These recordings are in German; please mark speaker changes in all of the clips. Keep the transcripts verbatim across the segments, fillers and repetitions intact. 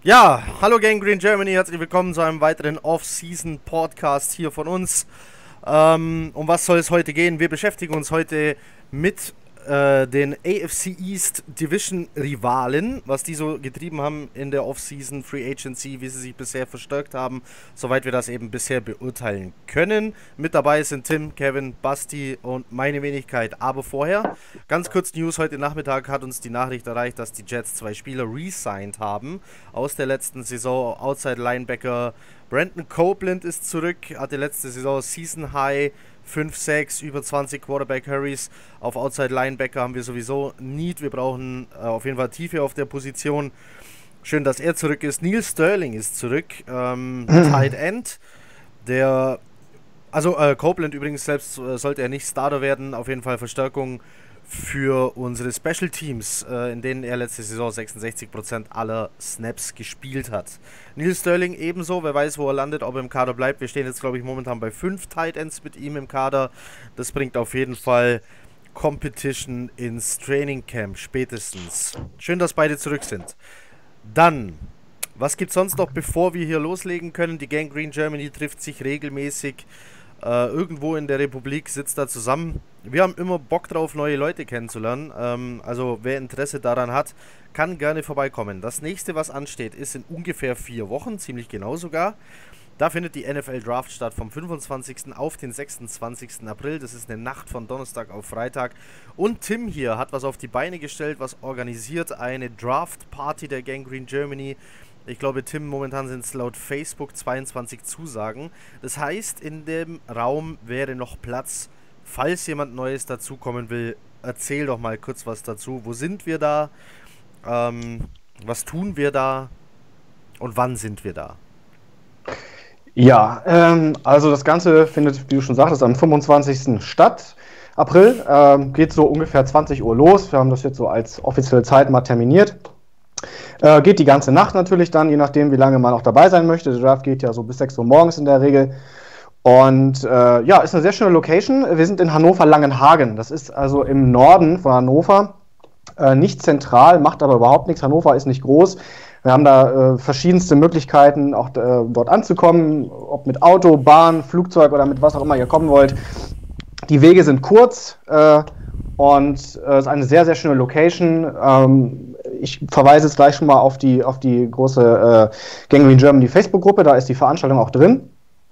Speaker 1: Ja, hallo Gang Green Germany, herzlich willkommen zu einem weiteren Off-Season-Podcast hier von uns. Ähm, um was soll es heute gehen? Wir beschäftigen uns heute mit äh, den A F C East Division Rivalen, was die so getrieben haben in der Off-Season Free Agency, wie sie sich bisher verstärkt haben, soweit wir das eben bisher beurteilen können. Mit dabei sind Tim, Kevin, Basti und meine Wenigkeit. Aber vorher, ganz kurz News, heute Nachmittag hat uns die Nachricht erreicht, dass die Jets zwei Spieler re-signed haben aus der letzten Saison. Outside Linebacker Brandon Copeland ist zurück, hatte letzte Saison Season High fünf sechs, über zwanzig Quarterback Hurries. Auf Outside Linebacker haben wir sowieso Need. Wir brauchen äh, auf jeden Fall Tiefe auf der Position. Schön, dass er zurück ist. Neil Sterling ist zurück. Ähm, Tight End. Der, also äh, Copeland übrigens selbst äh, sollte er nicht Starter werden. Auf jeden Fall Verstärkung für unsere Special Teams, äh, in denen er letzte Saison sechsundsechzig Prozent aller Snaps gespielt hat. Neil Sterling ebenso, wer weiß, wo er landet, ob er im Kader bleibt. Wir stehen jetzt, glaube ich, momentan bei fünf Tight Ends mit ihm im Kader. Das bringt auf jeden Fall Competition ins Training Camp spätestens. Schön, dass beide zurück sind. Dann, was gibt es sonst noch, bevor wir hier loslegen können? Die Gang Green Germany trifft sich regelmäßig Äh, irgendwo in der Republik, sitzt da zusammen. Wir haben immer Bock drauf, neue Leute kennenzulernen. Ähm, also wer Interesse daran hat, kann gerne vorbeikommen. Das nächste, was ansteht, ist in ungefähr vier Wochen, ziemlich genau sogar. Da findet die N F L Draft statt, vom fünfundzwanzigsten auf den sechsundzwanzigsten April. Das ist eine Nacht von Donnerstag auf Freitag. Und Tim hier hat was auf die Beine gestellt, was organisiert eine Draft Party der Gang Green Germany. Ich glaube, Tim, momentan sind es laut Facebook zweiundzwanzig Zusagen. Das heißt, in dem Raum wäre noch Platz, falls jemand Neues dazukommen will. Erzähl doch mal kurz was dazu. Wo sind wir da? Ähm, was tun wir da? Und wann sind wir da?
Speaker 2: Ja, ähm, also das Ganze findet, wie du schon sagtest, am fünfundzwanzigsten statt. April. Ähm, geht so ungefähr zwanzig Uhr los. Wir haben das jetzt so als offizielle Zeit mal terminiert. Äh, geht die ganze Nacht natürlich dann, je nachdem, wie lange man auch dabei sein möchte. Der Draft geht ja so bis sechs Uhr morgens in der Regel. Und äh, ja, ist eine sehr schöne Location. Wir sind in Hannover-Langenhagen. Das ist also im Norden von Hannover. Äh, nicht zentral, macht aber überhaupt nichts. Hannover ist nicht groß. Wir haben da äh, verschiedenste Möglichkeiten, auch äh, dort anzukommen. Ob mit Auto, Bahn, Flugzeug oder mit was auch immer ihr kommen wollt. Die Wege sind kurz. Äh, Und es äh, ist eine sehr, sehr schöne Location. Ähm, ich verweise jetzt gleich schon mal auf die, auf die große äh, Gang Green Germany Facebook-Gruppe. Da ist die Veranstaltung auch drin.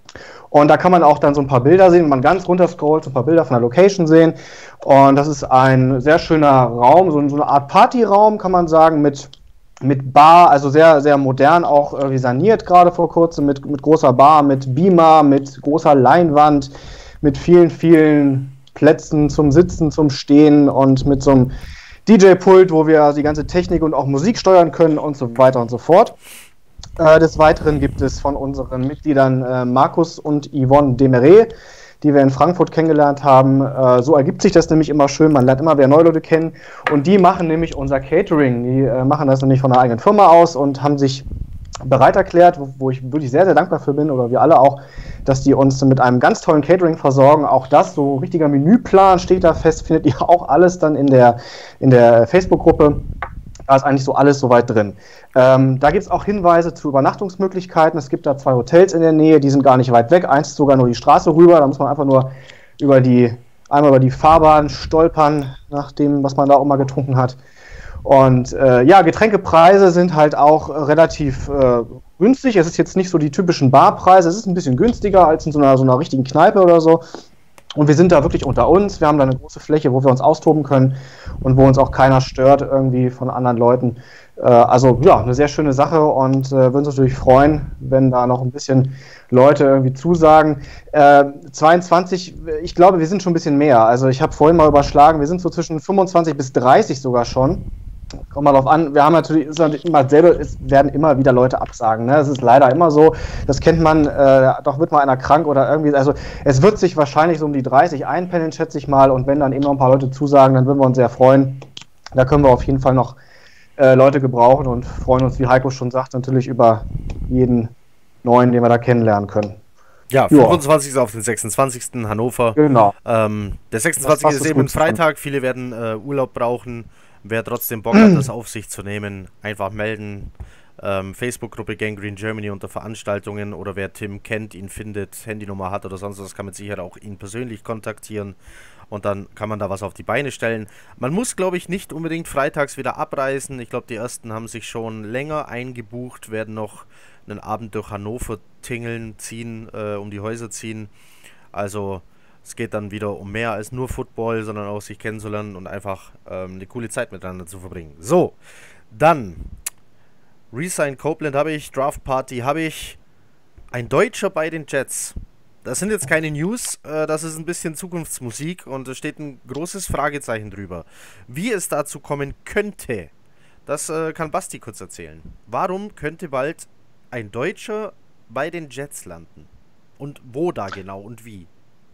Speaker 2: Und da kann man auch dann so ein paar Bilder sehen, wenn man ganz runter scrollt, so ein paar Bilder von der Location sehen. Und das ist ein sehr schöner Raum, so, so eine Art Partyraum, kann man sagen, mit, mit Bar, also sehr, sehr modern, auch irgendwie saniert gerade vor kurzem, mit, mit großer Bar, mit Beamer, mit großer Leinwand, mit vielen, vielen Plätzen zum Sitzen, zum Stehen und mit so einem D J-Pult, wo wir die ganze Technik und auch Musik steuern können und so weiter und so fort. Äh, des Weiteren gibt es von unseren Mitgliedern äh, Markus und Yvonne Demeret, die wir in Frankfurt kennengelernt haben. Äh, so ergibt sich das nämlich immer schön, man lernt immer wieder neue Leute kennen und die machen nämlich unser Catering. Die äh, machen das nämlich von einer eigenen Firma aus und haben sich bereit erklärt, wo, wo ich wirklich sehr, sehr dankbar für bin, oder wir alle auch, dass die uns mit einem ganz tollen Catering versorgen. Auch das, so richtiger Menüplan steht da fest, findet ihr auch alles dann in der, in der Facebook-Gruppe. Da ist eigentlich so alles soweit drin. Ähm, da gibt es auch Hinweise zu Übernachtungsmöglichkeiten. Es gibt da zwei Hotels in der Nähe, die sind gar nicht weit weg. Eins ist sogar nur die Straße rüber, da muss man einfach nur über die, einmal über die Fahrbahn stolpern, nach dem, was man da auch mal getrunken hat. Und äh, ja, Getränkepreise sind halt auch äh, relativ äh, günstig. Es ist jetzt nicht so die typischen Barpreise, es ist ein bisschen günstiger als in so einer, so einer richtigen Kneipe oder so. Und wir sind da wirklich unter uns. Wir haben da eine große Fläche, wo wir uns austoben können und wo uns auch keiner stört irgendwie von anderen Leuten. Äh, also ja, eine sehr schöne Sache und äh, würden uns natürlich freuen, wenn da noch ein bisschen Leute irgendwie zusagen. Äh, zweiundzwanzig, ich glaube, wir sind schon ein bisschen mehr. Also ich habe vorhin mal überschlagen, wir sind so zwischen fünfundzwanzig bis dreißig sogar schon. Kommt mal drauf an, wir haben natürlich, ist natürlich immer selber, es werden immer wieder Leute absagen, ne? Das ist leider immer so, das kennt man, äh, doch wird mal einer krank oder irgendwie, also es wird sich wahrscheinlich so um die dreißig einpendeln, schätze ich mal, und wenn dann eben noch ein paar Leute zusagen, dann würden wir uns sehr freuen. Da können wir auf jeden Fall noch äh, Leute gebrauchen und freuen uns, wie Heiko schon sagt, natürlich über jeden Neuen, den wir da kennenlernen können.
Speaker 1: Ja, fünfundzwanzigsten auf den sechsundzwanzigsten Hannover.
Speaker 2: Genau.
Speaker 1: Ähm, der sechsundzwanzigste ist eben ein Freitag, viele werden äh, Urlaub brauchen. Wer trotzdem Bock hat, das auf sich zu nehmen, einfach melden. ähm, Facebook-Gruppe Gangrene Germany unter Veranstaltungen, oder wer Tim kennt, ihn findet, Handynummer hat oder sonst was, kann mit Sicherheit auch ihn persönlich kontaktieren. Und dann kann man da was auf die Beine stellen. Man muss, glaube ich, nicht unbedingt freitags wieder abreisen. Ich glaube, die ersten haben sich schon länger eingebucht, werden noch einen Abend durch Hannover tingeln, ziehen, äh, um die Häuser ziehen. Also es geht dann wieder um mehr als nur Football, sondern auch sich kennenzulernen und einfach ähm, eine coole Zeit miteinander zu verbringen. So, dann Resign Copeland habe ich, Draft Party habe ich, ein Deutscher bei den Jets. Das sind jetzt keine News, äh, das ist ein bisschen Zukunftsmusik und es steht ein großes Fragezeichen drüber. Wie es dazu kommen könnte, das äh, kann Basti kurz erzählen. Warum könnte bald ein Deutscher bei den Jets landen? Und wo da genau und wie?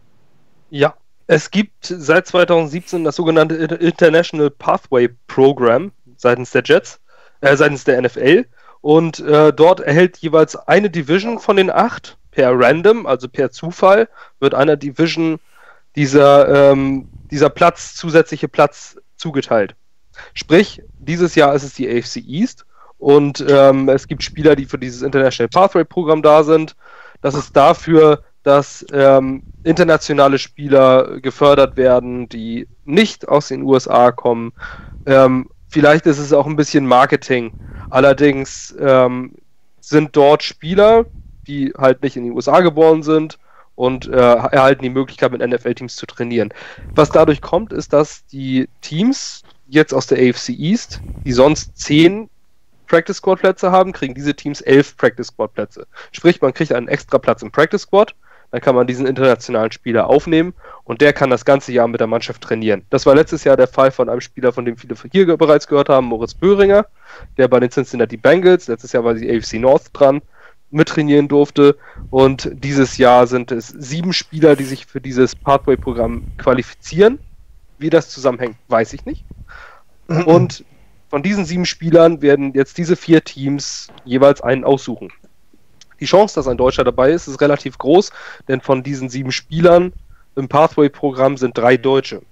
Speaker 3: Ja, es gibt seit zweitausendsiebzehn das sogenannte International Pathway Program seitens der Jets, äh, seitens der N F L. Und äh, dort erhält jeweils eine Division von den acht per Random, also per Zufall, wird einer Division dieser, ähm, dieser Platz, zusätzliche Platz zugeteilt. Sprich, dieses Jahr ist es die A F C East und ähm, es gibt Spieler, die für dieses International Pathway Programm da sind. Das ist dafür, dass ähm, internationale Spieler gefördert werden, die nicht aus den U S A kommen. Ähm, vielleicht ist es auch ein bisschen Marketing. Allerdings ähm, sind dort Spieler, die halt nicht in den U S A geboren sind und äh, erhalten die Möglichkeit, mit N F L-Teams zu trainieren. Was dadurch kommt, ist, dass die Teams jetzt aus der A F C East, die sonst zehn Practice Squad Plätze haben, kriegen diese Teams elf Practice Squad Plätze. Sprich, man kriegt einen extra Platz im Practice Squad, dann kann man diesen internationalen Spieler aufnehmen und der kann das ganze Jahr mit der Mannschaft trainieren. Das war letztes Jahr der Fall von einem Spieler, von dem viele hier bereits gehört haben, Moritz Böhringer, der bei den Cincinnati Bengals, letztes Jahr war die A F C North dran, mittrainieren durfte, und dieses Jahr sind es sieben Spieler, die sich für dieses Pathway-Programm qualifizieren. Wie das zusammenhängt, weiß ich nicht. Und von diesen sieben Spielern werden jetzt diese vier Teams jeweils einen aussuchen. Die Chance, dass ein Deutscher dabei ist, ist relativ groß, denn von diesen sieben Spielern im Pathway-Programm sind drei Deutsche.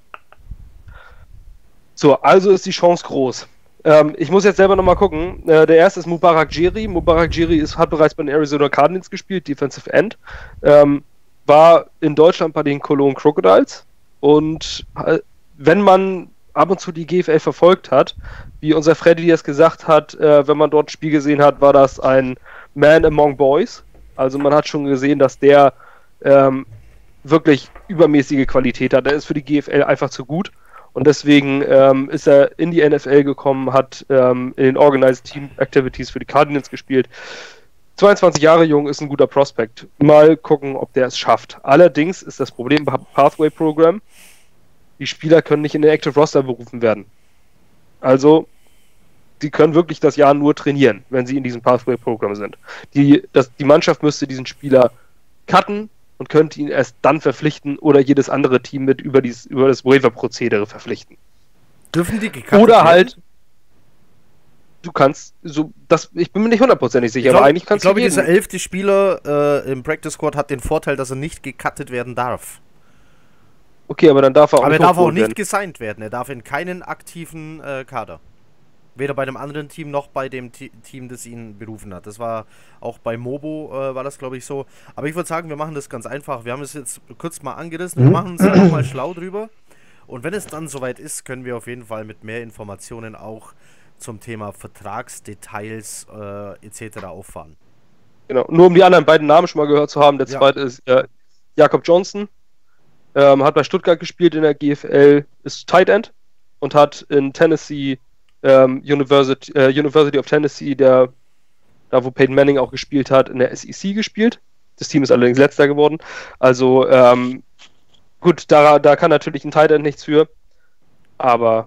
Speaker 3: So, also ist die Chance groß. Ähm, ich muss jetzt selber nochmal gucken. Äh, der erste ist Mubarak Jiri. Mubarak Jiri ist, hat bereits bei den Arizona Cardinals gespielt, Defensive End. Ähm, war in Deutschland bei den Cologne Crocodiles. Und äh, wenn man ab und zu die G F L verfolgt hat, wie unser Freddy es gesagt hat, äh, wenn man dort ein Spiel gesehen hat, war das ein Man Among Boys. Also man hat schon gesehen, dass der ähm, wirklich übermäßige Qualität hat. Der ist für die G F L einfach zu gut. Und deswegen ähm, ist er in die N F L gekommen, hat ähm, in den Organized Team Activities für die Cardinals gespielt. zweiundzwanzig Jahre jung, ist ein guter Prospect. Mal gucken, ob der es schafft. Allerdings ist das Problem beim Pathway Program, die Spieler können nicht in den Active Roster berufen werden. Also, die können wirklich das Jahr nur trainieren, wenn sie in diesem Pathway Program sind. Die, das, die Mannschaft müsste diesen Spieler cutten und könnte ihn erst dann verpflichten oder jedes andere Team mit über, dies, über das Waiver-Prozedere verpflichten.
Speaker 1: Dürfen die gecuttet
Speaker 3: Oder
Speaker 1: werden?
Speaker 3: halt, du kannst, so, das, ich bin mir nicht hundertprozentig sicher,
Speaker 1: Ich glaub,
Speaker 3: aber eigentlich kannst
Speaker 1: ich glaube,
Speaker 3: du jeden.
Speaker 1: dieser elfte Spieler äh, im Practice Squad hat den Vorteil, dass er nicht gecuttet werden darf.
Speaker 3: Okay, aber dann darf er auch
Speaker 1: Aber er
Speaker 3: nicht
Speaker 1: darf auch
Speaker 3: hochgeholt
Speaker 1: nicht
Speaker 3: werden.
Speaker 1: gesigned werden. Er darf in keinen aktiven äh, Kader. Weder bei dem anderen Team noch bei dem T Team, das ihn berufen hat. Das war auch bei Mobo, äh, war das, glaube ich, so. Aber ich würde sagen, wir machen das ganz einfach. Wir haben es jetzt kurz mal angerissen. Wir machen uns einfach mal schlau drüber. Und wenn es dann soweit ist, können wir auf jeden Fall mit mehr Informationen auch zum Thema Vertragsdetails äh, et cetera auffahren.
Speaker 3: Genau, nur um die anderen beiden Namen schon mal gehört zu haben. Der
Speaker 1: Ja.
Speaker 3: zweite ist äh, Jakob Johnson. Ähm, hat bei Stuttgart gespielt in der G F L, ist Tight End und hat in Tennessee, ähm, University, äh, University of Tennessee, der, da wo Peyton Manning auch gespielt hat, in der S E C gespielt. Das Team ist allerdings letzter geworden. Also, ähm, gut, da, da kann natürlich ein Tight End nichts für. Aber,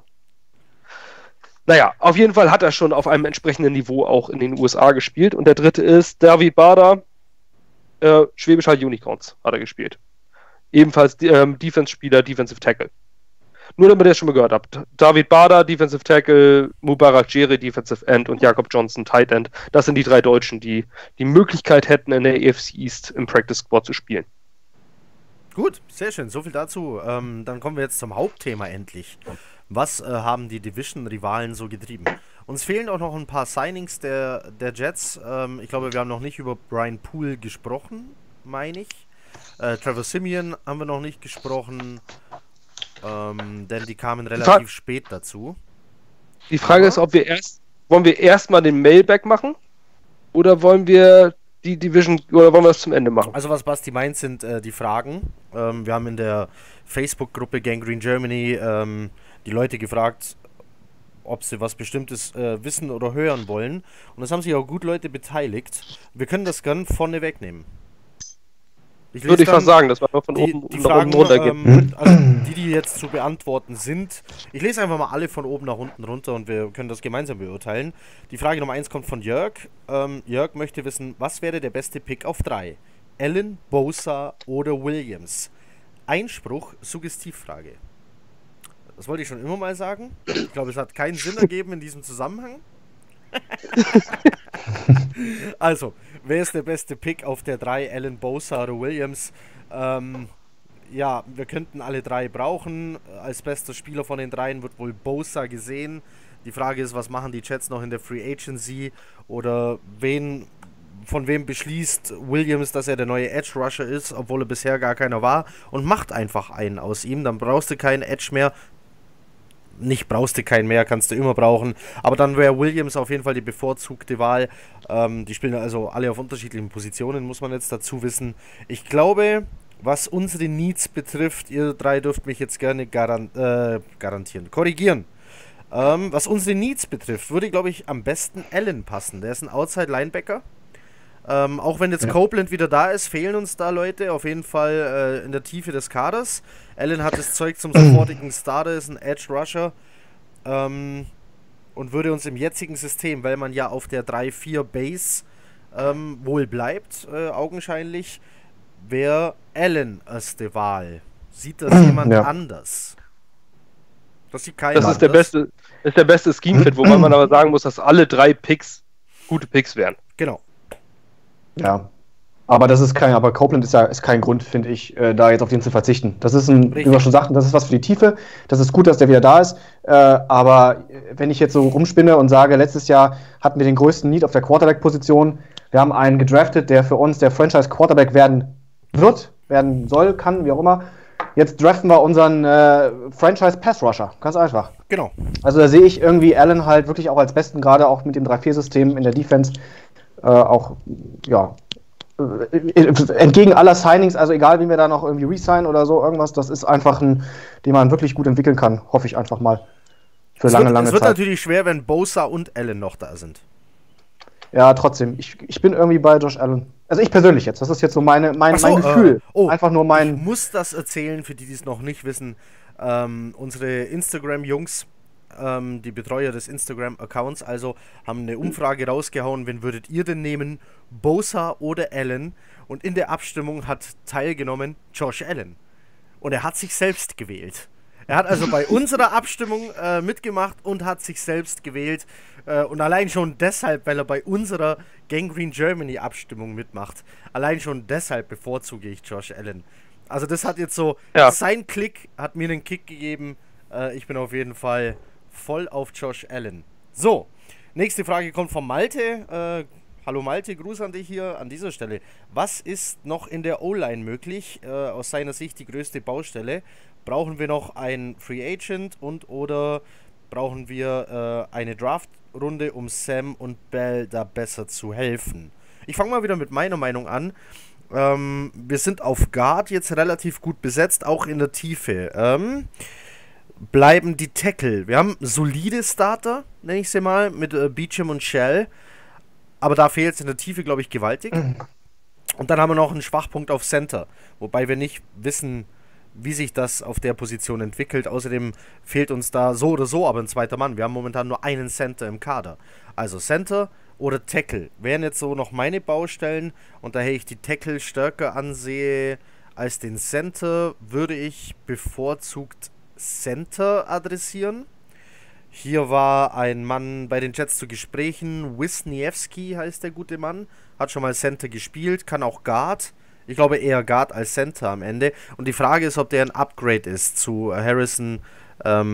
Speaker 3: naja, auf jeden Fall hat er schon auf einem entsprechenden Niveau auch in den U S A gespielt. Und der dritte ist David Bader, äh, Schwäbisch Hall Unicorns hat er gespielt. Ebenfalls ähm, Defense-Spieler, Defensive Tackle. Nur damit ihr es schon mal gehört habt. David Bader, Defensive Tackle, Mubarak Jiri, Defensive End und Jakob Johnson, Tight End. Das sind die drei Deutschen, die die Möglichkeit hätten, in der A F C East im Practice Squad zu spielen.
Speaker 1: Gut, sehr schön. So viel dazu. Ähm, dann kommen wir jetzt zum Hauptthema endlich. Was äh, haben die Division-Rivalen so getrieben? Uns fehlen auch noch ein paar Signings der, der Jets. Ähm, ich glaube, wir haben noch nicht über Brian Poole gesprochen, meine ich. Äh, Trevor Siemian haben wir noch nicht gesprochen, ähm, denn die kamen relativ
Speaker 3: Frage,
Speaker 1: spät dazu.
Speaker 3: Die Frage
Speaker 1: Aber
Speaker 3: ist, ob wir erst, wollen wir erstmal den Mailback machen oder wollen wir die Division, oder wollen wir das zum Ende machen?
Speaker 1: Also was Basti meint, sind äh, die Fragen. Ähm, wir haben in der Facebook-Gruppe Gangrene Germany ähm, die Leute gefragt, ob sie was Bestimmtes äh, wissen oder hören wollen. Und es haben sich auch gut Leute beteiligt. Wir können das gern vorne wegnehmen. Ich
Speaker 3: Würde ich fast sagen, dass wir nur von
Speaker 1: die,
Speaker 3: oben
Speaker 1: die
Speaker 3: nach
Speaker 1: Fragen,
Speaker 3: unten runter gehen.
Speaker 1: ähm, also die, die jetzt zu beantworten sind. Ich lese einfach mal alle von oben nach unten runter und wir können das gemeinsam beurteilen. Die Frage Nummer eins kommt von Jörg. Ähm, Jörg möchte wissen, was wäre der beste Pick auf drei? Allen, Bosa oder Williams? Einspruch, Suggestivfrage. Das wollte ich schon immer mal sagen. Ich glaube, es hat keinen Sinn ergeben in diesem Zusammenhang. Also, wer ist der beste Pick auf der drei? Allen, Bosa oder Williams? Ähm, ja, wir könnten alle drei brauchen. Als bester Spieler von den dreien wird wohl Bosa gesehen. Die Frage ist, was machen die Jets noch in der Free Agency? Oder wen, von wem beschließt Williams, dass er der neue Edge Rusher ist, obwohl er bisher gar keiner war? Und macht einfach einen aus ihm. Dann brauchst du keinen Edge mehr. Nicht brauchst du keinen mehr, kannst du immer brauchen. Aber dann wäre Williams auf jeden Fall die bevorzugte Wahl. Ähm, die spielen also alle auf unterschiedlichen Positionen, muss man jetzt dazu wissen. Ich glaube, was unsere Needs betrifft, ihr drei dürft mich jetzt gerne garan äh, garantieren, korrigieren. Ähm, was unsere Needs betrifft, würde, glaube ich, am besten Allen passen. Der ist ein Outside-Linebacker. Ähm, auch wenn jetzt ja. Copeland wieder da ist, fehlen uns da Leute, auf jeden Fall äh, in der Tiefe des Kaders. Allen hat das Zeug zum sofortigen Starter, ist ein Edge Rusher ähm, und würde uns im jetzigen System, weil man ja auf der drei vier Base ähm, wohl bleibt, äh, augenscheinlich, wäre Allen erste Wahl. Sieht das jemand ja. anders?
Speaker 3: Das sieht keiner Das ist der beste, ist der beste Scheme-Fit, wobei man aber sagen muss, dass alle drei Picks gute Picks wären.
Speaker 1: Genau.
Speaker 2: Ja, aber das ist kein, aber Copeland ist ja ist kein Grund, finde ich, äh, da jetzt auf den zu verzichten. Das ist ein, Richtig. wie wir schon sagten, das ist was für die Tiefe. Das ist gut, dass der wieder da ist. Äh, aber wenn ich jetzt so rumspinne und sage, letztes Jahr hatten wir den größten Need auf der Quarterback-Position. Wir haben einen gedraftet, der für uns der Franchise-Quarterback werden wird, werden soll, kann, wie auch immer. Jetzt draften wir unseren äh, Franchise-Pass-Rusher. Ganz einfach.
Speaker 1: Genau.
Speaker 2: Also da sehe ich irgendwie Allen halt wirklich auch als besten, gerade auch mit dem drei vier System in der Defense. Äh, auch, ja, äh, entgegen aller Signings, also egal, wie wir da noch irgendwie resignen oder so, irgendwas, das ist einfach ein, den man wirklich gut entwickeln kann, hoffe ich einfach mal. Für
Speaker 1: es
Speaker 2: lange,
Speaker 1: wird,
Speaker 2: lange
Speaker 1: es wird
Speaker 2: Zeit.
Speaker 1: natürlich schwer, wenn Bosa und Allen noch da sind.
Speaker 2: Ja, trotzdem, ich, ich bin irgendwie bei Josh Allen. Also ich persönlich jetzt, das ist jetzt so meine, mein, so, mein Gefühl. Äh,
Speaker 1: oh,
Speaker 2: einfach nur mein...
Speaker 1: Ich muss das erzählen, für die, die es noch nicht wissen. Ähm, unsere Instagram-Jungs, ähm, die Betreuer des Instagram-Accounts, also haben eine Umfrage rausgehauen, wen würdet ihr denn nehmen, Bosa oder Allen? Und in der Abstimmung hat teilgenommen Josh Allen. Und er hat sich selbst gewählt. Er hat also bei unserer Abstimmung äh, mitgemacht und hat sich selbst gewählt. Äh, und allein schon deshalb, weil er bei unserer Gangrene Germany Abstimmung mitmacht, allein schon deshalb bevorzuge ich Josh Allen. Also das hat jetzt so, ja. sein Klick hat mir einen Kick gegeben. Äh, ich bin auf jeden Fall voll auf Josh Allen. So, nächste Frage kommt von Malte. Äh, hallo Malte, Gruß an dich hier an dieser Stelle. Was ist noch in der O-Line möglich? Äh, aus seiner Sicht die größte Baustelle. Brauchen wir noch einen Free Agent und oder brauchen wir äh, eine Draft-Runde, um Sam und Bell da besser zu helfen? Ich fange mal wieder mit meiner Meinung an. Ähm, wir sind auf Guard jetzt relativ gut besetzt, auch in der Tiefe. Ähm, bleiben die Tackle. Wir haben solide Starter, nenne ich sie mal, mit äh, Beecham und Shell. Aber da fehlt es in der Tiefe, glaube ich, gewaltig. Und dann haben wir noch einen Schwachpunkt auf Center, wobei wir nicht wissen, wie sich das auf der Position entwickelt. Außerdem fehlt uns da so oder so aber ein zweiter Mann. Wir haben momentan nur einen Center im Kader. Also Center oder Tackle wären jetzt so noch meine Baustellen. Und daher ich die Tackle stärker ansehe als den Center, würde ich bevorzugt Center adressieren. Hier war ein Mann bei den Jets zu Gesprächen. Wisniewski heißt der gute Mann. Hat schon mal Center gespielt, kann auch Guard. Ich glaube eher Guard als Center am Ende. Und die Frage ist, ob der ein Upgrade ist zu Harrison, ähm,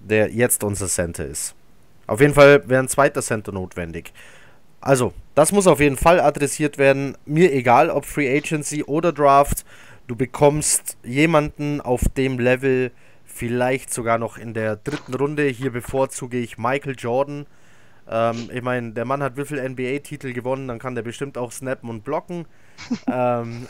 Speaker 1: der jetzt unser Center ist. Auf jeden Fall wäre ein zweiter Center notwendig. Also, das muss auf jeden Fall adressiert werden. Mir egal, ob Free Agency oder Draft. Du bekommst jemanden auf dem Level, vielleicht sogar noch in der dritten Runde. Hier bevorzuge ich Michael Jordan. Ähm, ich meine, der Mann hat wie viele N B A-Titel gewonnen, dann kann der bestimmt auch snappen und blocken. ähm,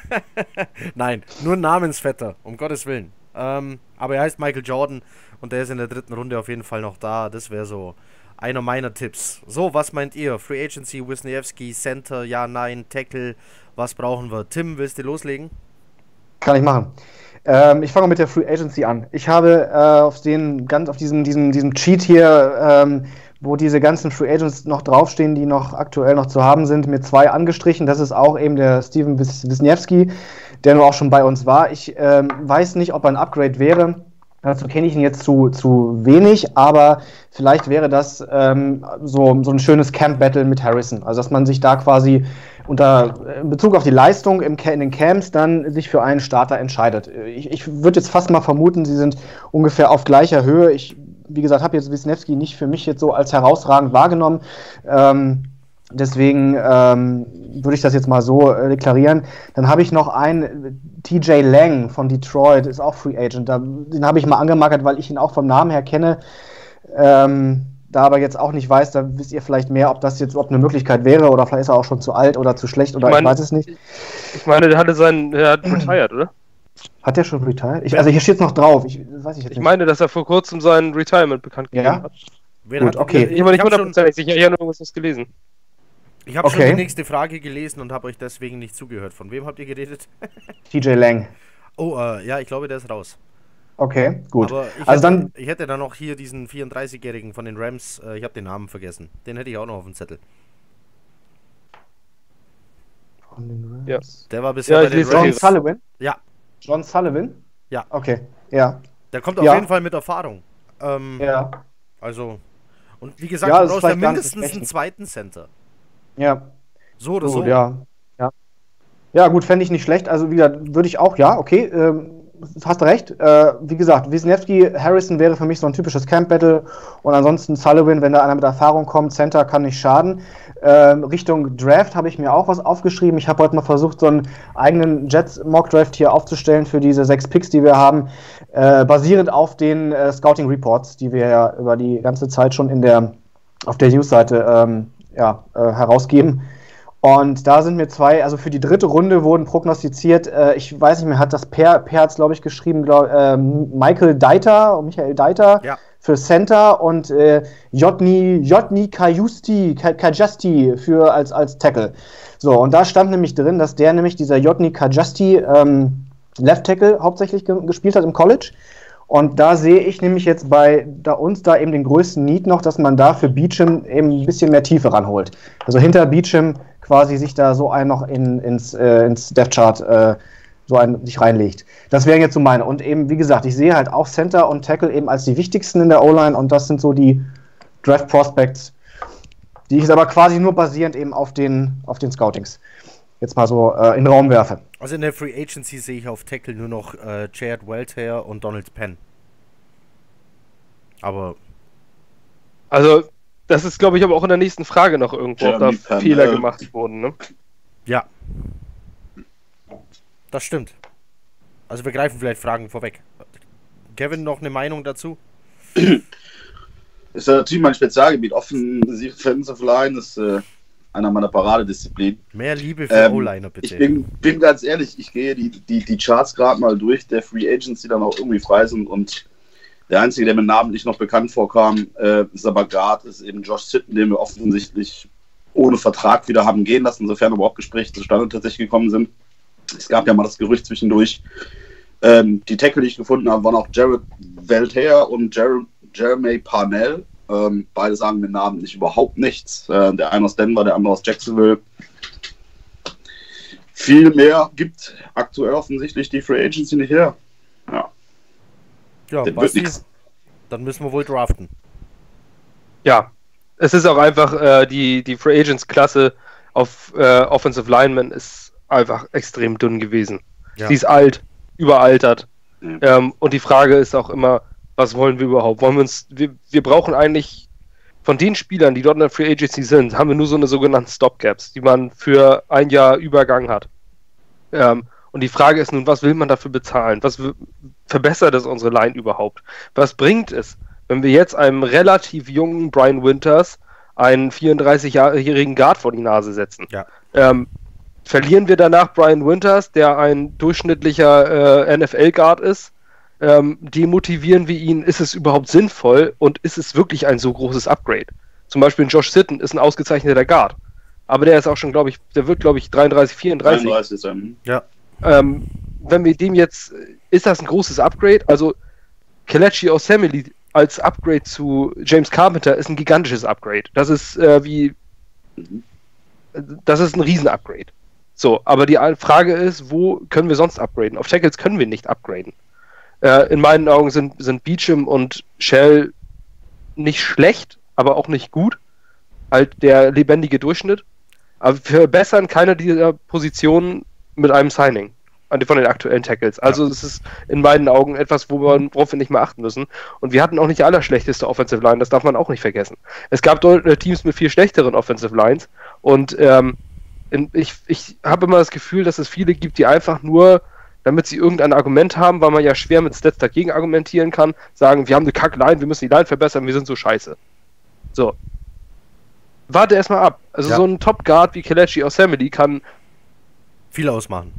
Speaker 1: Nein, nur ein Namensvetter, um Gottes Willen. Ähm, aber er heißt Michael Jordan und der ist in der dritten Runde auf jeden Fall noch da. Das wäre so einer meiner Tipps. So, was meint ihr? Free Agency, Wisniewski, Center, ja, nein, Tackle, was brauchen wir? Tim, willst du loslegen?
Speaker 2: Kann ich machen. Ähm, ich fange mit der Free Agency an. Ich habe äh, auf den ganz auf diesem, diesem, diesem Cheat hier, ähm, wo diese ganzen Free Agents noch draufstehen, die noch aktuell noch zu haben sind, mir zwei angestrichen. Das ist auch eben der Steven Wisniewski, der nur auch schon bei uns war. Ich ähm, weiß nicht, ob er ein Upgrade wäre. Dazu kenne ich ihn jetzt zu, zu wenig, aber vielleicht wäre das ähm, so, so ein schönes Camp-Battle mit Harrison. Also, dass man sich da quasi unter in Bezug auf die Leistung im, in den Camps dann sich für einen Starter entscheidet. Ich, ich würde jetzt fast mal vermuten, sie sind ungefähr auf gleicher Höhe. Ich, wie gesagt, habe jetzt Wisniewski nicht für mich jetzt so als herausragend wahrgenommen. Ähm, Deswegen ähm, würde ich das jetzt mal so äh, deklarieren. Dann habe ich noch einen, T J Lang von Detroit, ist auch Free Agent. Da, den habe ich mal angemarkert, weil ich ihn auch vom Namen her kenne. Ähm, da aber jetzt auch nicht weiß, da wisst ihr vielleicht mehr, ob das jetzt überhaupt eine Möglichkeit wäre oder vielleicht ist er auch schon zu alt oder zu schlecht oder ich, mein, ich weiß es nicht.
Speaker 3: Ich meine, der hatte seinen, der hat retired, oder?
Speaker 2: Hat der schon retired? Ich, also hier steht es noch drauf. Ich, weiß ich, jetzt
Speaker 3: ich
Speaker 2: nicht.
Speaker 3: meine, dass er vor kurzem sein Retirement bekannt gegeben
Speaker 2: ja?
Speaker 3: hat.
Speaker 1: Wen
Speaker 2: Gut,
Speaker 1: hat,
Speaker 2: okay.
Speaker 3: Ich, ich bin nicht hundertprozentig sicher, ich habe nur irgendwas gelesen.
Speaker 1: Ich habe
Speaker 2: okay.
Speaker 1: schon die nächste Frage gelesen und habe euch deswegen nicht zugehört. Von wem habt ihr geredet?
Speaker 2: T J Lang.
Speaker 1: Oh, äh, ja, ich glaube, der ist raus.
Speaker 2: Okay, gut.
Speaker 1: Aber ich,
Speaker 2: also
Speaker 1: hätte,
Speaker 2: dann,
Speaker 1: ich hätte dann noch hier diesen vierunddreißigjährigen von den Rams, äh, ich habe den Namen vergessen. Den hätte ich auch noch auf dem Zettel.
Speaker 2: Von den Rams?
Speaker 3: Ja.
Speaker 1: Der war bisher
Speaker 3: Ja,
Speaker 1: bei
Speaker 3: ich
Speaker 1: den
Speaker 3: lese
Speaker 2: John
Speaker 1: Rams.
Speaker 2: Sullivan?
Speaker 1: Ja.
Speaker 2: John Sullivan?
Speaker 1: Ja.
Speaker 2: Okay, ja.
Speaker 1: Der kommt auf
Speaker 2: Ja.
Speaker 1: jeden Fall mit Erfahrung. Ähm,
Speaker 2: Ja.
Speaker 1: Also, und wie gesagt,
Speaker 2: Ja,
Speaker 1: du
Speaker 2: das ist
Speaker 1: brauchst ja
Speaker 2: vielleicht gar nicht
Speaker 1: mindestens einen
Speaker 2: schlecht.
Speaker 1: zweiten Center.
Speaker 2: Ja.
Speaker 1: So oder
Speaker 2: Gut,
Speaker 1: so.
Speaker 2: ja. Ja. Ja, gut, fände ich nicht schlecht. Also, wie gesagt, würde ich auch, ja, okay, ähm, hast recht. Äh, wie gesagt, Wisniewski, Harrison wäre für mich so ein typisches Camp-Battle und ansonsten Sullivan, wenn da einer mit Erfahrung kommt, Center kann nicht schaden. Ähm, Richtung Draft habe ich mir auch was aufgeschrieben. Ich habe heute mal versucht, so einen eigenen Jets-Mock-Draft hier aufzustellen für diese sechs Picks, die wir haben, äh, basierend auf den äh, Scouting-Reports, die wir ja über die ganze Zeit schon in der, auf der News-Seite ähm, ja, äh, herausgeben. Und da sind mir zwei, also für die dritte Runde wurden prognostiziert, äh, ich weiß nicht mehr, hat das Per, Per hat es glaube ich geschrieben, glaub, äh, Michael Deiter, Michael Deiter
Speaker 1: Ja.
Speaker 2: für Center und äh, Jotny, Jotny Kajusti, Kajusti für als, als Tackle. So, und da stand nämlich drin, dass der nämlich, dieser Jotny Kajusti, ähm, Left Tackle hauptsächlich ge- gespielt hat im College. Und da sehe ich nämlich jetzt bei da uns da eben den größten Need noch, dass man da für Beachum eben ein bisschen mehr Tiefe ranholt. Also hinter Beachum quasi sich da so einen noch in, ins, äh, ins Depth Chart äh, so einen sich reinlegt. Das wären jetzt so meine. Und eben, wie gesagt, ich sehe halt auch Center und Tackle eben als die wichtigsten in der O-Line und das sind so die Draft Prospects, die ich aber quasi nur basierend eben auf den, auf den Scoutings jetzt mal so äh, in den Raum werfe.
Speaker 1: Also in der Free Agency sehe ich auf Tackle nur noch äh, Jared Welter und Donald Penn. Aber
Speaker 3: Also, das ist, glaube ich, aber auch in der nächsten Frage noch irgendwo, ob da
Speaker 4: Jeremy Penn,
Speaker 3: Fehler
Speaker 4: äh,
Speaker 3: gemacht wurden, ne?
Speaker 1: ja. Das stimmt. Also wir greifen vielleicht Fragen vorweg. Kevin, noch eine Meinung dazu?
Speaker 4: Ist ja natürlich mein Spezialgebiet. Offensive Defensive Line ist äh, einer meiner Paradedisziplinen.
Speaker 1: Mehr Liebe für
Speaker 4: Ähm,
Speaker 1: O-Liner, bitte.
Speaker 4: Ich bin, bin ganz ehrlich, ich gehe die, die, die Charts gerade mal durch, der Free Agents, die dann auch irgendwie frei sind und der einzige, der mir namentlich noch bekannt vorkam, äh, ist aber gerade, ist eben Josh Sitton, den wir offensichtlich ohne Vertrag wieder haben gehen lassen, sofern überhaupt Gespräche zustande tatsächlich gekommen sind. Es gab ja mal das Gerücht zwischendurch. Ähm, die Tackle, die ich gefunden habe, waren auch Jared Welter und Jer- Jeremy Parnell. Ähm, beide sagen mit Namen nicht überhaupt nichts. Äh, der eine aus Denver, der andere aus Jacksonville. Viel mehr gibt aktuell offensichtlich die Free Agency nicht her. Ja,
Speaker 1: ja,
Speaker 4: das wird
Speaker 1: Basti,
Speaker 4: nix.
Speaker 1: dann müssen wir wohl draften.
Speaker 3: Ja, es ist auch einfach, äh, die, die Free Agents Klasse auf äh, Offensive Linemen ist einfach extrem dünn gewesen.
Speaker 1: Ja.
Speaker 3: Sie ist alt, überaltert.
Speaker 4: Mhm.
Speaker 3: Ähm, und die Frage ist auch immer, was wollen wir überhaupt? Wollen wir uns, wir, wir brauchen eigentlich von den Spielern, die dort in der Free Agency sind, haben wir nur so eine sogenannten Stopgaps, die man für ein Jahr Übergang hat. Ähm, und die Frage ist nun, was will man dafür bezahlen? Was w- verbessert es unsere Line überhaupt? Was bringt es, wenn wir jetzt einem relativ jungen Brian Winters einen vierunddreißigjährigen Guard vor die Nase setzen?
Speaker 1: Ja.
Speaker 3: Ähm, verlieren wir danach Brian Winters, der ein durchschnittlicher äh, N F L-Guard ist? Ähm, demotivieren wir ihn? Ist es überhaupt sinnvoll? Und ist es wirklich ein so großes Upgrade? Zum Beispiel Josh Sitton ist ein ausgezeichneter Guard. Aber der ist auch schon, glaube ich, der wird, glaube ich, dreiunddreißig, vierunddreißig.
Speaker 4: dreiunddreißig ist er.
Speaker 1: Ja.
Speaker 3: Ähm, wenn wir dem jetzt, ist das ein großes Upgrade? Also Kelechi Osemele als Upgrade zu James Carpenter ist ein gigantisches Upgrade. Das ist äh, wie, das ist ein Riesen-Upgrade. So, aber die Frage ist, wo können wir sonst upgraden? Auf Tackles können wir nicht upgraden. Äh, in meinen Augen sind, sind Beachum und Shell nicht schlecht, aber auch nicht gut. Halt der lebendige Durchschnitt. Aber wir verbessern keine dieser Positionen mit einem Signing von den aktuellen Tackles. Also es ist in meinen Augen etwas, wo wir, worauf wir nicht mehr achten müssen. Und wir hatten auch nicht die allerschlechteste Offensive Line, das darf man auch nicht vergessen. Es gab dort äh, Teams mit viel schlechteren Offensive Lines und ähm, in, ich, ich habe immer das Gefühl, dass es viele gibt, die einfach nur, damit sie irgendein Argument haben, weil man ja schwer mit Stats dagegen argumentieren kann, sagen, wir haben eine Kack-Line, wir müssen die Line verbessern, wir sind so scheiße. So. Warte erstmal ab. Also
Speaker 1: Ja.
Speaker 3: so ein Top-Guard wie Kelechi Osemele kann
Speaker 1: Viel ausmachen.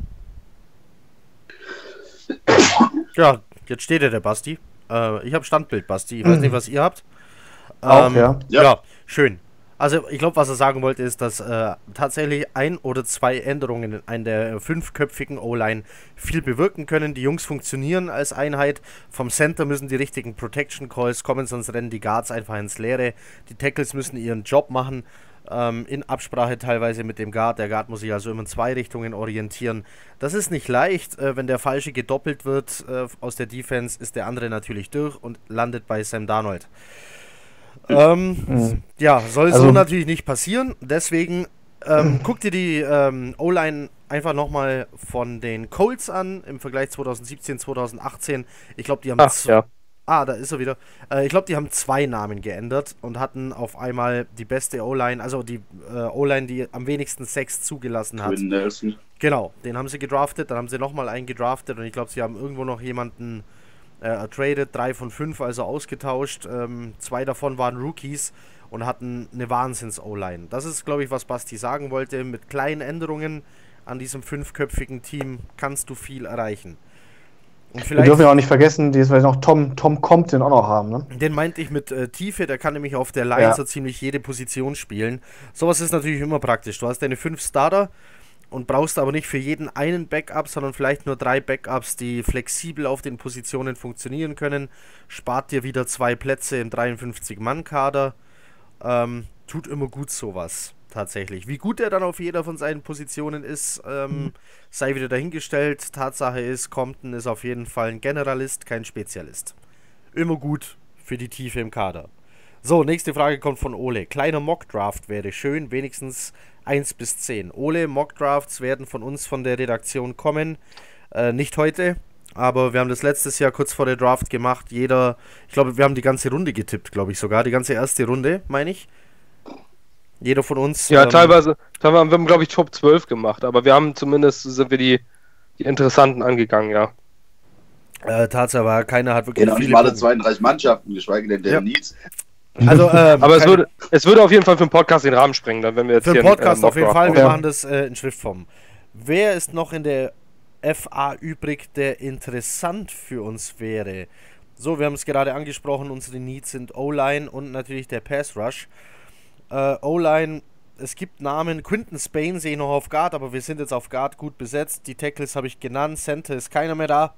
Speaker 1: Ja, jetzt steht ja der Basti. Äh, ich habe Standbild, Basti. Ich weiß nicht, was ihr habt.
Speaker 2: Auch,
Speaker 1: Ähm,
Speaker 2: ja.
Speaker 1: ja.
Speaker 4: Ja.
Speaker 1: schön. Also ich glaube, was er sagen wollte, ist, dass äh, tatsächlich ein oder zwei Änderungen in der fünfköpfigen O-Line viel bewirken können. Die Jungs funktionieren als Einheit. Vom Center müssen die richtigen Protection Calls kommen, sonst rennen die Guards einfach ins Leere. Die Tackles müssen ihren Job machen, ähm, in Absprache teilweise mit dem Guard. Der Guard muss sich also immer in zwei Richtungen orientieren. Das ist nicht leicht. Äh, wenn der Falsche gedoppelt wird äh, aus der Defense, ist der andere natürlich durch und landet bei Sam Darnold. Ähm,
Speaker 2: Mhm.
Speaker 1: ja, soll so
Speaker 2: Also-
Speaker 1: natürlich nicht passieren. Deswegen ähm, guck dir die ähm, O-Line einfach nochmal von den Colts an im Vergleich zwanzig siebzehn, zwanzig achtzehn. Ich glaube, die haben
Speaker 3: Ach,
Speaker 1: z-
Speaker 3: ja.
Speaker 1: Ah, da ist er wieder. Äh, ich glaube, die haben zwei Namen geändert und hatten auf einmal die beste O-Line, also die äh, O-Line, die am wenigsten Sacks zugelassen hat.
Speaker 4: Quinn Nelson.
Speaker 1: Genau, den haben sie gedraftet, dann haben sie nochmal einen gedraftet und ich glaube, sie haben irgendwo noch jemanden äh, traded, drei von fünf, also ausgetauscht. Ähm, zwei davon waren Rookies und hatten eine Wahnsinns-O-Line. Das ist, glaube ich, was Basti sagen wollte. Mit kleinen Änderungen an diesem fünfköpfigen Team kannst du viel erreichen. Und
Speaker 2: Wir
Speaker 1: vielleicht,
Speaker 2: dürfen ja auch nicht vergessen, dass wir noch Tom, Tom Compton auch noch haben, ne?
Speaker 1: den meinte ich mit äh, Tiefe, der kann nämlich auf der Line
Speaker 2: Ja.
Speaker 1: so ziemlich jede Position spielen. Sowas ist natürlich immer praktisch. Du hast deine fünf Starter und brauchst aber nicht für jeden einen Backup, sondern vielleicht nur drei Backups, die flexibel auf den Positionen funktionieren können. Spart dir wieder zwei Plätze im dreiundfünfzig-Mann-Kader. Ähm, tut immer gut sowas, tatsächlich. Wie gut er dann auf jeder von seinen Positionen ist, ähm, sei wieder dahingestellt. Tatsache ist, Compton ist auf jeden Fall ein Generalist, kein Spezialist. Immer gut für die Tiefe im Kader. So, nächste Frage kommt von Ole. Kleiner Mockdraft wäre schön, wenigstens eins bis zehn. Ole, Mockdrafts werden von uns von der Redaktion kommen. Äh, nicht heute, aber wir haben das letztes Jahr kurz vor der Draft gemacht. Jeder, ich glaube, wir haben die ganze Runde getippt, glaube ich sogar. Die ganze erste Runde, meine ich. Jeder von uns.
Speaker 3: Ja,
Speaker 1: ähm,
Speaker 3: teilweise, teilweise haben wir, glaube ich, Top zwölf gemacht, aber wir haben zumindest, sind wir die, die interessanten angegangen, ja.
Speaker 1: Äh, Tatsache war, keiner hat wirklich
Speaker 4: Genau, nicht
Speaker 1: viele
Speaker 4: mal alle
Speaker 1: Punkte.
Speaker 4: zweiunddreißig Mannschaften, geschweige denn der
Speaker 1: Ja.
Speaker 4: Needs.
Speaker 1: Also, ähm,
Speaker 3: Aber es
Speaker 1: keine-
Speaker 3: würde, es würde auf jeden Fall für einen Podcast den Rahmen sprengen, dann wenn wir jetzt
Speaker 1: Für den
Speaker 3: hier einen,
Speaker 1: Podcast
Speaker 3: äh,
Speaker 1: auf jeden
Speaker 3: Mockdraft
Speaker 1: Fall. Wir
Speaker 2: Ja.
Speaker 1: machen das äh, in Schriftform. Wer ist noch in der F A übrig, der interessant für uns wäre? So, wir haben es gerade angesprochen, unsere Needs sind O-Line und natürlich der Pass Rush. Äh, O-Line, es gibt Namen, Quinton Spain sehe ich noch auf Guard, aber wir sind jetzt auf Guard gut besetzt. Die Tackles habe ich genannt, Center ist keiner mehr da.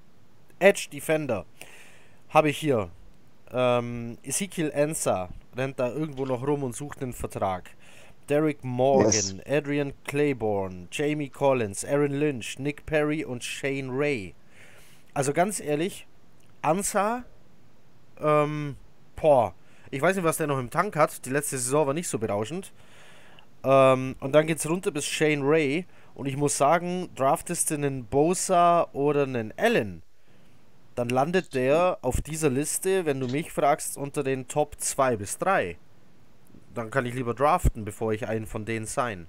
Speaker 1: Edge Defender habe ich hier. Ähm, Ezekiel Ansah rennt da irgendwo noch rum und sucht einen Vertrag. Derek Morgan,
Speaker 2: Yes.
Speaker 1: Adrian Claiborne, Jamie Collins, Aaron Lynch, Nick Perry und Shane Ray. Also ganz ehrlich, Ansah, ähm, boah, ich weiß nicht, was der noch im Tank hat. Die letzte Saison war nicht so berauschend. Ähm, und dann geht's runter bis Shane Ray. Und ich muss sagen, draftest du einen Bosa oder einen Allen, dann landet der auf dieser Liste, wenn du mich fragst, unter den Top zwei bis drei. Dann kann ich lieber draften, bevor ich einen von denen sign.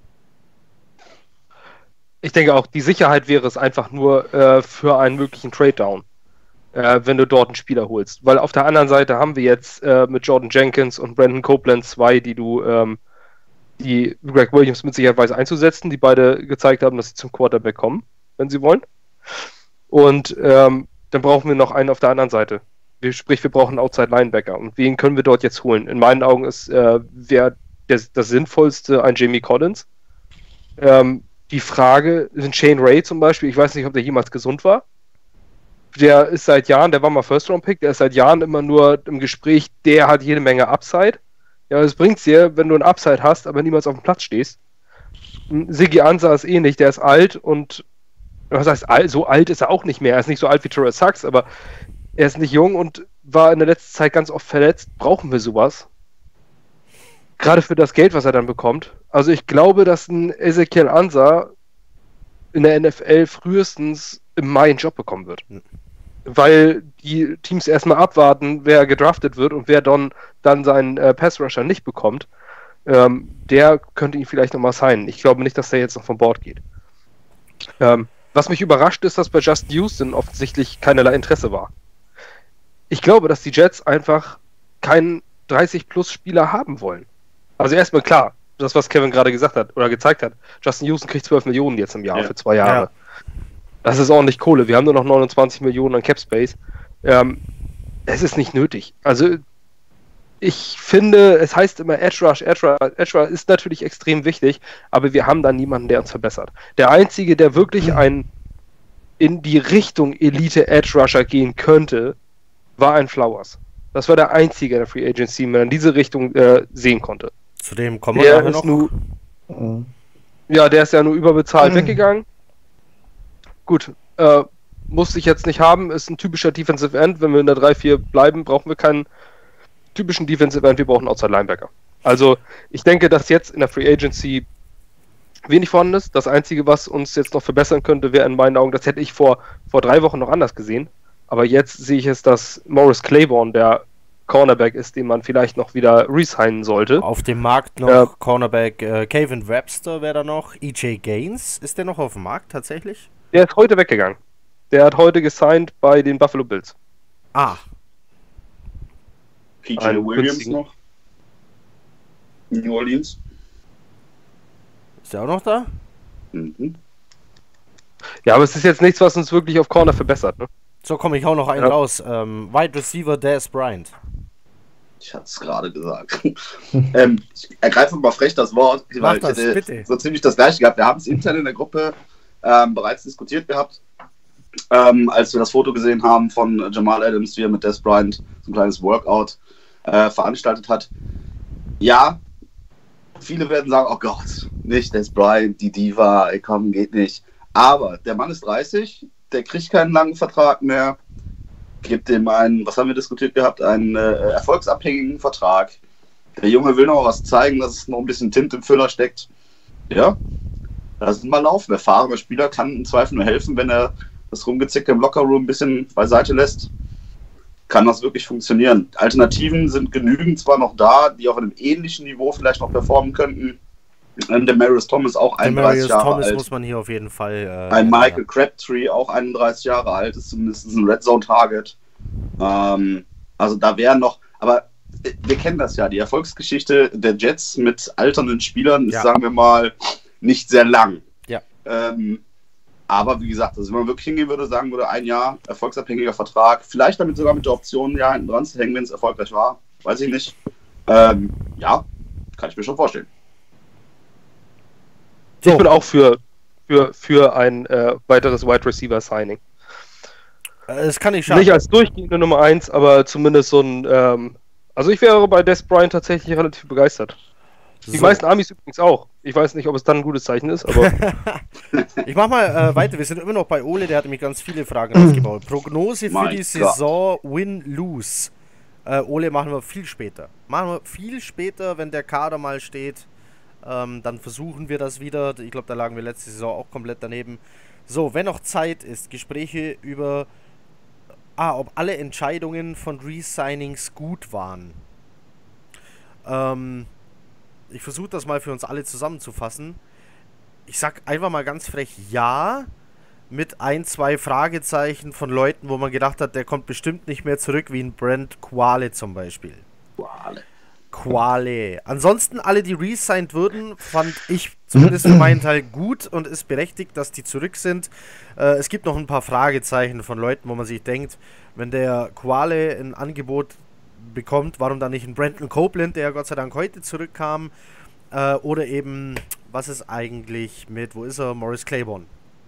Speaker 3: Ich denke auch, die Sicherheit wäre es einfach nur äh, für einen möglichen Trade-Down, äh, wenn du dort einen Spieler holst. Weil auf der anderen Seite haben wir jetzt äh, mit Jordan Jenkins und Brandon Copeland zwei, die du, ähm, die Greg Williams mit Sicherheit weiß einzusetzen, die beide gezeigt haben, dass sie zum Quarterback kommen, wenn sie wollen. Und ähm, dann brauchen wir noch einen auf der anderen Seite. Wir, sprich, wir brauchen einen Outside-Linebacker. Und wen können wir dort jetzt holen? In meinen Augen ist äh, wer das, das Sinnvollste ein Jamie Collins. Ähm, die Frage, sind Shane Ray zum Beispiel, ich weiß nicht, ob der jemals gesund war. Der ist seit Jahren, der war mal First-Round-Pick, der ist seit Jahren immer nur im Gespräch, der hat jede Menge Upside. Ja, das bringt's dir, wenn du ein Upside hast, aber niemals auf dem Platz stehst. Siggy Ansah ist ähnlich, der ist alt und was heißt, so alt ist er auch nicht mehr. Er ist nicht so alt wie Terrell Suggs, aber er ist nicht jung und war in der letzten Zeit ganz oft verletzt. Brauchen wir sowas? Gerade für das Geld, was er dann bekommt. Also ich glaube, dass ein Ezekiel Ansah in der N F L frühestens im Mai einen Job bekommen wird. Mhm. Weil die Teams erstmal abwarten, wer gedraftet wird und wer dann, dann seinen äh, Pass-Rusher nicht bekommt. Ähm, der könnte ihn vielleicht nochmal signen. Ich glaube nicht, dass der jetzt noch von Bord geht. Ähm, was mich überrascht ist, dass bei Justin Houston offensichtlich keinerlei Interesse war. Ich glaube, dass die Jets einfach keinen dreißig-plus-Spieler haben wollen. Also erstmal klar, das, was Kevin gerade gesagt hat oder gezeigt hat, Justin Houston kriegt zwölf Millionen jetzt im Jahr ja. für zwei Jahre. Ja. Das ist ordentlich Kohle. Wir haben nur noch neunundzwanzig Millionen an Cap Space. Ähm, es ist nicht nötig. Also ich finde, es heißt immer Edge Rush, Edge Rush, Edge Rush ist natürlich extrem wichtig, aber wir haben da niemanden, der uns verbessert. Der Einzige, der wirklich ein in die Richtung Elite Edge Rusher gehen könnte, war ein Flowers. Das war der Einzige in der Free Agency, den man in diese Richtung äh, sehen konnte.
Speaker 1: Zudem kommen wir
Speaker 3: ja noch. Nur, mhm. Ja, der ist ja nur überbezahlt mhm. weggegangen. Gut, äh, muss ich jetzt nicht haben, ist ein typischer Defensive End. Wenn wir in der drei vier bleiben, brauchen wir keinen typischen Defensive End, wir brauchen einen Outside Linebacker. Also ich denke, dass jetzt in der Free Agency wenig vorhanden ist. Das Einzige, was uns jetzt noch verbessern könnte, wäre in meinen Augen, das hätte ich vor, vor drei Wochen noch anders gesehen. Aber jetzt sehe ich es, dass Morris Claiborne der Cornerback ist, den man vielleicht noch wieder resignen sollte.
Speaker 1: Auf dem Markt noch äh, Cornerback äh, Kevin Webster wäre da noch. E J Gaines, ist der noch auf dem Markt tatsächlich?
Speaker 3: Der ist heute weggegangen. Der hat heute gesigned bei den Buffalo Bills.
Speaker 1: Ah.
Speaker 4: P J Williams noch. New Orleans.
Speaker 1: Ist der auch noch da?
Speaker 4: Mhm.
Speaker 3: Ja, aber es ist jetzt nichts, was uns wirklich auf Corner verbessert, ne?
Speaker 1: So, komm, ich hau noch einen ja. raus. Ähm, Wide Receiver Dez Bryant.
Speaker 4: Ich hatte es gerade gesagt. ähm, ich ergreife mal frech das Wort,
Speaker 1: Mach
Speaker 4: weil
Speaker 1: das,
Speaker 4: ich hätte
Speaker 1: bitte.
Speaker 4: so ziemlich das gleiche gehabt. Wir haben es intern in der Gruppe ähm, bereits diskutiert gehabt, ähm, als wir das Foto gesehen haben von Jamal Adams, wie er mit Dez Bryant so ein kleines Workout äh, veranstaltet hat. Ja, viele werden sagen, oh Gott, nicht Dez Bryant, die Diva, ey komm, geht nicht. Aber der Mann ist dreißig, der kriegt keinen langen Vertrag mehr, gibt dem einen, was haben wir diskutiert gehabt, einen äh, erfolgsabhängigen Vertrag. Der Junge will noch was zeigen, dass es noch ein bisschen Tinte im Füller steckt. Ja, lass ihn mal laufen. Der erfahrene Spieler kann im Zweifel nur helfen, wenn er das Rumgezicke im Lockerroom ein bisschen beiseite lässt. Kann das wirklich funktionieren. Alternativen sind genügend zwar noch da, die auf einem ähnlichen Niveau vielleicht noch performen könnten. Der Marius Thomas auch einunddreißig Jahre Thomas alt.
Speaker 1: Muss man hier auf jeden Fall... Äh,
Speaker 4: ein Michael ja. Crabtree auch einunddreißig Jahre alt, ist zumindest ein Red Zone Target. Ähm, also da wären noch... Aber wir kennen das ja, die Erfolgsgeschichte der Jets mit alternden Spielern ist, ja. sagen wir mal, nicht sehr lang.
Speaker 1: Ja.
Speaker 4: Ähm, aber wie gesagt, also wenn man wirklich hingehen würde, sagen würde, ein Jahr erfolgsabhängiger Vertrag, vielleicht damit sogar mit der Option, ja, hinten dran zu hängen, wenn es erfolgreich war, weiß ich nicht. Ähm, ja, kann ich mir schon vorstellen.
Speaker 3: So. Ich bin auch für, für, für ein äh, weiteres Wide Receiver Signing.
Speaker 1: Das kann ich schaffen.
Speaker 3: Nicht als durchgehende Nummer eins, aber zumindest so ein. Ähm, also ich wäre bei Dez Bryant tatsächlich relativ begeistert. Die so. meisten Amis übrigens auch. Ich weiß nicht, ob es dann ein gutes Zeichen ist, aber.
Speaker 1: Ich mach mal äh, weiter. Wir sind immer noch bei Ole, der hat nämlich ganz viele Fragen ausgebaut. Prognose für
Speaker 4: mein
Speaker 1: die Saison Win-Lose. Äh, Ole, machen wir viel später. Machen wir viel später, wenn der Kader mal steht. Ähm, dann versuchen wir das wieder. Ich glaube, da lagen wir letzte Saison auch komplett daneben. So, wenn noch Zeit ist, Gespräche über ah, ob alle Entscheidungen von Re-Signings gut waren. Ähm, ich versuche das mal für uns alle zusammenzufassen. Ich sag einfach mal ganz frech ja, mit ein, zwei Fragezeichen von Leuten, wo man gedacht hat, der kommt bestimmt nicht mehr zurück, wie ein Brent Quale zum Beispiel.
Speaker 4: Quale.
Speaker 1: Quale. Ansonsten alle, die re-signed wurden, fand ich zumindest für meinen Teil gut und ist berechtigt, dass die zurück sind. Äh, es gibt noch ein paar Fragezeichen von Leuten, wo man sich denkt, wenn der Quale ein Angebot bekommt, warum dann nicht ein Brandon Copeland, der ja Gott sei Dank heute zurückkam, äh, oder eben, was ist eigentlich mit, wo ist er, Morris Claiborne.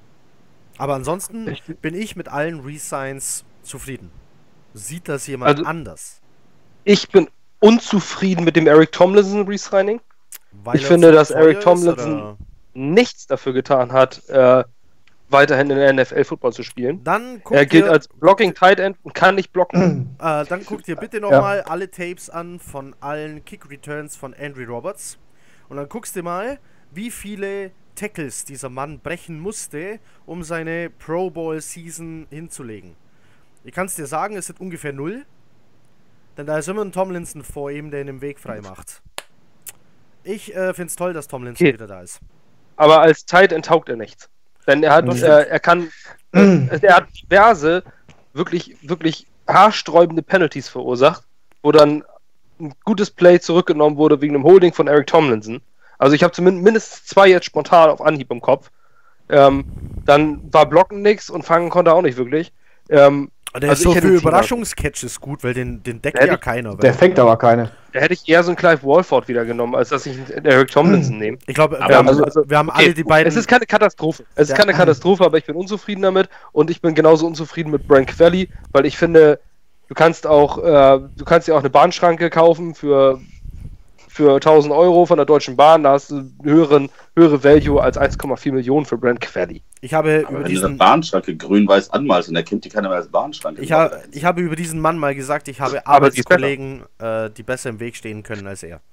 Speaker 1: Aber ansonsten
Speaker 3: Echt?
Speaker 1: bin ich mit allen Resigns zufrieden. Sieht das jemand
Speaker 3: Also-
Speaker 1: anders?
Speaker 3: Ich bin unzufrieden mit dem Eric Tomlinson Resigning.
Speaker 1: Weil
Speaker 3: Ich
Speaker 1: er
Speaker 3: finde,
Speaker 1: zu
Speaker 3: dass
Speaker 1: teuer
Speaker 3: Eric
Speaker 1: ist,
Speaker 3: Tomlinson
Speaker 1: oder?
Speaker 3: nichts dafür getan hat, äh, weiterhin in der N F L Football zu spielen.
Speaker 1: Dann guckt
Speaker 3: Er gilt
Speaker 1: ihr,
Speaker 3: als Blocking Tight End und kann nicht blocken.
Speaker 1: äh, dann guckt ihr bitte nochmal alle Tapes an von allen Kick Returns von Andrew Roberts. Und dann guckst du mal, wie viele Tackles dieser Mann brechen musste, um seine Pro Bowl Season hinzulegen. Ich kann es dir sagen, es sind ungefähr null. Denn da ist immer ein Tomlinson vor ihm, der ihn im Weg frei macht. Ich äh, finde es toll, dass Tomlinson
Speaker 3: Okay.
Speaker 1: wieder da ist.
Speaker 3: Aber als Tight End taugt er nichts. Denn er hat,
Speaker 1: Das
Speaker 3: äh, er kann, äh, er hat diverse, wirklich, wirklich haarsträubende Penalties verursacht, wo dann ein gutes Play zurückgenommen wurde wegen einem Holding von Eric Tomlinson. Also ich habe zumindest mindestens zwei jetzt spontan auf Anhieb im Kopf. Ähm, dann war Blocken nix und fangen konnte er auch nicht wirklich. Ähm,
Speaker 1: Der
Speaker 3: Also
Speaker 1: ist so
Speaker 3: ich hätte
Speaker 1: für
Speaker 3: ihn ziehen
Speaker 1: Überraschungscatches gut, weil den, den deckt
Speaker 3: Hätte
Speaker 1: ja
Speaker 3: ich-
Speaker 1: keiner.
Speaker 2: Der
Speaker 1: Weil
Speaker 2: fängt aber keine.
Speaker 3: da hätte ich eher so einen Clive Walford wieder genommen, als dass ich einen Eric Tomlinson nehme.
Speaker 1: ich glaube, wir,
Speaker 4: Aber
Speaker 1: haben-
Speaker 3: also-
Speaker 1: wir haben
Speaker 3: Okay,
Speaker 1: alle die beiden.
Speaker 3: Es ist keine Katastrophe. Es
Speaker 1: Ja.
Speaker 3: ist keine Katastrophe, aber ich bin unzufrieden damit und ich bin genauso unzufrieden mit Brent Quelly, weil ich finde, du kannst auch, äh, du kannst dir auch eine Bahnschranke kaufen für, für tausend Euro von der Deutschen Bahn, da hast du einen höheren, höhere Value als eins Komma vier Millionen für Brent Quelly.
Speaker 1: ich habe
Speaker 4: Aber
Speaker 1: über
Speaker 4: wenn du eine
Speaker 1: diesen.
Speaker 4: Bahnschranke grün-weiß anmalst und erkennt die keiner mehr als Bahnschranke.
Speaker 1: Ich, ha, ich habe über diesen Mann mal gesagt, ich habe
Speaker 3: Aber sie ist
Speaker 1: Arbeitskollegen, äh, die besser im Weg stehen können als er.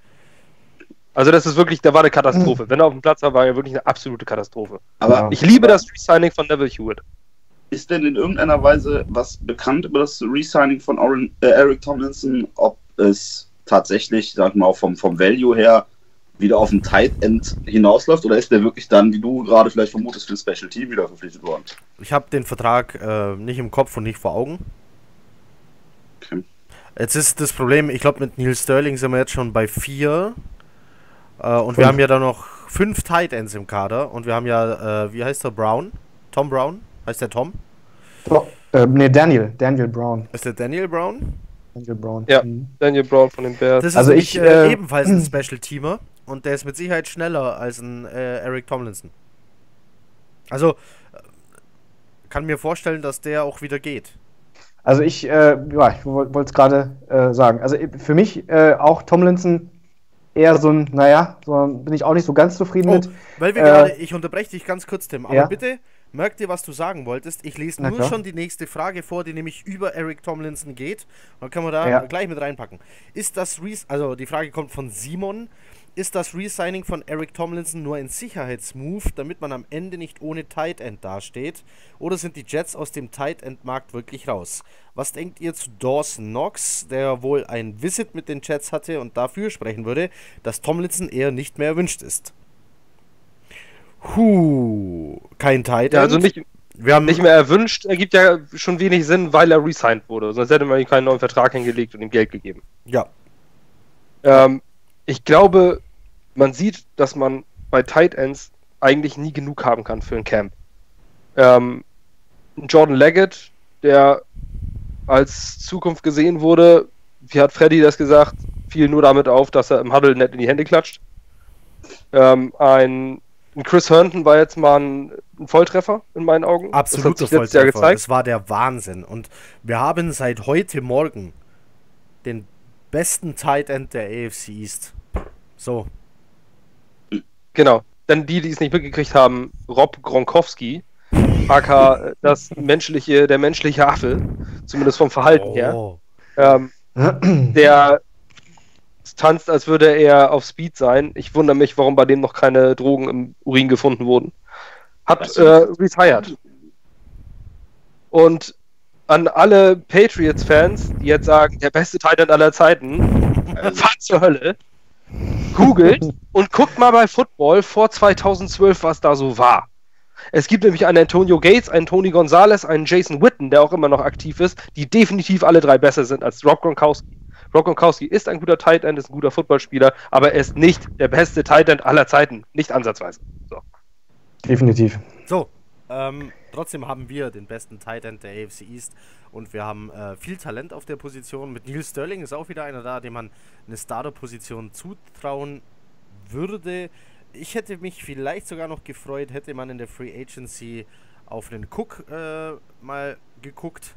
Speaker 3: Also das ist wirklich, da war eine Katastrophe. Wenn er auf dem Platz war, war er wirklich eine absolute Katastrophe.
Speaker 4: Aber
Speaker 2: Ja.
Speaker 3: Ich liebe das Resigning von Neville Hewitt.
Speaker 4: ist denn in irgendeiner Weise was bekannt über das Resigning von Oren, äh, Eric Tomlinson, ob es tatsächlich, sag ich mal, vom, vom Value her wieder auf ein Tight End hinausläuft oder ist der wirklich dann, wie du gerade vielleicht vermutest, für ein Special Team wieder verpflichtet worden?
Speaker 1: Ich habe den Vertrag äh, nicht im Kopf und nicht vor Augen.
Speaker 4: Okay.
Speaker 1: Jetzt ist das Problem, ich glaube, mit Neil Sterling sind wir jetzt schon bei vier. Äh, und wir
Speaker 2: Fünf.
Speaker 1: haben ja da noch fünf Tight Ends im Kader. Und wir haben ja, äh, wie heißt der, Brown? Tom Brown? Heißt der Tom?
Speaker 2: Oh, äh, nee, Daniel. Daniel Brown.
Speaker 1: Ist der Daniel Brown?
Speaker 2: Daniel Brown.
Speaker 3: Ja.
Speaker 2: Mhm.
Speaker 3: Daniel Brown von den Bears.
Speaker 1: Das ist
Speaker 2: Also
Speaker 1: nämlich,
Speaker 2: ich,
Speaker 1: äh,
Speaker 2: äh,
Speaker 1: ebenfalls ein Special-Teamer. Und der ist mit Sicherheit schneller als ein äh, Eric Tomlinson. Also, äh, kann mir vorstellen, dass der auch wieder geht.
Speaker 2: Also ich, äh, ja, ich wollte es gerade äh, sagen. Also äh, für mich äh, auch Tomlinson eher so ein, naja, so bin ich auch nicht so ganz zufrieden
Speaker 1: Oh,
Speaker 2: mit.
Speaker 1: weil wir
Speaker 2: Äh,
Speaker 1: gerade, ich unterbreche dich ganz kurz, Tim, aber
Speaker 2: ja.
Speaker 1: bitte merk dir, was du sagen wolltest. Ich lese
Speaker 2: Na
Speaker 1: nur
Speaker 2: klar.
Speaker 1: schon die nächste Frage vor, die nämlich über Eric Tomlinson geht. Dann können wir da
Speaker 2: Ja.
Speaker 1: gleich mit reinpacken. Ist das Re also die Frage kommt von Simon. Ist das Resigning von Eric Tomlinson nur ein Sicherheitsmove, damit man am Ende nicht ohne Tight End dasteht? Oder sind die Jets aus dem Tight End Markt wirklich raus? Was denkt ihr zu Dawson Knox, der wohl ein Visit mit den Jets hatte und dafür sprechen würde, dass Tomlinson eher nicht mehr erwünscht ist? Huh, kein Tight End.
Speaker 3: Ja, also nicht,
Speaker 1: wir haben
Speaker 3: nicht mehr erwünscht, ergibt ja schon wenig Sinn, weil er resigned wurde. Sonst hätte man ihm keinen neuen Vertrag hingelegt und ihm Geld gegeben.
Speaker 1: Ja,
Speaker 3: Ähm, ich glaube, man sieht, dass man bei Tight Ends eigentlich nie genug haben kann für ein Camp. Ähm, Jordan Leggett, der als Zukunft gesehen wurde, wie hat Freddy das gesagt, fiel nur damit auf, dass er im Huddle nett in die Hände klatscht. Ähm, ein, ein Chris Herndon war jetzt mal ein, ein Volltreffer in meinen Augen.
Speaker 1: absoluter
Speaker 3: das hat sich letztes Jahr
Speaker 1: Volltreffer.
Speaker 3: gezeigt.
Speaker 1: Das war der Wahnsinn. Und wir haben seit heute Morgen den besten Tight End der A F C East. So,
Speaker 3: Genau. Dann die, die es nicht mitgekriegt haben, Rob Gronkowski, aka das menschliche, der menschliche Affe, zumindest vom Verhalten her.
Speaker 1: Oh.
Speaker 3: Ähm, der tanzt, als würde er auf Speed sein. Ich wundere mich, warum bei dem noch keine Drogen im Urin gefunden wurden. Hat
Speaker 4: Weißt
Speaker 3: äh,
Speaker 4: du,
Speaker 3: retired. Und an alle Patriots-Fans, die jetzt sagen, der beste Tight End aller Zeiten, fahrt zur Hölle, googelt und guckt mal bei Football vor zweitausendzwölf, was da so war. Es gibt nämlich einen Antonio Gates, einen Tony Gonzalez, einen Jason Witten, der auch immer noch aktiv ist, die definitiv alle drei besser sind als Rob Gronkowski. Rob Gronkowski ist ein guter Tight End, ist ein guter Footballspieler, aber er ist nicht der beste Tight End aller Zeiten. Nicht ansatzweise. So.
Speaker 2: Definitiv.
Speaker 1: So, ähm, trotzdem haben wir den besten Tight End der A F C East und wir haben äh, viel Talent auf der Position. Mit Neil Sterling ist auch wieder einer da, dem man eine Starter-Position zutrauen würde. Ich hätte mich vielleicht sogar noch gefreut, hätte man in der Free Agency auf den Cook äh, mal geguckt.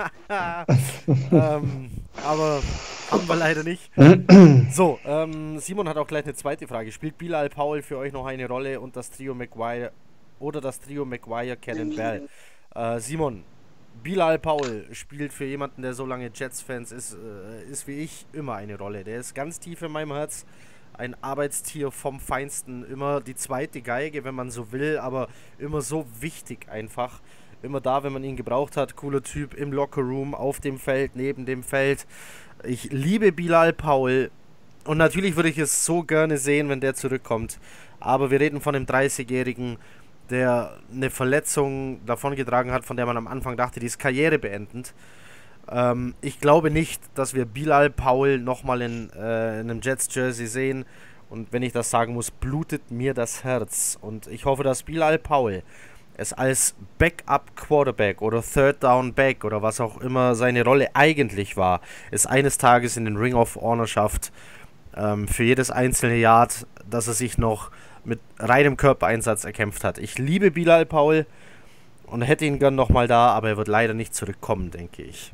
Speaker 1: ähm, aber haben wir leider nicht. So, ähm, Simon hat auch gleich eine zweite Frage. Spielt Bilal Powell für euch noch eine Rolle und das Trio Maguire oder das Trio Maguire, Cannon Bell? Äh, Simon, Bilal Powell spielt für jemanden, der so lange Jets-Fans ist, äh, ist wie ich, immer eine Rolle. Der ist ganz tief in meinem Herz. Ein Arbeitstier vom Feinsten, immer die zweite Geige, wenn man so will, aber immer so wichtig einfach. Immer da, wenn man ihn gebraucht hat. Cooler Typ im Lockerroom, auf dem Feld, neben dem Feld. Ich liebe Bilal Powell und natürlich würde ich es so gerne sehen, wenn der zurückkommt. Aber wir reden von einem dreißigjährigen, der eine Verletzung davongetragen hat, von der man am Anfang dachte, die ist karrierebeendend. Ähm, ich glaube nicht, dass wir Bilal Powell nochmal in, äh, in einem Jets-Jersey sehen. Und wenn ich das sagen muss, blutet mir das Herz. Und ich hoffe, dass Bilal Powell es als Backup-Quarterback oder Third-Down-Back oder was auch immer seine Rolle eigentlich war, es eines Tages in den Ring of Honor schafft, ähm, für jedes einzelne Yard, dass er sich noch mit reinem Körpereinsatz erkämpft hat. Ich liebe Bilal Powell und hätte ihn gern nochmal da, aber er wird leider nicht zurückkommen, denke ich.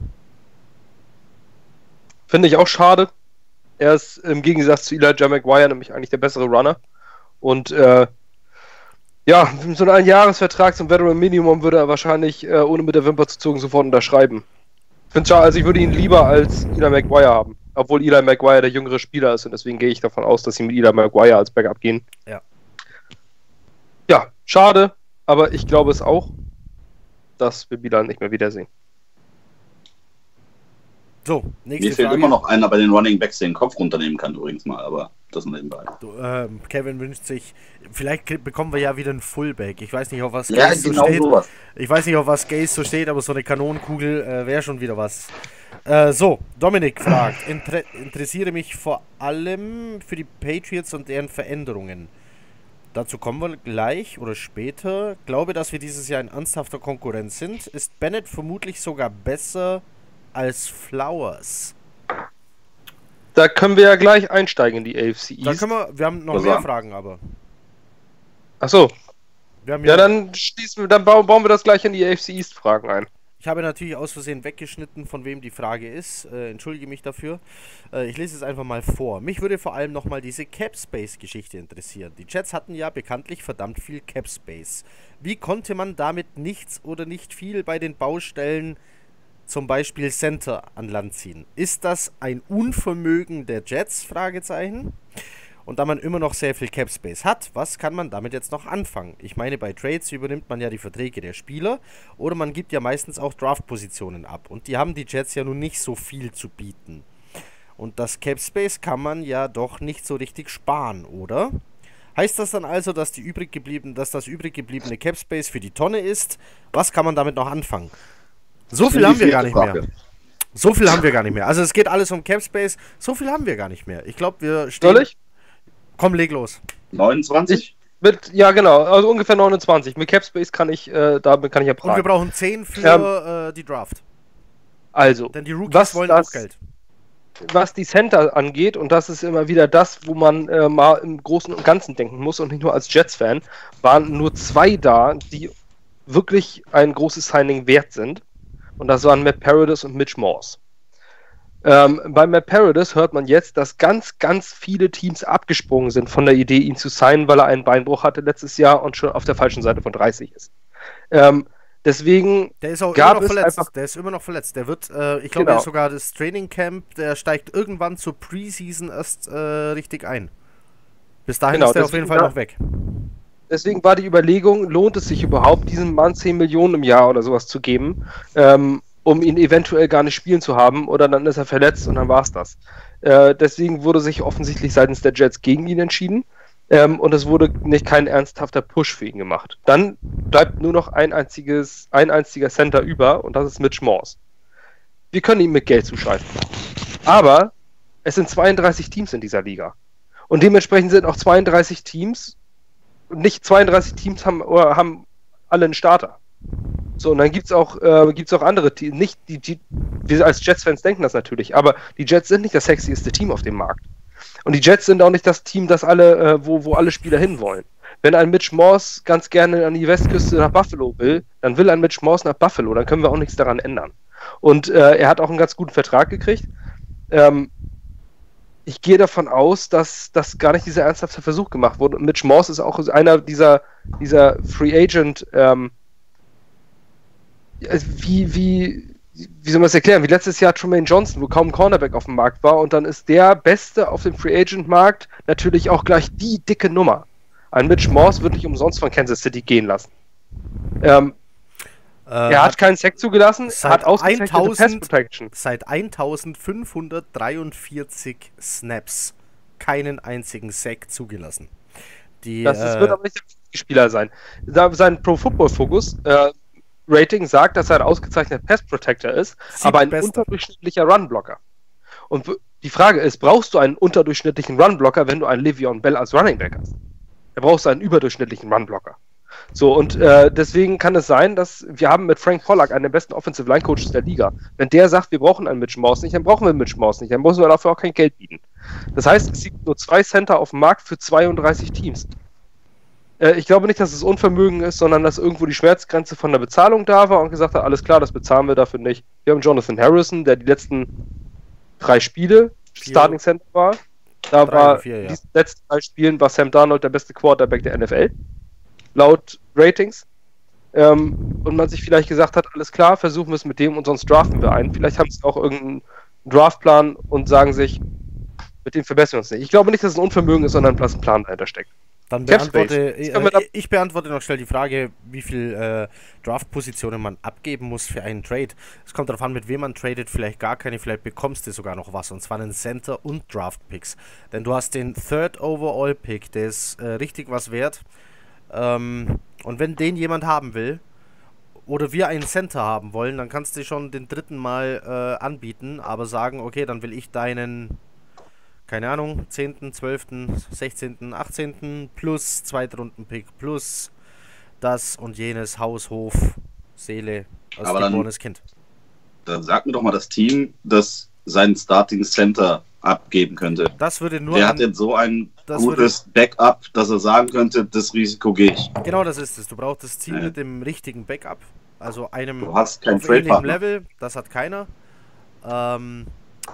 Speaker 3: Finde ich auch schade. Er ist im Gegensatz zu Elijah Maguire nämlich eigentlich der bessere Runner. Und äh, ja, so einen Jahresvertrag zum Veteran Minimum würde er wahrscheinlich, äh, ohne mit der Wimper zu zucken, sofort unterschreiben. Ich finde schade, also ich würde ihn lieber als Eli Maguire haben. Obwohl Eli Maguire der jüngere Spieler ist und deswegen gehe ich davon aus, dass sie mit Eli Maguire als Backup gehen.
Speaker 1: Ja.
Speaker 3: Ja, schade, aber ich glaube es auch, dass wir Bilal nicht mehr wiedersehen.
Speaker 1: So, nächste
Speaker 4: Mir fehlt
Speaker 1: Frage.
Speaker 4: immer noch einer bei den Running Backs, der den Kopf runternehmen kann übrigens mal, aber das nebenbei.
Speaker 1: Du, ähm, Kevin wünscht sich, vielleicht krieg- bekommen wir ja wieder einen Fullback. Ich weiß nicht, auf was
Speaker 4: Ja,
Speaker 1: Gaze so
Speaker 4: genau
Speaker 1: steht.
Speaker 4: sowas.
Speaker 1: Ich weiß nicht, auf was Gaze so steht, aber so eine Kanonenkugel äh, wäre schon wieder was. Äh, so, Dominik fragt, inter interessiere mich vor allem für die Patriots und deren Veränderungen. Dazu kommen wir gleich oder später. Glaube, dass wir dieses Jahr in ernsthafter Konkurrenz sind. Ist Bennett vermutlich sogar besser als Flowers?
Speaker 3: Da können wir ja gleich einsteigen in die A F C East.
Speaker 1: Da können wir, wir haben noch
Speaker 4: Was
Speaker 1: mehr
Speaker 4: sagen?
Speaker 1: Fragen, aber.
Speaker 3: Achso,
Speaker 1: Wir haben
Speaker 3: ja, dann schließen wir, dann bauen, bauen wir das gleich in die A F C East Fragen ein.
Speaker 1: Ich habe natürlich aus Versehen weggeschnitten, von wem die Frage ist. Äh, entschuldige mich dafür. Äh, ich lese es einfach mal vor. Mich würde vor allem nochmal diese Cap-Space-Geschichte interessieren. Die Jets hatten ja bekanntlich verdammt viel Cap-Space. Wie konnte man damit nichts oder nicht viel bei den Baustellen, zum Beispiel Center, an Land ziehen? Ist das ein Unvermögen der Jets? Fragezeichen. Und da man immer noch sehr viel Cap-Space hat, was kann man damit jetzt noch anfangen? Ich meine, bei Trades übernimmt man ja die Verträge der Spieler oder man gibt ja meistens auch Draft-Positionen ab. Und die haben die Jets ja nun nicht so viel zu bieten. Und das Cap-Space kann man ja doch nicht so richtig sparen, oder? Heißt das dann also, dass, die übrig geblieben, dass das übrig gebliebene Cap-Space für die Tonne ist? Was kann man damit noch anfangen? So viel haben wir gar nicht mehr. So viel haben wir gar nicht mehr. Also es geht alles um Cap-Space. So viel haben wir gar nicht mehr. Ich glaube, wir stehen...
Speaker 3: Soll ich?
Speaker 1: Komm, leg los.
Speaker 4: neunundzwanzig?
Speaker 3: Mit, ja, genau, also ungefähr neunundzwanzig. Mit Capspace kann ich, äh, damit kann ich ja
Speaker 1: Und wir
Speaker 3: prahlen.
Speaker 1: brauchen zehn für
Speaker 3: Ähm,
Speaker 1: äh, die Draft.
Speaker 3: Also,
Speaker 1: Denn die Rookies
Speaker 3: was
Speaker 1: wollen
Speaker 3: das-
Speaker 1: auch Geld.
Speaker 3: was die Center angeht, und das ist immer wieder das, wo man äh, mal im Großen und Ganzen denken muss und nicht nur als Jets-Fan, waren nur zwei da, die wirklich ein großes Signing wert sind. Und das waren Matt Paradis und Mitch Morse. Ähm, bei Matt Paradis hört man jetzt, dass ganz, ganz viele Teams abgesprungen sind von der Idee, ihn zu signen, weil er einen Beinbruch hatte letztes Jahr und schon auf der falschen Seite von dreißig ist. Ähm, deswegen
Speaker 1: Der ist auch
Speaker 3: gab
Speaker 1: immer noch
Speaker 3: es
Speaker 1: verletzt.
Speaker 3: einfach-
Speaker 1: Der ist immer noch verletzt. Der wird, äh, ich glaube,
Speaker 3: Genau.
Speaker 1: er ist sogar das Training Camp, der steigt irgendwann zur Preseason erst äh, richtig ein. Bis dahin
Speaker 3: Genau,
Speaker 1: ist der auf jeden
Speaker 3: deswegen
Speaker 1: Fall
Speaker 3: war-
Speaker 1: noch weg.
Speaker 3: Deswegen war die Überlegung, lohnt es sich überhaupt, diesem Mann zehn Millionen im Jahr oder sowas zu geben? Ähm, um ihn eventuell gar nicht spielen zu haben, oder dann ist er verletzt und dann war es das. Äh, deswegen wurde sich offensichtlich seitens der Jets gegen ihn entschieden. Ähm, und es wurde nicht kein ernsthafter Push für ihn gemacht. Dann bleibt nur noch ein einziges, ein einziger Center über und das ist Mitch Morse. Wir können ihm mit Geld zuschalten. Aber es sind zweiunddreißig Teams in dieser Liga. Und dementsprechend sind auch zweiunddreißig Teams, nicht zweiunddreißig Teams haben, oder haben alle einen Starter. So, und dann gibt es auch, äh, gibt's auch andere Teams, nicht die, die, wir als Jets-Fans denken das natürlich, aber die Jets sind nicht das sexieste Team auf dem Markt. Und die Jets sind auch nicht das Team, das alle, äh, wo, wo alle Spieler hinwollen. Wenn ein Mitch Morse ganz gerne an die Westküste nach Buffalo will, dann will ein Mitch Morse nach Buffalo, dann können wir auch nichts daran ändern. Und äh, er hat auch einen ganz guten Vertrag gekriegt. Ähm, ich gehe davon aus, dass, dass gar nicht dieser ernsthafte Versuch gemacht wurde. Und Mitch Morse ist auch einer dieser, dieser Free Agent, ähm, wie, wie, wie soll man es erklären, wie letztes Jahr Trumaine Johnson, wo kaum ein Cornerback auf dem Markt war und dann ist der Beste auf dem Free Agent Markt natürlich auch gleich die dicke Nummer. Ein Mitch Morse wird nicht umsonst von Kansas City gehen lassen. Ähm, äh, er hat, hat keinen Sack zugelassen, hat ausgezeichnete Pass Protection.
Speaker 1: Seit eintausendfünfhundertdreiundvierzig Snaps keinen einzigen Sack zugelassen. Die,
Speaker 3: das, das
Speaker 1: äh,
Speaker 3: wird aber nicht der Spieler sein. Sein Pro Football Focus äh, Rating sagt, dass er ein ausgezeichneter Pass Protector ist, aber ein bester. unterdurchschnittlicher Runblocker. Und die Frage ist, brauchst du einen unterdurchschnittlichen Runblocker, wenn du einen Le'Veon Bell als Running Back hast? Da brauchst du einen überdurchschnittlichen Runblocker. So, und äh, deswegen kann es sein, dass wir haben mit Frank Pollack einen der besten Offensive Line Coaches der Liga. Wenn der sagt, wir brauchen einen Mitch Morse nicht, dann brauchen wir Mitch Morse nicht, dann müssen wir dafür auch kein Geld bieten. Das heißt, es gibt nur zwei Center auf dem Markt für zweiunddreißig Teams. Ich glaube nicht, dass es Unvermögen ist, sondern dass irgendwo die Schmerzgrenze von der Bezahlung da war und gesagt hat, alles klar, das bezahlen wir dafür nicht. Wir haben Jonathan Harrison, der die letzten drei Spiele vier. Starting Center war. Da drei war vier, ja. In diesen letzten drei Spielen war Sam Darnold der beste Quarterback der N F L. Laut Ratings. Ähm, und man sich vielleicht gesagt hat, alles klar, versuchen wir es mit dem und sonst draften wir einen. Vielleicht haben sie auch irgendeinen Draftplan und sagen sich, mit dem verbessern wir uns nicht. Ich glaube nicht, dass es ein Unvermögen ist, sondern dass ein Plan dahinter steckt.
Speaker 1: Dann beantworte äh, ich beantworte noch schnell die Frage, wie viel äh, Draft-Positionen man abgeben muss für einen Trade. Es kommt darauf an, mit wem man tradet, vielleicht gar keine, vielleicht bekommst du sogar noch was, und zwar einen Center und Draft-Picks. Denn du hast den Third Overall-Pick, der ist äh, richtig was wert. Ähm, und wenn den jemand haben will, oder wir einen Center haben wollen, dann kannst du schon den dritten Mal äh, anbieten, aber sagen, okay, dann will ich deinen... keine Ahnung, zehnten, zwölften, sechzehnten, achtzehnten plus Zweitrunden-Pick plus das und jenes, Haus, Hof, Seele, als geborenes Kind.
Speaker 4: Dann sag mir doch mal das Team, das seinen Starting Center abgeben könnte.
Speaker 1: Das würde nur
Speaker 4: Wer hat denn so ein gutes Backup, dass er sagen könnte, das Risiko gehe ich?
Speaker 1: Genau, das ist es. Du brauchst das Team ja. mit dem richtigen Backup, also einem
Speaker 4: du hast kein
Speaker 1: auf ähnlichem Level, das hat keiner. Ähm...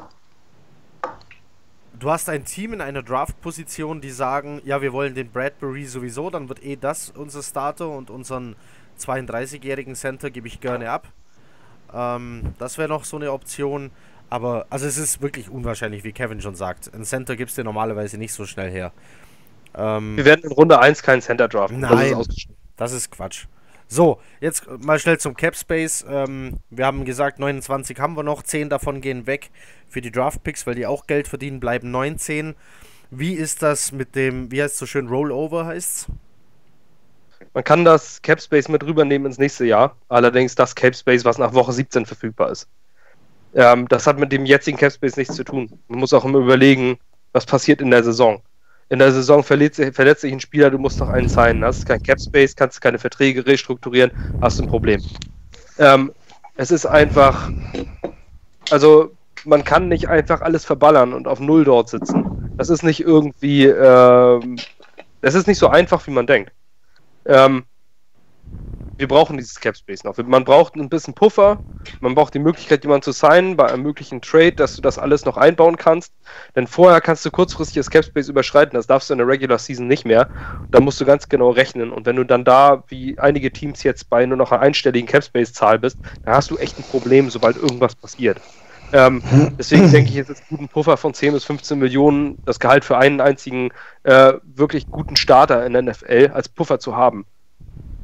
Speaker 1: Du hast ein Team in einer Draft-Position, die sagen, ja, wir wollen den Bradbury sowieso, dann wird eh das unser Starter und unseren zweiunddreißigjährigen Center gebe ich gerne ab. Ähm, das wäre noch so eine Option, aber also es ist wirklich unwahrscheinlich, wie Kevin schon sagt. Ein Center gibst du normalerweise nicht so schnell her. Ähm,
Speaker 3: wir werden in Runde eins keinen Center draften.
Speaker 1: Nein, das ist, das ist Quatsch. So, jetzt mal schnell zum Cap Space. Ähm, wir haben gesagt, neunundzwanzig haben wir noch, zehn davon gehen weg für die Draft Picks, weil die auch Geld verdienen, bleiben neunzehn. Wie ist das mit dem, wie heißt es so schön, Rollover heißt's?
Speaker 3: Man kann das Cap Space mit rübernehmen ins nächste Jahr, allerdings das Cap Space, was nach Woche siebzehn verfügbar ist. Ähm, das hat mit dem jetzigen Cap Space nichts zu tun. Man muss auch immer überlegen, was passiert in der Saison. In der Saison verletzt, verletzt sich ein Spieler, du musst noch einen signen. Hast kein Cap Space, kannst keine Verträge restrukturieren, hast ein Problem. Ähm, es ist einfach, also man kann nicht einfach alles verballern und auf Null dort sitzen. Das ist nicht irgendwie, ähm, das ist nicht so einfach, wie man denkt. Ähm, wir brauchen dieses Cap Space noch. Man braucht ein bisschen Puffer, man braucht die Möglichkeit, jemanden zu signen bei einem möglichen Trade, dass du das alles noch einbauen kannst. Denn vorher kannst du kurzfristig das Cap Space überschreiten, das darfst du in der Regular Season nicht mehr. Da musst du ganz genau rechnen. Und wenn du dann da, wie einige Teams jetzt bei nur noch einer einstelligen Cap Space Zahl bist, dann hast du echt ein Problem, sobald irgendwas passiert. Ähm, deswegen denke ich, es ist gut, ein Puffer von zehn bis fünfzehn Millionen, das Gehalt für einen einzigen äh, wirklich guten Starter in der N F L als Puffer zu haben.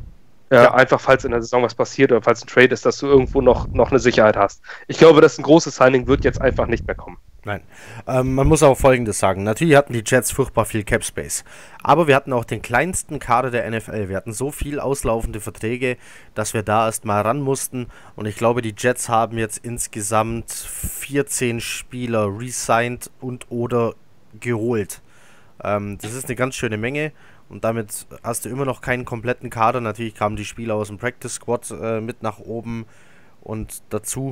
Speaker 3: Äh,
Speaker 1: Ja.
Speaker 3: Einfach, falls in der Saison was passiert oder falls ein Trade ist, dass du irgendwo noch, noch eine Sicherheit hast. Ich glaube, dass ein großes Signing wird jetzt einfach nicht mehr kommen.
Speaker 1: Nein. Ähm, man muss auch Folgendes sagen. Natürlich hatten die Jets furchtbar viel Cap Space. Aber wir hatten auch den kleinsten Kader der N F L. Wir hatten so viel auslaufende Verträge, dass wir da erstmal ran mussten. Und ich glaube, die Jets haben jetzt insgesamt vierzehn Spieler resigned und oder geholt. Ähm, das ist eine ganz schöne Menge. Und damit hast du immer noch keinen kompletten Kader. Natürlich kamen die Spieler aus dem Practice Squad äh, mit nach oben und dazu.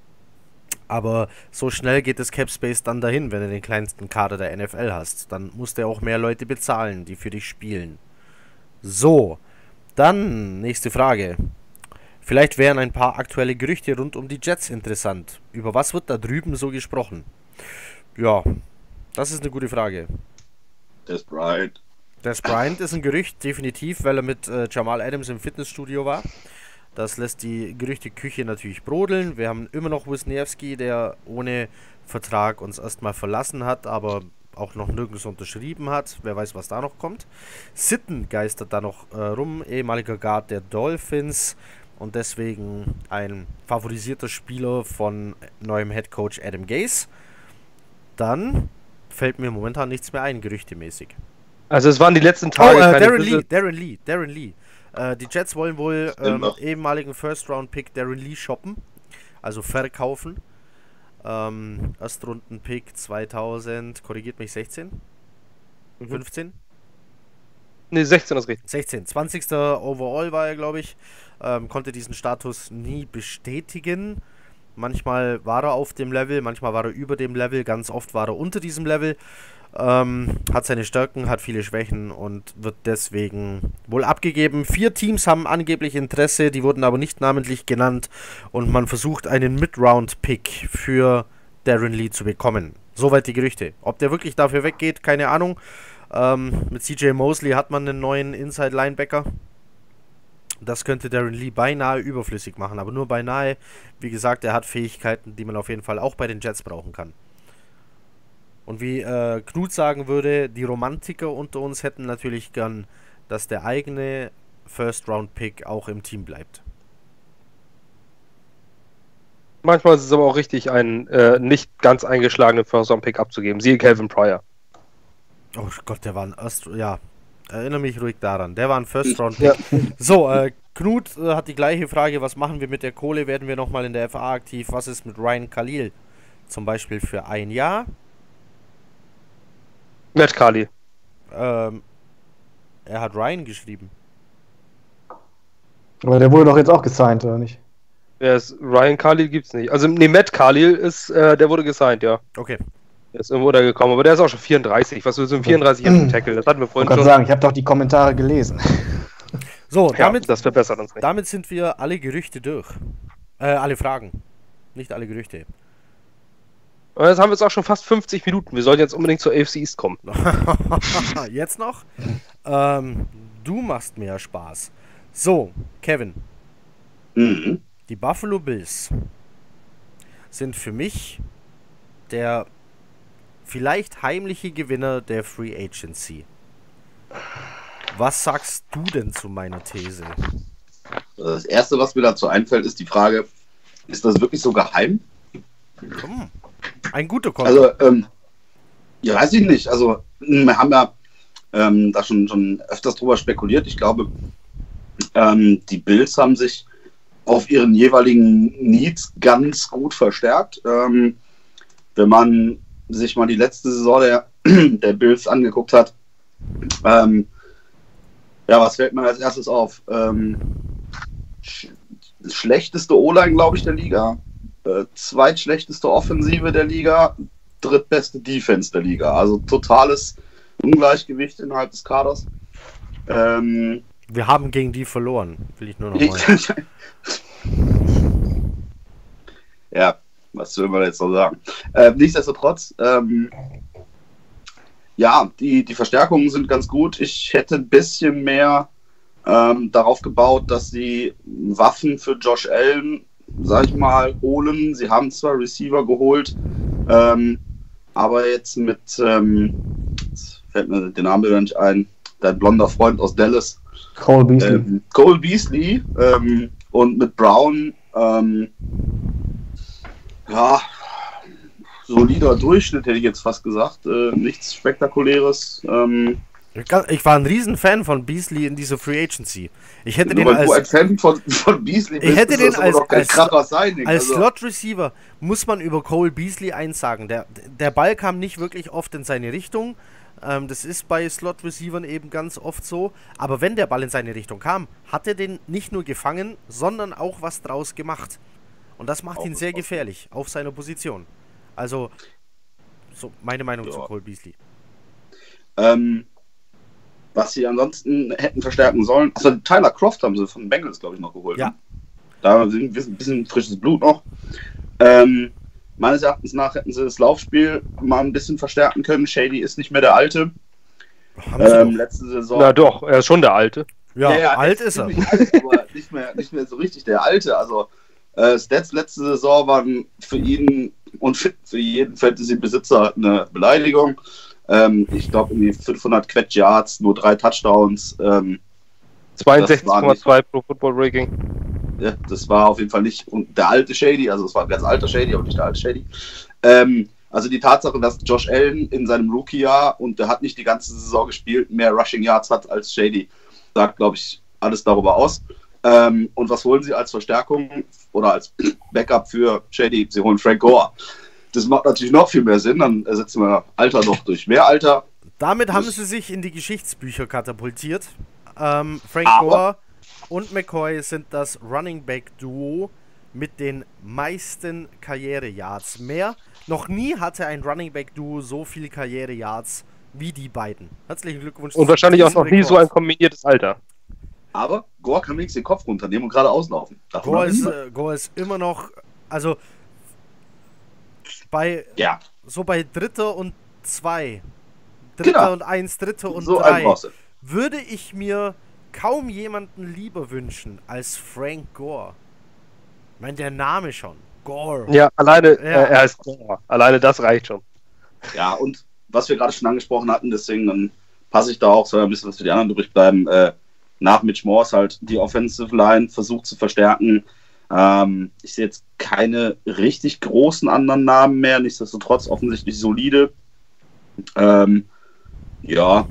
Speaker 1: Aber so schnell geht das Cap Space dann dahin, wenn du den kleinsten Kader der N F L hast. Dann musst du auch mehr Leute bezahlen, die für dich spielen. So, dann nächste Frage. Vielleicht wären ein paar aktuelle Gerüchte rund um die Jets interessant. Über was wird da drüben so gesprochen? Ja, das ist eine gute Frage.
Speaker 4: Des Bryant.
Speaker 1: Des Bryant ist ein Gerücht, definitiv, weil er mit äh, Jamal Adams im Fitnessstudio war. Das lässt die Gerüchteküche natürlich brodeln. Wir haben immer noch Wisniewski, der ohne Vertrag uns erstmal verlassen hat, aber auch noch nirgends unterschrieben hat. Wer weiß, was da noch kommt. Sitten geistert da noch äh, rum, ehemaliger Guard der Dolphins und deswegen ein favorisierter Spieler von neuem Headcoach Adam Gase. Dann fällt mir momentan nichts mehr ein, gerüchtemäßig.
Speaker 3: Also es waren die letzten
Speaker 1: Oh,
Speaker 3: Tage
Speaker 1: äh,
Speaker 3: keine
Speaker 1: Darren
Speaker 3: Bisse-
Speaker 1: Lee, Darren Lee, Darren Lee. Äh, die Jets wollen wohl
Speaker 4: Stimmt
Speaker 1: ähm,
Speaker 4: noch.
Speaker 1: ehemaligen First-Round-Pick Darren Lee shoppen, also verkaufen. Ähm, Erstrunden-Pick zweitausend, korrigiert mich, sechzehn?
Speaker 3: Mhm.
Speaker 1: fünfzehn?
Speaker 3: Nee, sechzehn ist richtig.
Speaker 1: sechzehn. zwanzigster Overall war er, glaube ich. Ähm, konnte diesen Status nie bestätigen. Manchmal war er auf dem Level, manchmal war er über dem Level, ganz oft war er unter diesem Level. Ähm, hat seine Stärken, hat viele Schwächen und wird deswegen wohl abgegeben. Vier Teams haben angeblich Interesse, die wurden aber nicht namentlich genannt und man versucht einen Mid-Round-Pick für Darren Lee zu bekommen. Soweit die Gerüchte. Ob der wirklich dafür weggeht, keine Ahnung. Ähm, mit C J Mosley hat man einen neuen Inside-Linebacker. Das könnte Darren Lee beinahe überflüssig machen, aber nur beinahe. Wie gesagt, er hat Fähigkeiten, die man auf jeden Fall auch bei den Jets brauchen kann. Und wie äh, Knut sagen würde, die Romantiker unter uns hätten natürlich gern, dass der eigene First-Round-Pick auch im Team bleibt.
Speaker 3: Manchmal ist es aber auch richtig, einen äh, nicht ganz eingeschlagenen First-Round-Pick abzugeben. Siehe Calvin Pryor.
Speaker 1: Oh Gott, der war ein Erst... Ja, erinnere mich ruhig daran. Der war ein First-Round-Pick.
Speaker 2: Ja.
Speaker 1: So, äh, Knut äh, hat die gleiche Frage. Was machen wir mit der Kohle? Werden wir nochmal in der F A aktiv? Was ist mit Ryan Khalil? Zum Beispiel für ein Jahr?
Speaker 3: Matt Carley.
Speaker 1: Ähm, er hat Ryan geschrieben.
Speaker 2: Aber der wurde doch jetzt auch gesigned, oder nicht?
Speaker 3: Der ist, Ryan Carley gibt's nicht. Also, nee, Matt Carley ist, äh, der wurde gesigned, ja.
Speaker 1: Okay.
Speaker 3: Der ist irgendwo untergekommen, aber der ist auch schon vierunddreißig. Was willst du im vierunddreißig-jährigen Tackle? Das hatten wir
Speaker 2: Ich
Speaker 3: vorhin
Speaker 2: kann
Speaker 3: schon.
Speaker 2: sagen, ich habe doch die Kommentare gelesen.
Speaker 1: So,
Speaker 3: Ja,
Speaker 1: damit,
Speaker 3: das verbessert uns nicht.
Speaker 1: damit sind wir alle Gerüchte durch. Äh, alle Fragen. Nicht alle Gerüchte.
Speaker 3: Und jetzt haben wir jetzt auch schon fast fünfzig Minuten. Wir sollen jetzt unbedingt zur A F C East kommen.
Speaker 1: Jetzt noch? Ähm, du machst mir ja Spaß. So, Kevin.
Speaker 4: Mhm.
Speaker 1: Die Buffalo Bills sind für mich der vielleicht heimliche Gewinner der Free Agency. Was sagst du denn zu meiner These?
Speaker 4: Das erste, was mir dazu einfällt, ist die Frage, ist das wirklich so geheim?
Speaker 1: Hm, ein guter Konto.
Speaker 4: Also, ähm, ja, weiß ich nicht. Also, wir haben ja ähm, da schon, schon öfters drüber spekuliert. Ich glaube, ähm, die Bills haben sich auf ihren jeweiligen Needs ganz gut verstärkt. Ähm, wenn man sich mal die letzte Saison der, der Bills angeguckt hat, ähm, ja, was fällt mir als erstes auf? Ähm, sch schlechteste O-Line, glaube ich, der Liga. Äh, zweitschlechteste Offensive der Liga. Drittbeste Defense der Liga. Also totales Ungleichgewicht innerhalb des Kaders. Ähm,
Speaker 1: Wir haben gegen die verloren. Will ich nur noch mal.
Speaker 4: ja, was soll man jetzt noch sagen? Äh, nichtsdestotrotz, ähm, ja, die, die Verstärkungen sind ganz gut. Ich hätte ein bisschen mehr ähm, darauf gebaut, dass sie Waffen für Josh Allen, sag ich mal, holen. Sie haben zwar Receiver geholt, ähm, aber jetzt mit, ähm, jetzt fällt mir der Name wieder nicht ein, dein blonder Freund aus Dallas.
Speaker 2: Cole Beasley.
Speaker 4: Ähm, Cole Beasley ähm, und mit Brown, ähm, ja, solider Durchschnitt, hätte ich jetzt fast gesagt. Äh, nichts Spektakuläres. Ähm,
Speaker 1: Ich war ein Riesenfan von Beasley in dieser Free Agency. Ich hätte den
Speaker 4: nur weil du ein
Speaker 1: als,
Speaker 4: Fan von, von Beasley bist,
Speaker 1: ich hätte
Speaker 4: ist
Speaker 1: den
Speaker 4: das aber
Speaker 1: als,
Speaker 4: noch kein
Speaker 1: als,
Speaker 4: Kracher Signing.
Speaker 1: als
Speaker 4: Also,
Speaker 1: Slot-Receiver muss man über Cole Beasley eins sagen. Der, der Ball kam nicht wirklich oft in seine Richtung. Ähm, das ist bei Slot-Receivern eben ganz oft so. Aber wenn der Ball in seine Richtung kam, hat er den nicht nur gefangen, sondern auch was draus gemacht. Und das macht
Speaker 4: Auch
Speaker 1: ihn sehr
Speaker 4: was.
Speaker 1: gefährlich auf seiner Position. Also, so meine Meinung
Speaker 4: Ja.
Speaker 1: zu Cole Beasley.
Speaker 4: ähm, was sie ansonsten hätten verstärken sollen. Also Tyler Croft haben sie von den Bengals, glaube ich, noch geholt.
Speaker 1: Ja.
Speaker 4: Ne? Da sind ein bisschen frisches Blut noch. Ähm, meines Erachtens nach hätten sie das Laufspiel mal ein bisschen verstärken können. Shady ist nicht mehr der Alte.
Speaker 1: Haben sie
Speaker 4: Ähm,
Speaker 1: doch.
Speaker 4: letzte Saison.
Speaker 3: Na doch, er ist schon der Alte.
Speaker 1: Ja, alt ist er.
Speaker 4: ziemlich alt, aber nicht mehr, nicht mehr so richtig der Alte. Also äh, Stats letzte Saison waren für ihn und für, für jeden Fantasy-Besitzer eine Beleidigung. Ähm, ich glaube, irgendwie fünfhundert Quetsch-Yards, nur drei Touchdowns. Ähm,
Speaker 3: zweiundsechzig Komma zwei pro Football Ranking.
Speaker 4: ja, das war auf jeden Fall nicht und der alte Shady, also es war ein ganz alter Shady, aber nicht der alte Shady. Ähm, also die Tatsache, dass Josh Allen in seinem Rookie-Jahr, und der hat nicht die ganze Saison gespielt, mehr Rushing Yards hat als Shady, sagt, glaube ich, alles darüber aus. Ähm, und was holen sie als Verstärkung oder als Backup für Shady? Sie holen Frank Gore. Das macht natürlich noch viel mehr Sinn, dann ersetzen wir Alter doch durch mehr Alter.
Speaker 1: Damit haben
Speaker 4: Das-
Speaker 1: sie sich in die Geschichtsbücher katapultiert. Ähm, Frank
Speaker 4: Aber-
Speaker 1: Gore und McCoy sind das Running Back Duo mit den meisten Karriere-Yards. Mehr, noch nie hatte ein Running Back Duo so viel Karriere-Yards wie die beiden. Herzlichen Glückwunsch.
Speaker 3: Und
Speaker 1: zu
Speaker 3: wahrscheinlich auch
Speaker 1: diesem
Speaker 3: noch nie so ein
Speaker 1: Rekord.
Speaker 3: kombiniertes Alter.
Speaker 4: Aber Gore kann wenigstens den Kopf runternehmen und gerade auslaufen. Davon
Speaker 1: Gore
Speaker 4: hat
Speaker 1: ist,
Speaker 4: niemand.
Speaker 1: äh, Gore ist immer noch, also bei
Speaker 4: Ja,
Speaker 1: so bei Dritter und zwei, Dritter
Speaker 4: Genau.
Speaker 1: und eins, Dritter und
Speaker 4: so
Speaker 1: drei,
Speaker 4: ein brauchst du.
Speaker 1: würde ich mir kaum jemanden lieber wünschen als Frank Gore. Ich meine, der Name schon. Gore.
Speaker 3: Ja, alleine,
Speaker 1: Ja.
Speaker 3: Äh, er ist Gore. Alleine das reicht schon.
Speaker 4: Ja, und was wir gerade schon angesprochen hatten, deswegen dann passe ich da auch, soll ein bisschen was für die anderen übrig bleiben. Äh, nach Mitch Morse halt die Offensive Line versucht zu verstärken. Ähm, ich sehe jetzt keine richtig großen anderen Namen mehr, nichtsdestotrotz offensichtlich solide. Ähm, ja,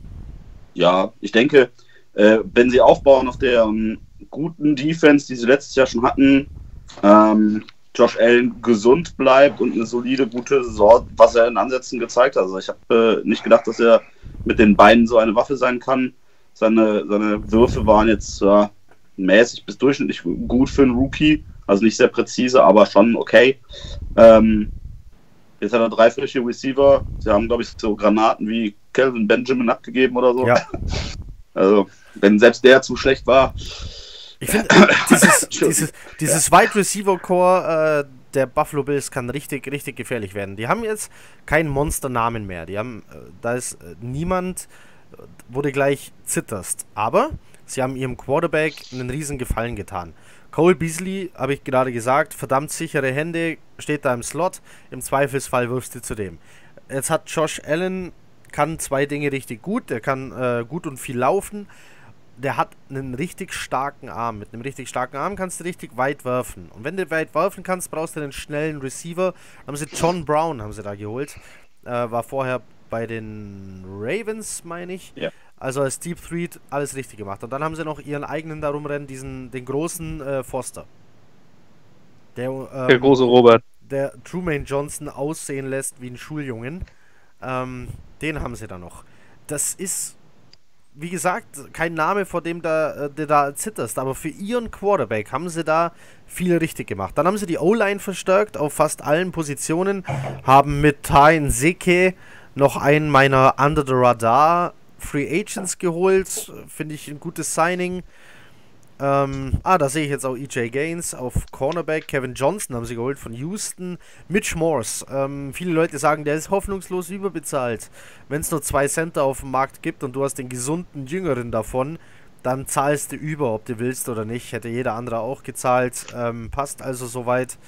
Speaker 4: ja, ich denke, äh, wenn sie aufbauen auf der ähm, guten Defense, die sie letztes Jahr schon hatten, ähm, Josh Allen gesund bleibt und eine solide, gute Saison, was er in Ansätzen gezeigt hat. Also ich habe äh, nicht gedacht, dass er mit den Beinen so eine Waffe sein kann. Seine, seine Würfe waren jetzt äh, mäßig bis durchschnittlich gut für einen Rookie. Also nicht sehr präzise, aber schon okay. Ähm, jetzt hat er drei frische Receiver. Sie haben, glaube ich, so Granaten wie Calvin Benjamin abgegeben oder so.
Speaker 1: Ja.
Speaker 4: Also, wenn selbst der zu schlecht war.
Speaker 1: Ich finde, dieses, dieses, dieses Wide Receiver Core äh, der Buffalo Bills kann richtig, richtig gefährlich werden. Die haben jetzt keinen Monsternamen mehr. Die haben, äh, da ist äh, niemand, äh, wo du gleich zitterst. Aber sie haben ihrem Quarterback einen riesen Gefallen getan. Cole Beasley, habe ich gerade gesagt, verdammt sichere Hände, steht da im Slot. Im Zweifelsfall wirfst du zu dem. Jetzt hat Josh Allen, kann zwei Dinge richtig gut. Der kann äh, gut und viel laufen. Der hat einen richtig starken Arm. Mit einem richtig starken Arm kannst du richtig weit werfen. Und wenn du weit werfen kannst, brauchst du einen schnellen Receiver. Haben sie John Brown haben sie da geholt. Äh, war vorher bei den Ravens, meine ich.
Speaker 4: Ja.
Speaker 1: Also als Deep Threat alles richtig gemacht. Und dann haben sie noch ihren eigenen da rumrennen, diesen, den großen äh, Foster. Der, ähm,
Speaker 3: Der große Robert.
Speaker 1: der Truman Johnson aussehen lässt wie ein Schuljungen. Ähm, den haben sie da noch. Das ist, wie gesagt, kein Name, vor dem da, äh, der da zitterst, aber für ihren Quarterback haben sie da viel richtig gemacht. Dann haben sie die O-Line verstärkt auf fast allen Positionen, haben mit Ty Nzeke noch einen meiner Under the Radar Free Agents geholt, finde ich ein gutes Signing. Ähm, ah, da sehe ich jetzt auch E J Gaines auf Cornerback. Kevin Johnson haben sie geholt von Houston. Mitch Morse. Ähm, viele Leute sagen, der ist hoffnungslos überbezahlt. Wenn es nur zwei Center auf dem Markt gibt und du hast den gesunden Jüngeren davon, dann zahlst du über, ob du willst oder nicht. Hätte jeder andere auch gezahlt. Ähm, passt also soweit.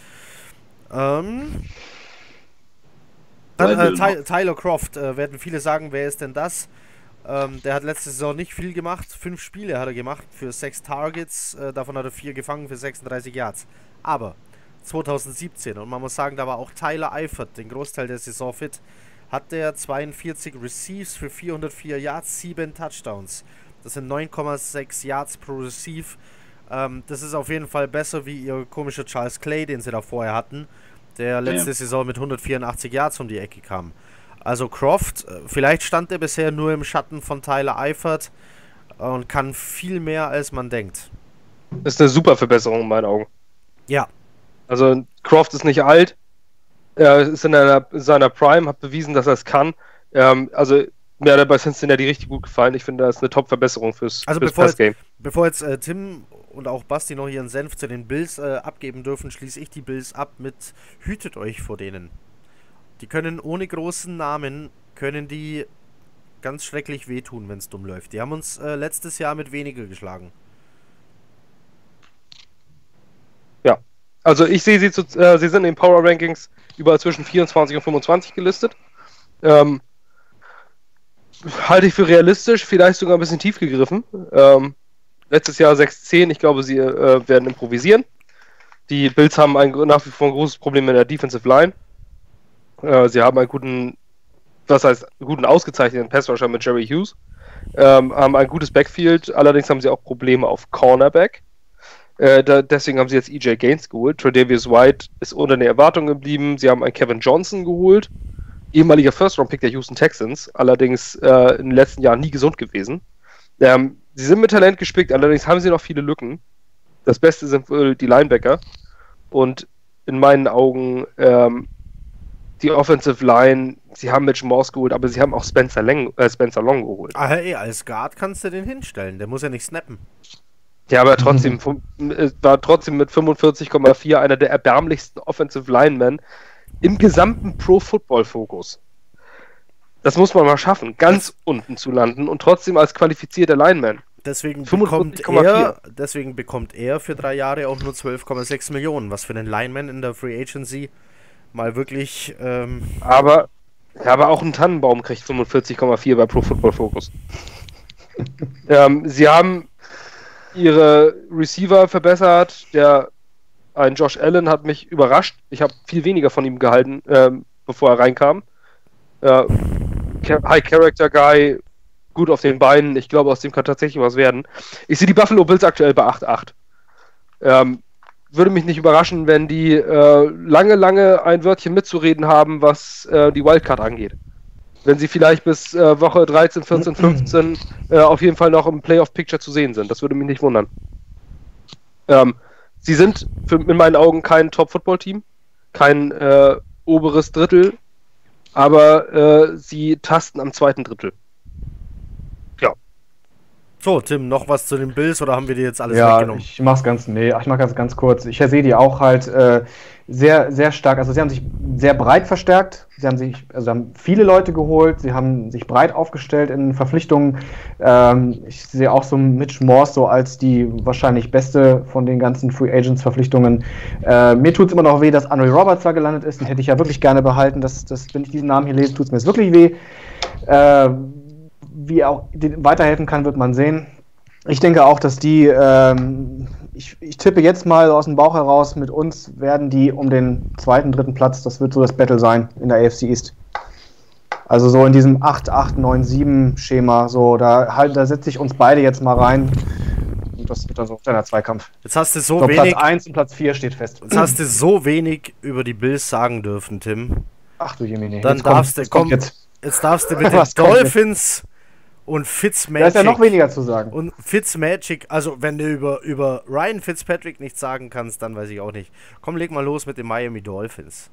Speaker 1: Ähm, dann äh, Ty Tyler Croft. Äh, werden viele sagen, wer ist denn das? Ähm, der hat letzte Saison nicht viel gemacht. Fünf Spiele hat er gemacht für sechs Targets. Äh, davon hat er vier gefangen für sechsunddreißig Yards. Aber zwanzig siebzehn, und man muss sagen, da war auch Tyler Eifert den Großteil der Saison fit, hat der zweiundvierzig Receives für vierhundertvier Yards, sieben Touchdowns. Das sind neun Komma sechs Yards pro Receive. Ähm, das ist auf jeden Fall besser wie ihr komischer Charles Clay, den sie da vorher hatten, der letzte ja. Saison mit hundertvierundachtzig Yards um die Ecke kam. Also Croft, vielleicht stand er bisher nur im Schatten von Tyler Eifert und kann viel mehr, als man denkt.
Speaker 3: Das ist eine super Verbesserung in meinen Augen.
Speaker 1: Ja.
Speaker 3: Also Croft ist nicht alt, er ist in, einer, in seiner Prime, hat bewiesen, dass er es kann. Ähm, also mir hat er bei Cincinnati richtig gut gefallen. Ich finde, das ist eine Top-Verbesserung fürs,
Speaker 1: also
Speaker 3: fürs
Speaker 1: bevor
Speaker 3: Passgame.
Speaker 1: Jetzt, bevor jetzt äh, Tim und auch Basti noch ihren Senf zu den Bills äh, abgeben dürfen, schließe ich die Bills ab mit hütet euch vor denen. Die können ohne großen Namen, können die ganz schrecklich wehtun, wenn es dumm läuft. Die haben uns äh, letztes Jahr mit weniger geschlagen.
Speaker 3: Ja, also ich sehe sie, zu, äh, sie sind in den Power Rankings überall zwischen vierundzwanzig und fünfundzwanzig gelistet. Ähm, halte ich für realistisch, vielleicht sogar ein bisschen tief gegriffen. Ähm, letztes Jahr sechs zehn, ich glaube, sie äh, werden improvisieren. Die Bills haben ein, nach wie vor ein großes Problem in der Defensive Line. Sie haben einen guten, was heißt, einen guten ausgezeichneten Passrusher mit Jerry Hughes, ähm, haben ein gutes Backfield, allerdings haben sie auch Probleme auf Cornerback. Äh, da, deswegen haben sie jetzt E J Gaines geholt. Tre'Davious White ist unter den Erwartungen geblieben. Sie haben einen Kevin Johnson geholt, ehemaliger First-Round-Pick der Houston Texans, allerdings äh, in den letzten Jahren nie gesund gewesen. Ähm, sie sind mit Talent gespickt, allerdings haben sie noch viele Lücken. Das Beste sind wohl die Linebacker und in meinen Augen ähm, die Offensive Line, sie haben Mitch Morse geholt, aber sie haben auch Spencer, Lang, äh, Spencer Long geholt.
Speaker 1: Ah, hey, als Guard kannst du den hinstellen, der muss ja nicht snappen.
Speaker 3: Ja, aber trotzdem mhm. war trotzdem mit fünfundvierzig Komma vier einer der erbärmlichsten Offensive Linemen im gesamten Pro-Football-Fokus. Das muss man mal schaffen, ganz das unten zu landen und trotzdem als qualifizierter Lineman.
Speaker 1: Deswegen bekommt, er, deswegen bekommt er für drei Jahre auch nur zwölf Komma sechs Millionen, was für einen Lineman in der Free Agency mal wirklich... Ähm
Speaker 3: aber, ja, aber auch ein Tannenbaum kriegt fünfundvierzig Komma vier bei Pro Football Focus. ähm, sie haben ihre Receiver verbessert. Der ein Josh Allen hat mich überrascht. Ich habe viel weniger von ihm gehalten, ähm, bevor er reinkam. Äh, High Character Guy, gut auf den Beinen. Ich glaube, aus dem kann tatsächlich was werden. Ich sehe die Buffalo Bills aktuell bei acht acht. Ähm, würde mich nicht überraschen, wenn die äh, lange, lange ein Wörtchen mitzureden haben, was äh, die Wildcard angeht. Wenn sie vielleicht bis äh, Woche dreizehn, vierzehn, fünfzehn äh, auf jeden Fall noch im Playoff-Picture zu sehen sind. Das würde mich nicht wundern. Ähm, sie sind für, in meinen Augen kein Top-Football-Team, kein äh, oberes Drittel, aber äh, sie tasten am zweiten Drittel. Ja.
Speaker 1: So, Tim, noch was zu den Bills oder haben wir dir jetzt alles
Speaker 2: ja,
Speaker 1: weggenommen?
Speaker 2: Ich mach's ganz, nee, ich mach ganz, ganz kurz. Ich sehe die auch halt äh, sehr, sehr stark. Also sie haben sich sehr breit verstärkt. Sie haben sich, also haben viele Leute geholt. Sie haben sich breit aufgestellt in Verpflichtungen. Ähm, ich sehe auch so Mitch Morse so als die wahrscheinlich beste von den ganzen Free Agents Verpflichtungen. Äh, mir tut's immer noch weh, dass Andre Roberts da gelandet ist. Den hätte ich ja wirklich gerne behalten. Das, das, wenn ich diesen Namen hier lese, tut's mir jetzt wirklich weh. Äh, Wie er auch weiterhelfen kann, wird man sehen. Ich denke auch, dass die, ähm, ich, ich tippe jetzt mal aus dem Bauch heraus, mit uns werden die um den zweiten, dritten Platz, das wird so das Battle sein in der A F C East. Also so in diesem acht acht neun sieben Schema, so, da, halt, da setze ich uns beide jetzt mal rein. Und das wird dann so ein kleiner Zweikampf.
Speaker 1: Jetzt hast du so,
Speaker 2: so
Speaker 1: wenig...
Speaker 2: Platz eins und Platz vier steht fest.
Speaker 1: Jetzt hast du so wenig über die Bills sagen dürfen, Tim.
Speaker 2: Ach du Jemine.
Speaker 1: Dann
Speaker 2: jetzt
Speaker 1: darfst
Speaker 2: kommt,
Speaker 1: du, komm,
Speaker 2: jetzt.
Speaker 1: jetzt darfst du mit den
Speaker 2: Was kommt
Speaker 1: Dolphins... Und Fitzmagic.
Speaker 2: Da ist ja noch weniger zu sagen.
Speaker 1: Und Fitzmagic, also wenn du über, über Ryan Fitzpatrick nichts sagen kannst, dann weiß ich auch nicht. Komm, leg mal los mit den Miami Dolphins.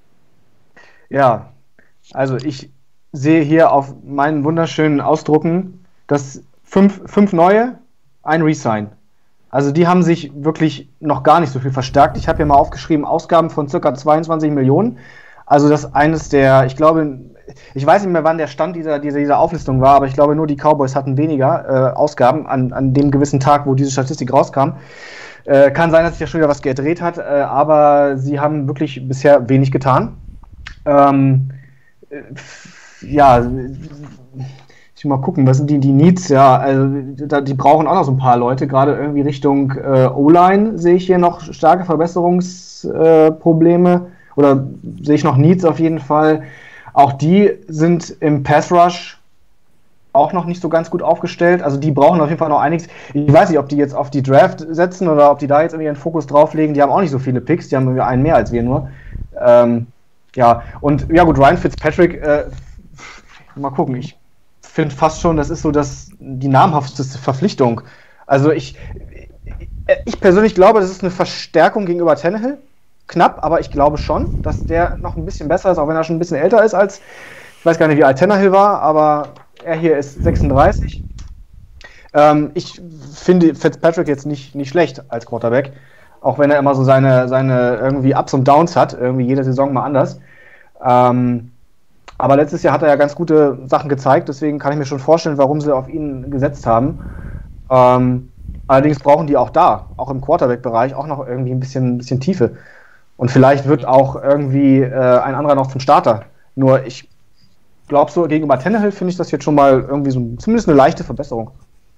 Speaker 2: Ja, also ich sehe hier auf meinen wunderschönen Ausdrucken, dass fünf, fünf neue, ein Resign. Also die haben sich wirklich noch gar nicht so viel verstärkt. Ich habe hier mal aufgeschrieben, Ausgaben von ca. zweiundzwanzig Millionen. Also das eines der, ich glaube, ich weiß nicht mehr, wann der Stand dieser, dieser, dieser Auflistung war, aber ich glaube, nur die Cowboys hatten weniger äh, Ausgaben an, an dem gewissen Tag, wo diese Statistik rauskam. Äh, kann sein, dass sich ja schon wieder was gedreht hat, äh, aber sie haben wirklich bisher wenig getan. Ähm, äh, ja, Ich mal gucken, was sind die, die Needs? Ja, also da, die brauchen auch noch so ein paar Leute, gerade irgendwie Richtung äh, O-Line sehe ich hier noch starke Verbesserungsprobleme äh, oder sehe ich noch Needs auf jeden Fall. Auch die sind im Pass-Rush auch noch nicht so ganz gut aufgestellt, also die brauchen auf jeden Fall noch einiges. Ich weiß nicht, ob die jetzt auf die Draft setzen oder ob die da jetzt irgendwie einen Fokus drauflegen, die haben auch nicht so viele Picks, die haben irgendwie einen mehr als wir nur. Ähm, ja, und ja gut, Ryan Fitzpatrick, äh, mal gucken, ich finde fast schon, das ist so das, die namhafteste Verpflichtung. Also ich, ich persönlich glaube, das ist eine Verstärkung gegenüber Tannehill. Knapp, aber ich glaube schon, dass der noch ein bisschen besser ist, auch wenn er schon ein bisschen älter ist als, ich weiß gar nicht, wie alt Tannehill war, aber er hier ist sechsunddreißig. Ähm, ich finde Fitzpatrick jetzt nicht, nicht schlecht als Quarterback, auch wenn er immer so seine, seine irgendwie Ups und Downs hat, irgendwie jede Saison mal anders. Ähm, Aber letztes Jahr hat er ja ganz gute Sachen gezeigt, deswegen kann ich mir schon vorstellen, warum sie auf ihn gesetzt haben. Ähm, allerdings brauchen die auch da, auch im Quarterback-Bereich, auch noch irgendwie ein bisschen, ein bisschen Tiefe. Und vielleicht wird auch irgendwie äh, ein anderer noch zum Starter. Nur ich glaube so, gegenüber Tannehill finde ich das jetzt schon mal irgendwie so zumindest eine leichte Verbesserung.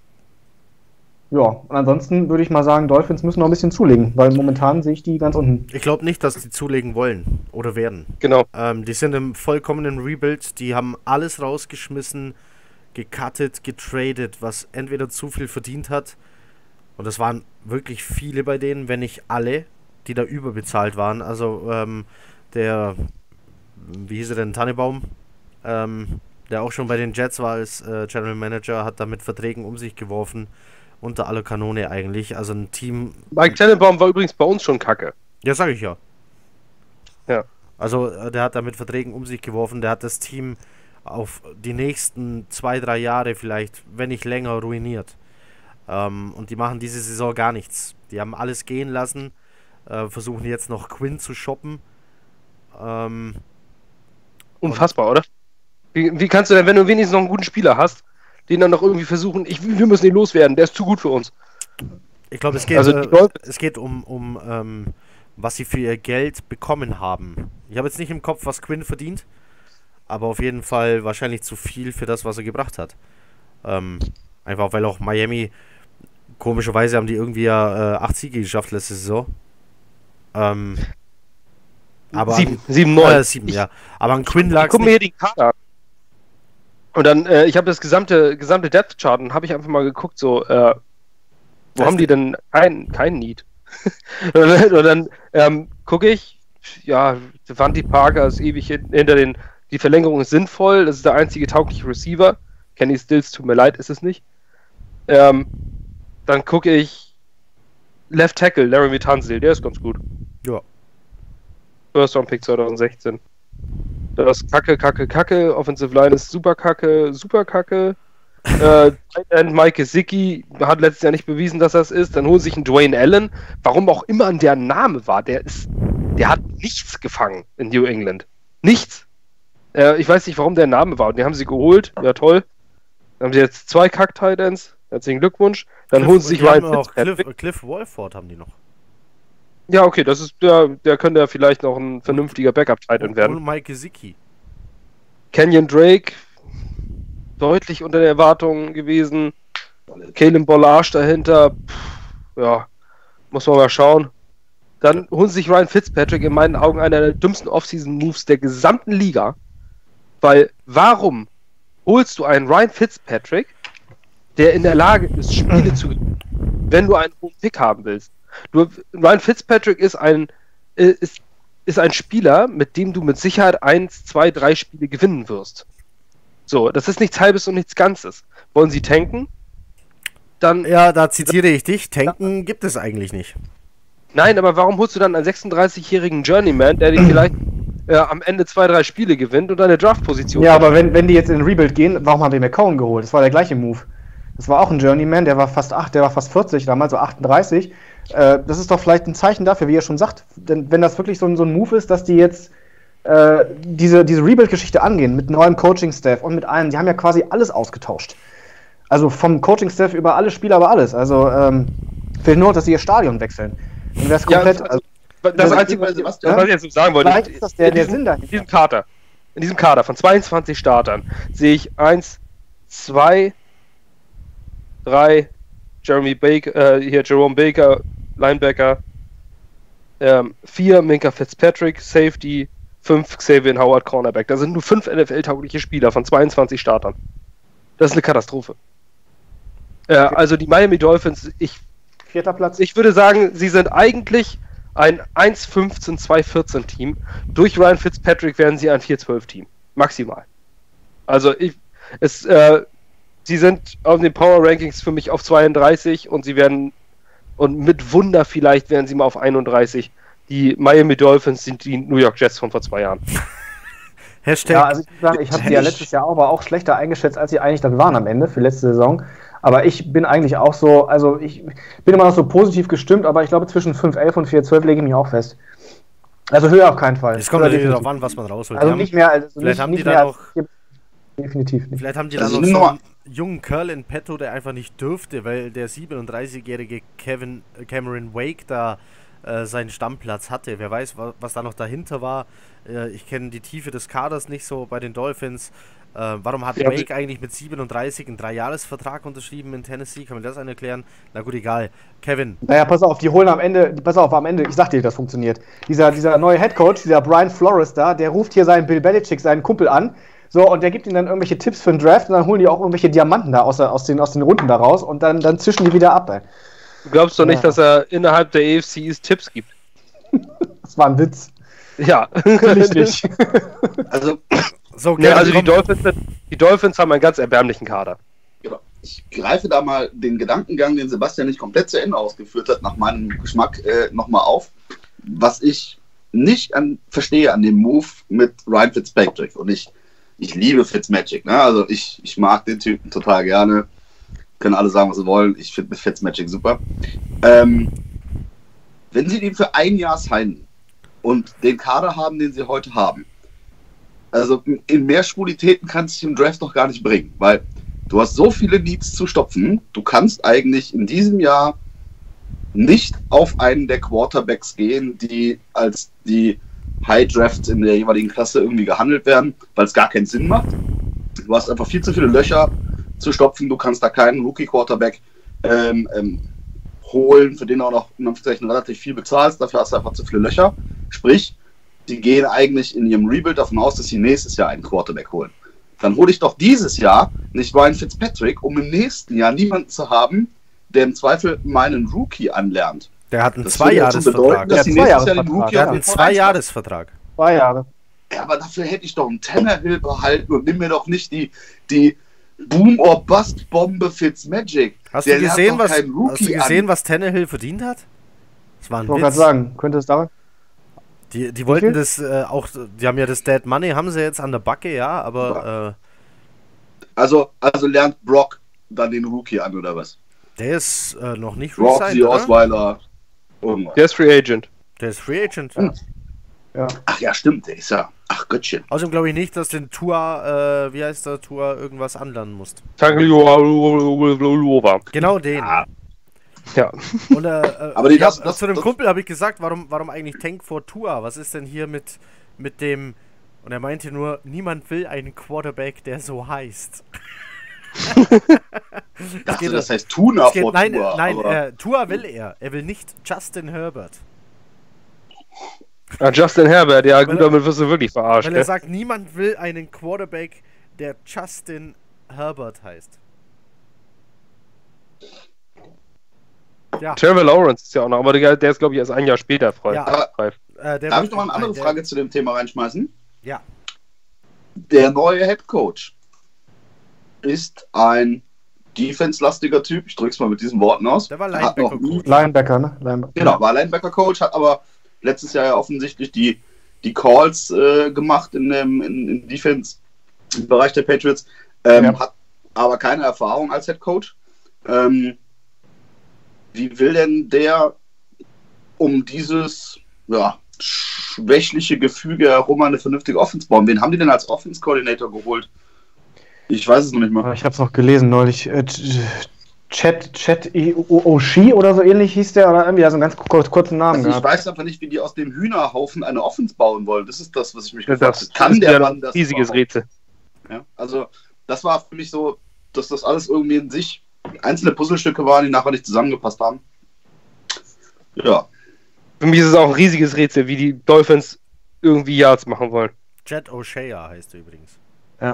Speaker 2: Ja, und ansonsten würde ich mal sagen, Dolphins müssen noch ein bisschen zulegen, weil momentan sehe ich die ganz unten.
Speaker 1: Ich glaube nicht, dass die zulegen wollen oder werden.
Speaker 3: Genau.
Speaker 1: Ähm, die sind im vollkommenen Rebuild, die haben alles rausgeschmissen, gecuttet, getradet, was entweder zu viel verdient hat, und das waren wirklich viele bei denen, wenn nicht alle, die da überbezahlt waren. Also ähm, der, wie hieß er denn, Tannebaum, ähm, der auch schon bei den Jets war als äh, General Manager, hat da mit Verträgen um sich geworfen. Unter aller Kanone eigentlich, also ein Team...
Speaker 3: Mike Tannenbaum war übrigens bei uns schon kacke.
Speaker 1: Ja, sag ich ja.
Speaker 3: Ja.
Speaker 1: Also der hat da mit Verträgen um sich geworfen, der hat das Team auf die nächsten zwei, drei Jahre vielleicht, wenn nicht länger, ruiniert. Ähm, und die machen diese Saison gar nichts. Die haben alles gehen lassen, äh, versuchen jetzt noch Quinn zu shoppen. Ähm,
Speaker 3: Unfassbar, oder? Wie, wie kannst du denn, wenn du wenigstens noch einen guten Spieler hast, den dann noch irgendwie versuchen, ich, wir müssen ihn loswerden, der ist zu gut für uns.
Speaker 1: Ich glaube, es geht,
Speaker 3: also,
Speaker 1: äh, es geht um, um ähm, was sie für ihr Geld bekommen haben. Ich habe jetzt nicht im Kopf, was Quinn verdient, aber auf jeden Fall wahrscheinlich zu viel für das, was er gebracht hat. Ähm, einfach, weil auch Miami, komischerweise haben die irgendwie ja äh, acht Siege geschafft letzte Saison. Ähm, aber
Speaker 3: sieben,
Speaker 1: an,
Speaker 3: sieben, neun.
Speaker 1: Äh, sieben, ja. Aber an Quinn lag es
Speaker 3: Guck mir hier den Kader an. Und dann, äh, ich habe das gesamte, gesamte Depth-Chart und habe ich einfach mal geguckt, so, äh, wo
Speaker 1: das
Speaker 3: haben die denn kein, kein Need? und dann, und dann ähm, gucke ich, ja, Devante Parker ist ewig hinter den, die Verlängerung ist sinnvoll, das ist der einzige taugliche Receiver. Kenny Stills, tut mir leid, ist es nicht. Ähm, dann gucke ich Left Tackle, Laramie Tunsil, der ist ganz gut.
Speaker 1: Ja.
Speaker 3: First Round Pick zwanzig sechzehn. Das ist Kacke, Kacke, Kacke. Offensive Line ist super Kacke, super Kacke. äh, Tight End Mike Gesicki hat letztes Jahr nicht bewiesen, dass das ist. Dann holen sich einen Dwayne Allen. Warum auch immer an der Name war, der ist, der hat nichts gefangen in New England. Nichts. Äh, ich weiß nicht, warum der Name war. Und den haben sie geholt. Ja, toll. Dann haben sie jetzt zwei Kack-Tight Ends. Herzlichen Glückwunsch. Dann
Speaker 1: Cliff,
Speaker 3: holen sie sich
Speaker 1: Ryan
Speaker 3: auch
Speaker 1: Cliff, Cliff Wolford haben die noch.
Speaker 3: Ja, okay, das ist der, der könnte ja vielleicht noch ein vernünftiger Backup-Tight End werden.
Speaker 1: Und Mike Gesicki.
Speaker 3: Kenyon Drake, deutlich unter der Erwartung gewesen. Kalen Bollage dahinter, pff, ja, muss man mal schauen. Dann holen sie sich Ryan Fitzpatrick, in meinen Augen einer der dümmsten Offseason-Moves der gesamten Liga. Weil, warum holst du einen Ryan Fitzpatrick, der in der Lage ist, Spiele zu gewinnen, wenn du einen hohen Pick haben willst? Du, Ryan Fitzpatrick ist ein, ist, ist ein Spieler, mit dem du mit Sicherheit eins, zwei, drei Spiele gewinnen wirst. So, das ist nichts Halbes und nichts Ganzes. Wollen sie tanken? Dann.
Speaker 1: Ja, da zitiere ich dich. Tanken ja. gibt es eigentlich nicht.
Speaker 3: Nein, aber warum holst du dann einen sechsunddreißigjährigen Journeyman, der dir vielleicht äh, am Ende zwei, drei Spiele gewinnt und eine Draft-Position
Speaker 2: Ja, hat? Aber wenn, wenn die jetzt in den Rebuild gehen, warum haben die McCown geholt? Das war der gleiche Move. Das war auch ein Journeyman, der war fast acht, der war fast vierzig, damals so achtunddreißig. Äh, das ist doch vielleicht ein Zeichen dafür, wie ihr schon sagt, denn wenn das wirklich so ein, so ein Move ist, dass die jetzt äh, diese, diese Rebuild-Geschichte angehen, mit neuem Coaching-Staff und mit allem, die haben ja quasi alles ausgetauscht. Also vom Coaching-Staff über alle Spieler, aber alles. Also ähm, fehlt nur, dass sie ihr Stadion wechseln. Und das komplett.
Speaker 3: Ja, also, das also, Einzige, was, was, was ich jetzt sagen wollte,
Speaker 2: vielleicht ist das der,
Speaker 3: in,
Speaker 2: der
Speaker 3: diesem,
Speaker 2: Sinn dahinter.
Speaker 3: in diesem Kader, in diesem Kader von zweiundzwanzig Startern sehe ich eins, zwei, drei, Jeremy Baker, äh, hier Jerome Baker, Linebacker, ähm, vier, Minka Fitzpatrick, Safety, fünf, Xavier Howard, Cornerback. Da sind nur fünf N F L-taugliche Spieler von zweiundzwanzig Startern. Das ist eine Katastrophe. Äh, also die Miami Dolphins, ich,
Speaker 2: Vierter Platz.
Speaker 3: ich würde sagen, sie sind eigentlich ein eins fünfzehn, zwei vierzehn Team. Durch Ryan Fitzpatrick werden sie ein vier zwölf Team. Maximal. Also ich, es, äh, sie sind auf den Power Rankings für mich auf zweiunddreißig und sie werden, und mit Wunder vielleicht werden sie mal auf einunddreißig. Die Miami Dolphins sind die New York Jets von vor zwei Jahren.
Speaker 1: Hashtag.
Speaker 2: Ja, also ich muss sagen, ich habe sie ja letztes Jahr aber auch schlechter eingeschätzt, als sie eigentlich dann waren am Ende für letzte Saison. Aber ich bin eigentlich auch so, also ich bin immer noch so positiv gestimmt, aber ich glaube zwischen fünf elf und vier zwölf lege ich mich auch fest. Also höher auf keinen Fall.
Speaker 1: Es kommt natürlich darauf an, was man rausholt.
Speaker 2: Also nicht mehr als.
Speaker 1: Vielleicht
Speaker 2: nicht,
Speaker 1: haben
Speaker 2: nicht
Speaker 1: die da
Speaker 2: mehr
Speaker 1: noch.
Speaker 2: als, definitiv nicht.
Speaker 1: Vielleicht haben die
Speaker 4: Also
Speaker 1: dann noch
Speaker 4: nimm
Speaker 1: so
Speaker 4: noch
Speaker 1: einen jungen Curl in petto, der einfach nicht dürfte, weil der siebenunddreißigjährige Kevin Cameron Wake da äh, seinen Stammplatz hatte. Wer weiß, was, was da noch dahinter war. Äh, ich kenne die Tiefe des Kaders nicht so bei den Dolphins. Äh, warum hat
Speaker 3: Ja,
Speaker 1: Wake eigentlich mit siebenunddreißig einen Dreijahresvertrag unterschrieben in Tennessee? Kann man das einen erklären? Na gut, egal. Kevin.
Speaker 2: Naja, pass auf, die holen am Ende, pass auf, am Ende, ich sag dir, das funktioniert. Dieser, dieser neue Headcoach, dieser Brian Flores da, der ruft hier seinen Bill Belichick, seinen Kumpel an, so, und der gibt ihm dann irgendwelche Tipps für den Draft und dann holen die auch irgendwelche Diamanten da aus, aus, den, aus den Runden da raus und dann, dann zischen die wieder ab, ey.
Speaker 3: Du glaubst doch nicht,
Speaker 2: Ja.
Speaker 3: dass er innerhalb der A F C East Tipps gibt.
Speaker 2: Das war ein Witz.
Speaker 3: Ja.
Speaker 2: Richtig.
Speaker 4: Also,
Speaker 1: So,
Speaker 3: Ja, also die
Speaker 1: komm.
Speaker 3: Dolphins, sind- die Dolphins haben einen ganz erbärmlichen Kader.
Speaker 4: genau. Ich greife da mal den Gedankengang, den Sebastian nicht komplett zu Ende ausgeführt hat, nach meinem Geschmack äh, nochmal auf. Was ich nicht an, verstehe an dem Move mit Ryan Fitzpatrick. Und ich, ich liebe Fitzmagic. Ne? Also ich, ich mag den Typen total gerne. Können alle sagen, was sie wollen. Ich finde Fitzmagic super. Ähm, wenn sie den für ein Jahr signen und den Kader haben, den sie heute haben, also in mehr Schwulitäten kannst du im Draft noch gar nicht bringen, weil du hast so viele Needs zu stopfen, du kannst eigentlich in diesem Jahr nicht auf einen der Quarterbacks gehen, die als die High Drafts in der jeweiligen Klasse irgendwie gehandelt werden, weil es gar keinen Sinn macht. Du hast einfach viel zu viele Löcher zu stopfen, du kannst da keinen Rookie-Quarterback ähm, ähm, holen, für den du auch noch in Anführungszeichen relativ viel bezahlst, dafür hast du einfach zu viele Löcher. Sprich, die gehen eigentlich in ihrem Rebuild davon aus, dass sie nächstes Jahr einen Quarterback holen. Dann hole ich doch dieses Jahr nicht Ryan Fitzpatrick, um im nächsten Jahr niemanden zu haben, der im Zweifel meinen Rookie anlernt.
Speaker 1: Der hat einen
Speaker 4: Das würde dazu bedeuten,
Speaker 1: Zweijahresvertrag.
Speaker 4: dass sie
Speaker 2: Ja,
Speaker 4: nächstes Jahr den
Speaker 2: Zweijahresvertrag.
Speaker 4: Rookie
Speaker 1: Der hat
Speaker 4: auf
Speaker 1: einen
Speaker 4: jeden Fall einschlagen.
Speaker 1: Zweijahresvertrag.
Speaker 2: Zwei Jahre.
Speaker 4: Ja, aber dafür hätte ich doch einen Tannehill behalten und nimm mir doch nicht die, die Boom-or-Bust-Bombe Fitzmagic.
Speaker 1: Hast
Speaker 4: Der
Speaker 1: du
Speaker 4: lernt
Speaker 1: gesehen,
Speaker 4: doch
Speaker 1: was,
Speaker 4: keinen Rookie
Speaker 1: hast du gesehen
Speaker 4: an.
Speaker 1: was Tannehill verdient hat? Das war ein
Speaker 2: Ich wollte gerade
Speaker 1: Witz.
Speaker 2: sagen, könnte es da.
Speaker 1: Die, die wollten
Speaker 2: viel?
Speaker 1: das äh, auch, die haben ja das Dead Money, haben sie jetzt an der Backe, ja, aber
Speaker 4: Also, also lernt Brock dann den Rookie an, oder was?
Speaker 1: äh, der ist äh, noch nicht
Speaker 4: Brock,
Speaker 1: resigned,
Speaker 4: die
Speaker 1: oder?
Speaker 4: Osweiler, irgendwas.
Speaker 3: Der ist Free Agent.
Speaker 1: Der ist Free Agent.
Speaker 4: Hm.
Speaker 2: Ja.
Speaker 4: Ach ja, stimmt, der ist ja. Ach Göttchen.
Speaker 1: Außerdem glaube ich nicht, dass den Tua, äh, wie heißt der Tua, irgendwas anlernen musst.
Speaker 3: Tagliova.
Speaker 1: Genau den.
Speaker 4: Ah,
Speaker 3: Ja.
Speaker 1: Und äh, äh,
Speaker 4: Aber die
Speaker 1: ich hab,
Speaker 4: lassen
Speaker 1: noch
Speaker 4: das-
Speaker 1: zu dem
Speaker 4: das-
Speaker 1: Kumpel habe ich gesagt, warum, warum eigentlich Tank vor Tua? Was ist denn hier mit, mit dem... Und er meinte nur, niemand will einen Quarterback, der so heißt.
Speaker 4: Ich dachte,
Speaker 1: geht-
Speaker 4: das heißt Tuna
Speaker 1: Es geht,
Speaker 4: vor
Speaker 1: nein,
Speaker 4: Tua.
Speaker 1: nein,
Speaker 4: aber
Speaker 1: äh, Tua will er. Er will nicht Justin Herbert.
Speaker 3: Ah, Justin Herbert, ja,
Speaker 1: Weil
Speaker 3: gut,
Speaker 1: er-
Speaker 3: damit wirst du wirklich verarscht.
Speaker 1: Weil er
Speaker 3: Ne?
Speaker 1: sagt, niemand will einen Quarterback, der Justin Herbert heißt. Ja,
Speaker 3: Trevor Lawrence ist ja auch noch, aber der, der ist, glaube ich, erst ein Jahr später frei.
Speaker 1: Ja.
Speaker 3: reif.
Speaker 1: äh, der
Speaker 4: darf
Speaker 1: wird-
Speaker 4: ich noch mal eine andere
Speaker 1: nein, der-
Speaker 4: Frage zu dem Thema reinschmeißen?
Speaker 1: Ja,
Speaker 4: Der neue Head Coach ist ein defense-lastiger Typ. Ich drück's mal mit diesen Worten aus.
Speaker 1: der war
Speaker 4: Er hat noch
Speaker 1: Linebacker-Coach.
Speaker 2: Linebacker, ne? Linebacker.
Speaker 4: Genau, war Linebacker-Coach, hat aber letztes Jahr ja offensichtlich die, die Calls äh, gemacht in dem in, in Defense im Bereich der Patriots. Ähm,
Speaker 2: Ja.
Speaker 4: Hat aber keine Erfahrung als Head Coach. Ähm, wie will denn der um dieses ja, schwächliche Gefüge herum eine vernünftige Offense bauen? Wen haben die denn als Offense-Coordinator geholt? Ich weiß es noch nicht mal.
Speaker 2: Ich habe es noch gelesen neulich. Äh, Chat, Chat Oshi oder so ähnlich hieß der, oder irgendwie, also einen ganz kur kurzen Namen
Speaker 4: Also ich
Speaker 2: gehabt.
Speaker 4: weiß einfach nicht, wie die aus dem Hühnerhaufen eine Offense bauen wollen. Das ist das, was ich mich
Speaker 3: Das,
Speaker 4: gefragt
Speaker 3: das
Speaker 4: habe. Kann
Speaker 3: ist
Speaker 4: der
Speaker 3: ja
Speaker 4: Mann
Speaker 3: ein
Speaker 4: das
Speaker 3: riesiges
Speaker 4: überhaupt?
Speaker 3: Rätsel.
Speaker 4: Ja, also das war für mich so dass das alles irgendwie in sich einzelne Puzzlestücke waren, die nachher nicht zusammengepasst haben. Ja.
Speaker 3: Für mich ist es auch ein riesiges Rätsel, wie die Dolphins irgendwie Yards machen wollen.
Speaker 1: Jet O'Shea heißt er übrigens.
Speaker 2: Ja.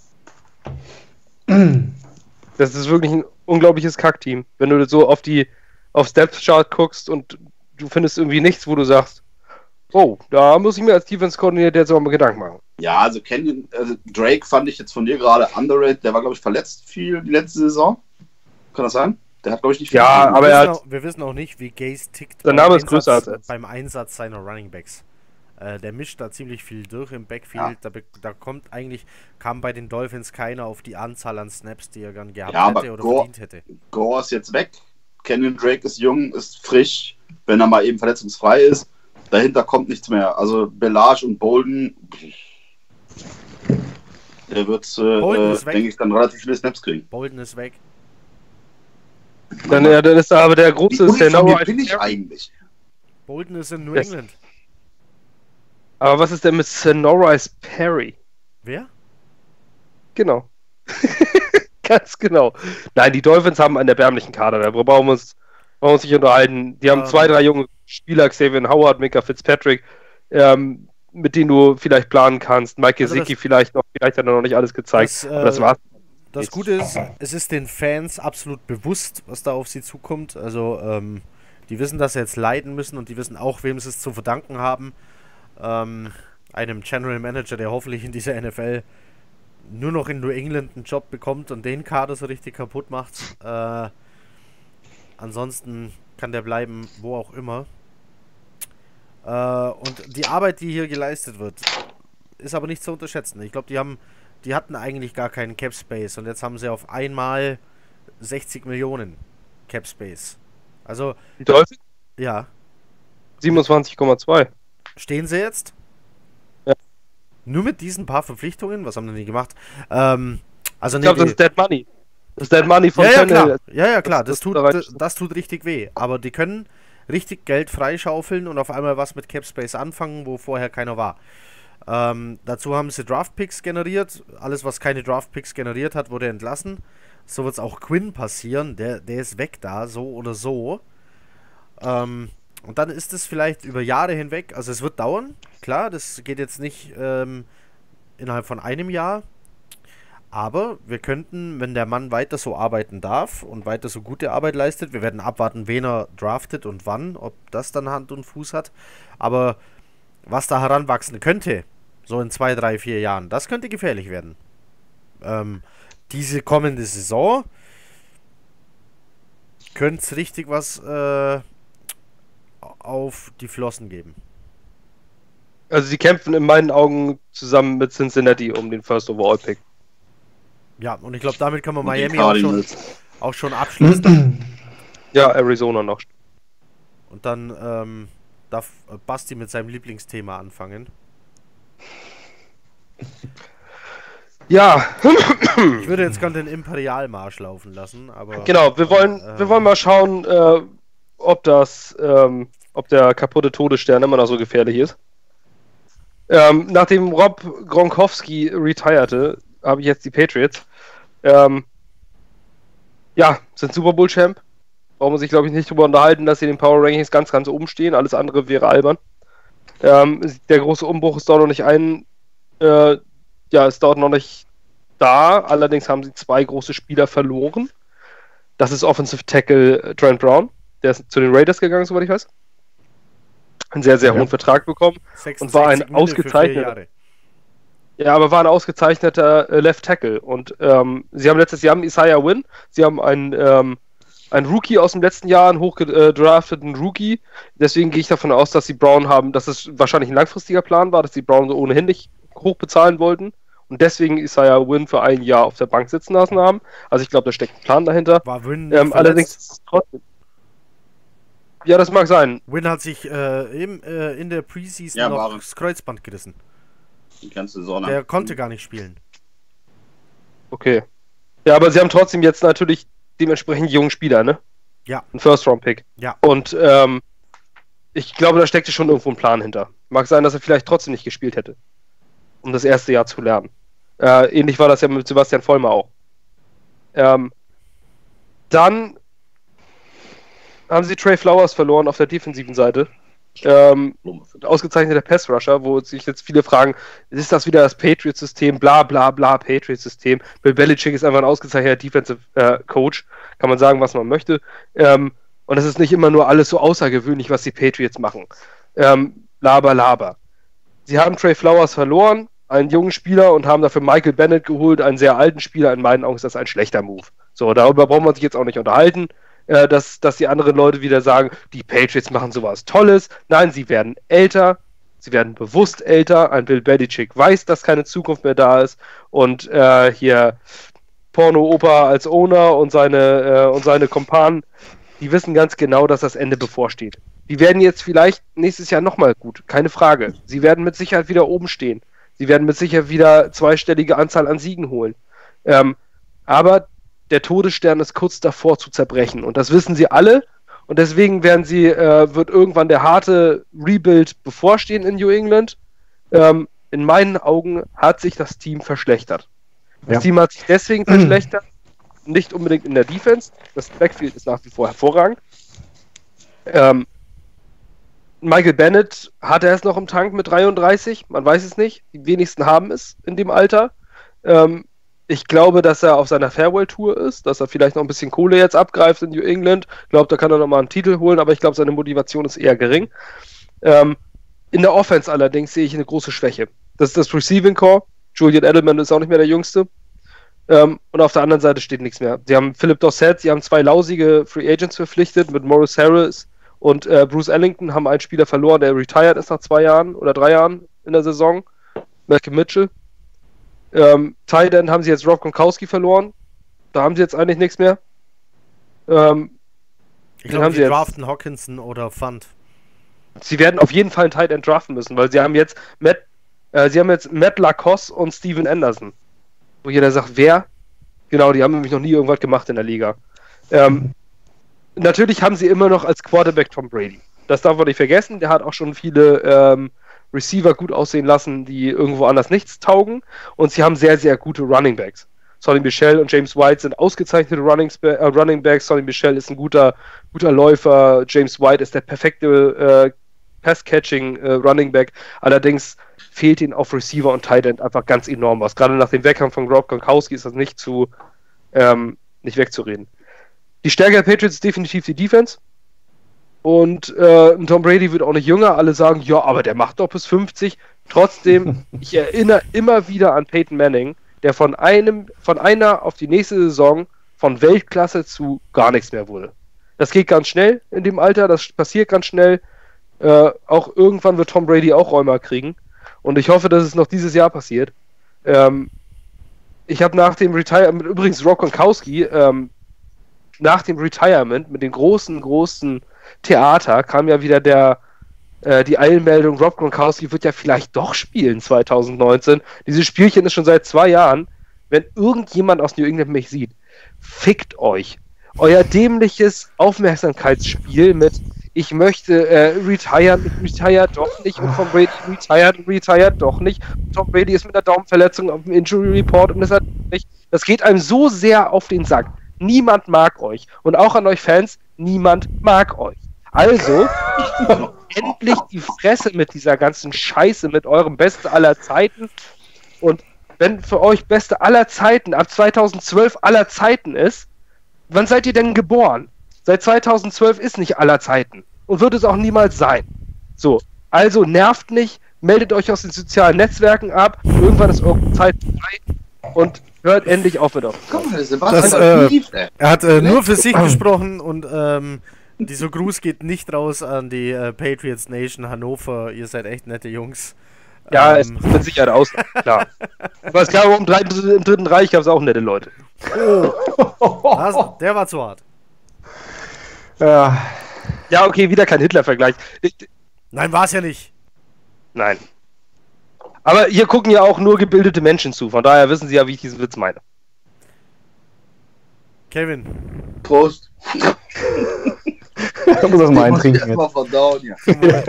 Speaker 3: Das ist wirklich ein unglaubliches Kackteam. Wenn du so auf die aufs Depth-Chart guckst und du findest irgendwie nichts, wo du sagst, oh, da muss ich mir als Defense-Koordinator jetzt auch mal Gedanken machen.
Speaker 4: Ja, also Kenyon, also Drake fand ich jetzt von dir gerade underrated. Der war, glaube ich, verletzt viel die letzte Saison. Kann das sein? Der hat, glaube ich, nicht viel
Speaker 3: Ja,
Speaker 4: gespielt.
Speaker 3: aber
Speaker 1: wir,
Speaker 3: er
Speaker 1: wissen
Speaker 3: hat-
Speaker 1: auch, wir wissen auch nicht, wie Gase tickt
Speaker 3: Sein
Speaker 1: beim
Speaker 3: Name ist
Speaker 1: Einsatz-
Speaker 3: größer als er ist.
Speaker 1: beim Einsatz seiner Running Backs. Äh, der mischt da ziemlich viel durch im Backfield.
Speaker 4: Ja.
Speaker 1: Da, be- da kommt eigentlich, kam bei den Dolphins keiner auf die Anzahl an Snaps, die er gern gehabt
Speaker 4: Ja, aber
Speaker 1: hätte oder
Speaker 4: Gore-
Speaker 1: verdient hätte.
Speaker 4: Gore ist jetzt weg. Kenyon Drake ist jung, ist frisch, wenn er mal eben verletzungsfrei ist. Dahinter kommt nichts mehr. Also Belage und Bolden, der wird,
Speaker 1: Bolden
Speaker 4: äh,
Speaker 1: ist weg.
Speaker 4: denke ich, dann relativ viele Snaps kriegen.
Speaker 1: Bolden ist weg.
Speaker 3: Dann, ja, dann ist da aber der
Speaker 4: Wie
Speaker 3: große ist der
Speaker 4: uniformiert
Speaker 3: Noah
Speaker 4: bin ich
Speaker 3: Perry.
Speaker 4: eigentlich?
Speaker 1: Bolden ist in New
Speaker 3: Yes.
Speaker 1: England.
Speaker 3: Aber was ist denn mit Sonorise Perry?
Speaker 1: Wer?
Speaker 3: Genau. Ganz genau. Nein, die Dolphins haben einen erbärmlichen Kader. Da brauchen wir uns, brauchen wir uns nicht unterhalten. Die haben
Speaker 1: Ähm.
Speaker 3: zwei, drei junge Spieler, Xavier Howard, Micah Fitzpatrick, ähm, mit denen du vielleicht planen kannst. Mike
Speaker 1: Also
Speaker 3: Gesicki
Speaker 1: das-
Speaker 3: vielleicht noch. Vielleicht hat er noch nicht alles gezeigt.
Speaker 1: Das,
Speaker 3: aber das
Speaker 1: äh,
Speaker 3: war's.
Speaker 1: Das Gute ist, es ist den Fans absolut bewusst, was da auf sie zukommt. Also, ähm, die wissen, dass sie jetzt leiden müssen und die wissen auch, wem sie es zu verdanken haben. Ähm, einem General Manager, der hoffentlich in dieser N F L nur noch in New England einen Job bekommt und den Kader so richtig kaputt macht. Äh, ansonsten kann der bleiben, wo auch immer. Äh, und die Arbeit, die hier geleistet wird, ist aber nicht zu unterschätzen. Ich glaube, die haben, die hatten eigentlich gar keinen Cap Space und jetzt haben sie auf einmal sechzig Millionen Cap Space. Also,
Speaker 3: Die Dolphins
Speaker 1: ja,
Speaker 3: siebenundzwanzig Komma zwei.
Speaker 1: stehen sie jetzt?
Speaker 3: Ja.
Speaker 1: Nur mit diesen paar Verpflichtungen? Was haben denn die gemacht? Ähm, also
Speaker 3: Ich glaube,
Speaker 1: nee,
Speaker 3: das ist Dead Money. Das ist Dead Money von
Speaker 1: ja, ja,
Speaker 3: Tannehill.
Speaker 1: klar. Ja, ja, klar.
Speaker 3: Das-
Speaker 1: Das,
Speaker 3: das
Speaker 1: tut,
Speaker 3: da rein-
Speaker 1: das, das tut richtig weh. Aber die können richtig Geld freischaufeln und auf einmal was mit Cap Space anfangen, wo vorher keiner war. Ähm, dazu haben sie Draft-Picks generiert. Alles, was keine Draft-Picks generiert hat, wurde entlassen. So wird es auch Quinn passieren. Der, der ist weg da, so oder so. Ähm, und dann ist es vielleicht über Jahre hinweg, also es wird dauern, klar, das geht jetzt nicht ähm, innerhalb von einem Jahr. Aber wir könnten, wenn der Mann weiter so arbeiten darf und weiter so gute Arbeit leistet, wir werden abwarten, wen er draftet und wann, ob das dann Hand und Fuß hat. Aber was da heranwachsen könnte, so in zwei, drei, vier Jahren, das könnte gefährlich werden. Ähm, diese kommende Saison könnte es richtig was äh, auf die Flossen geben.
Speaker 3: Also sie kämpfen in meinen Augen zusammen mit Cincinnati um den First Overall Pick.
Speaker 1: Ja, und ich glaube, damit kann man
Speaker 4: Und die
Speaker 1: Miami auch schon,
Speaker 4: Cardinals.
Speaker 1: auch schon abschließen.
Speaker 3: Ja, Arizona noch.
Speaker 1: Und dann ähm, darf Basti mit seinem Lieblingsthema anfangen.
Speaker 3: Ja,
Speaker 1: Ich würde jetzt gerne den Imperialmarsch laufen lassen, aber...
Speaker 3: genau. Wir wollen,
Speaker 1: ähm,
Speaker 3: wir wollen mal schauen, äh, ob das, ähm, ob der kaputte Todesstern immer noch so gefährlich ist. Ähm, nachdem Rob Gronkowski retirete, habe ich jetzt die Patriots. Ähm, ja, sind Super Bowl Champ. Braucht man sich, glaube ich, nicht drüber unterhalten, dass sie in den Power Rankings ganz, ganz oben stehen. Alles andere wäre albern. Ähm, der große Umbruch ist dort noch nicht ein. Äh, ja, ist dort noch nicht da. Allerdings haben sie zwei große Spieler verloren. Das ist Offensive Tackle äh, Trent Brown. Der ist zu den Raiders gegangen, soweit ich weiß. Einen sehr, sehr
Speaker 2: Ja.
Speaker 3: hohen Vertrag bekommen. und war ein
Speaker 1: sechsundsechzig Mille für vier
Speaker 3: ausgezeichneter-
Speaker 1: Jahre.
Speaker 3: Ja, aber war ein ausgezeichneter äh, Left Tackle. Und ähm, sie haben letztes Jahr haben Isaiah Wynn, sie haben einen, ähm, einen Rookie aus dem letzten Jahr, einen hochgedrafteten Rookie. Deswegen gehe ich davon aus, dass sie Brown haben, dass es wahrscheinlich ein langfristiger Plan war, dass sie Brown ohnehin nicht hoch bezahlen wollten. Und deswegen Isaiah Wynn für ein Jahr auf der Bank sitzen lassen haben. Also ich glaube, da steckt ein Plan dahinter.
Speaker 1: War Win
Speaker 3: Ähm, allerdings ist es trotzdem. Ja, das mag sein.
Speaker 1: Win hat sich äh, im, äh, in der Preseason
Speaker 4: Ja,
Speaker 1: noch
Speaker 4: war-
Speaker 1: das Kreuzband gerissen.
Speaker 4: Die ganze Saison.
Speaker 1: Der konnte gar nicht spielen.
Speaker 3: Okay. Ja, aber sie haben trotzdem jetzt natürlich dementsprechend jungen Spieler, ne?
Speaker 1: Ja.
Speaker 3: Ein First-Round-Pick.
Speaker 1: Ja.
Speaker 3: Und ähm, ich glaube, da steckte schon irgendwo ein Plan hinter. Mag sein, dass er vielleicht trotzdem nicht gespielt hätte. Um das erste Jahr zu lernen. Äh, ähnlich war das ja mit Sebastian Vollmer auch. Ähm, dann haben sie Trey Flowers verloren auf der defensiven Seite. Ähm, ausgezeichneter Pass-Rusher, wo sich jetzt viele fragen, ist das wieder das Patriots-System, bla bla bla, Patriots-System. Bill Belichick ist einfach ein ausgezeichneter Defensive äh, Coach, kann man sagen, was man möchte. Ähm, und es ist nicht immer nur alles so außergewöhnlich, was die Patriots machen. Ähm, laber, laber. Sie haben Trey Flowers verloren, einen jungen Spieler, und haben dafür Michael Bennett geholt, einen sehr alten Spieler. In meinen Augen ist das ein schlechter Move. So, darüber braucht man sich jetzt auch nicht unterhalten. Dass, dass die anderen Leute wieder sagen, die Patriots machen sowas Tolles. Nein, sie werden älter, sie werden bewusst älter. Ein Bill Belichick weiß, dass keine Zukunft mehr da ist. Und äh, hier Porno-Opa als Owner und seine, äh, und seine Kumpanen, die wissen ganz genau, dass das Ende bevorsteht. Die werden jetzt vielleicht nächstes Jahr nochmal gut, keine Frage. Sie werden mit Sicherheit wieder oben stehen. Sie werden mit Sicherheit wieder zweistellige Anzahl an Siegen holen. Ähm, aber der Todesstern ist kurz davor zu zerbrechen. Und das wissen sie alle. Und deswegen werden sie, äh, wird irgendwann der harte Rebuild bevorstehen in New England. Ähm, in meinen Augen hat sich das Team verschlechtert. Das ja. Team hat sich deswegen verschlechtert, nicht unbedingt in der Defense. Das Backfield ist nach wie vor hervorragend. Ähm, Michael Bennett hat er es noch im Tank mit dreiunddreißig. Man weiß es nicht. Die wenigsten haben es in dem Alter. Ähm, Ich glaube, dass er auf seiner Farewell-Tour ist, dass er vielleicht noch ein bisschen Kohle jetzt abgreift in New England. Ich glaube, da kann er nochmal einen Titel holen, aber ich glaube, seine Motivation ist eher gering. Ähm, in der Offense allerdings sehe ich eine große Schwäche. Das ist das Receiving Core. Julian Edelman ist auch nicht mehr der Jüngste. Ähm, und auf der anderen Seite steht nichts mehr. Sie haben Philip Dorsett, sie haben zwei lausige Free Agents verpflichtet mit Morris Harris und äh, Bruce Ellington, haben einen Spieler verloren, der retired ist nach zwei Jahren oder drei Jahren in der Saison. Malcolm Mitchell. Ähm, Tight End haben sie jetzt Rob Gronkowski verloren. Da haben sie jetzt eigentlich nichts mehr. Ähm,
Speaker 1: ich glaube, sie draften Hawkinson oder Fund.
Speaker 3: Sie werden auf jeden Fall einen Tight End draften müssen, weil sie haben jetzt Matt, äh, sie haben jetzt Matt Lacoste und Steven Anderson. Wo jeder sagt, wer? Genau, die haben nämlich noch nie irgendwas gemacht in der Liga. Ähm, natürlich haben sie immer noch als Quarterback Tom Brady. Das darf man nicht vergessen. Der hat auch schon viele ähm, Receiver gut aussehen lassen, die irgendwo anders nichts taugen. Und sie haben sehr, sehr gute Running Backs. Sonny Michel und James White sind ausgezeichnete Running, äh, Running Backs. Sonny Michel ist ein guter, guter Läufer. James White ist der perfekte äh, Pass-Catching äh, Running Back. Allerdings fehlt ihnen auf Receiver und Tight End einfach ganz enorm was. Gerade nach dem Weggang von Rob Gronkowski ist das nicht zu ähm, nicht wegzureden. Die Stärke der Patriots ist definitiv die Defense. Und äh, Tom Brady wird auch nicht jünger. Alle sagen, ja, aber der macht doch bis fünfzig. Trotzdem, ich erinnere immer wieder an Peyton Manning, der von einem, von einer auf die nächste Saison von Weltklasse zu gar nichts mehr wurde. Das geht ganz schnell in dem Alter, das passiert ganz schnell. Äh, auch irgendwann wird Tom Brady auch Rheuma kriegen. Und ich hoffe, dass es noch dieses Jahr passiert. Ähm, ich habe nach dem Retirement, übrigens Rob Gronkowski, ähm, nach dem Retirement mit den großen, großen Theater kam ja wieder der äh, die Eilmeldung, Rob Gronkowski wird ja vielleicht doch spielen zwanzig neunzehn. Dieses Spielchen ist schon seit zwei Jahren. Wenn irgendjemand aus New England mich sieht, fickt euch. Euer dämliches Aufmerksamkeitsspiel mit ich möchte äh, retiren, ich retire doch nicht und Tom Brady retired und retired doch nicht. Tom Brady ist mit einer Daumenverletzung auf dem Injury Report und das hat nicht. Das geht einem so sehr auf den Sack. Niemand mag euch. Und auch an euch Fans, niemand mag euch. Also, endlich die Fresse mit dieser ganzen Scheiße, mit eurem Beste aller Zeiten. Und wenn für euch Beste aller Zeiten ab zweitausendzwölf aller Zeiten ist, wann seid ihr denn geboren? Seit zweitausendzwölf ist nicht aller Zeiten. Und wird es auch niemals sein. So, also nervt nicht, meldet euch aus den sozialen Netzwerken ab, irgendwann ist eure Zeit vorbei und hört endlich auf mit euch.
Speaker 1: Das, äh, er hat äh, nur für sich gesprochen und ähm, dieser Gruß geht nicht raus an die äh, Patriots Nation Hannover. Ihr seid echt nette Jungs.
Speaker 3: Ja, ähm, es ist mit Sicherheit aus, klar. Aber es gab im, im Dritten Reich gab es auch nette Leute.
Speaker 1: Oh. Das, der war zu hart.
Speaker 3: Ja. Ja, okay, wieder kein Hitler-Vergleich.
Speaker 1: Nein, war es ja nicht.
Speaker 3: Nein. Aber hier gucken ja auch nur gebildete Menschen zu, von daher wissen sie ja, wie ich diesen Witz meine.
Speaker 1: Kevin.
Speaker 4: Prost.
Speaker 2: Ich muss das mal eintrinken.
Speaker 4: Ich muss erstmal verdauen, ja.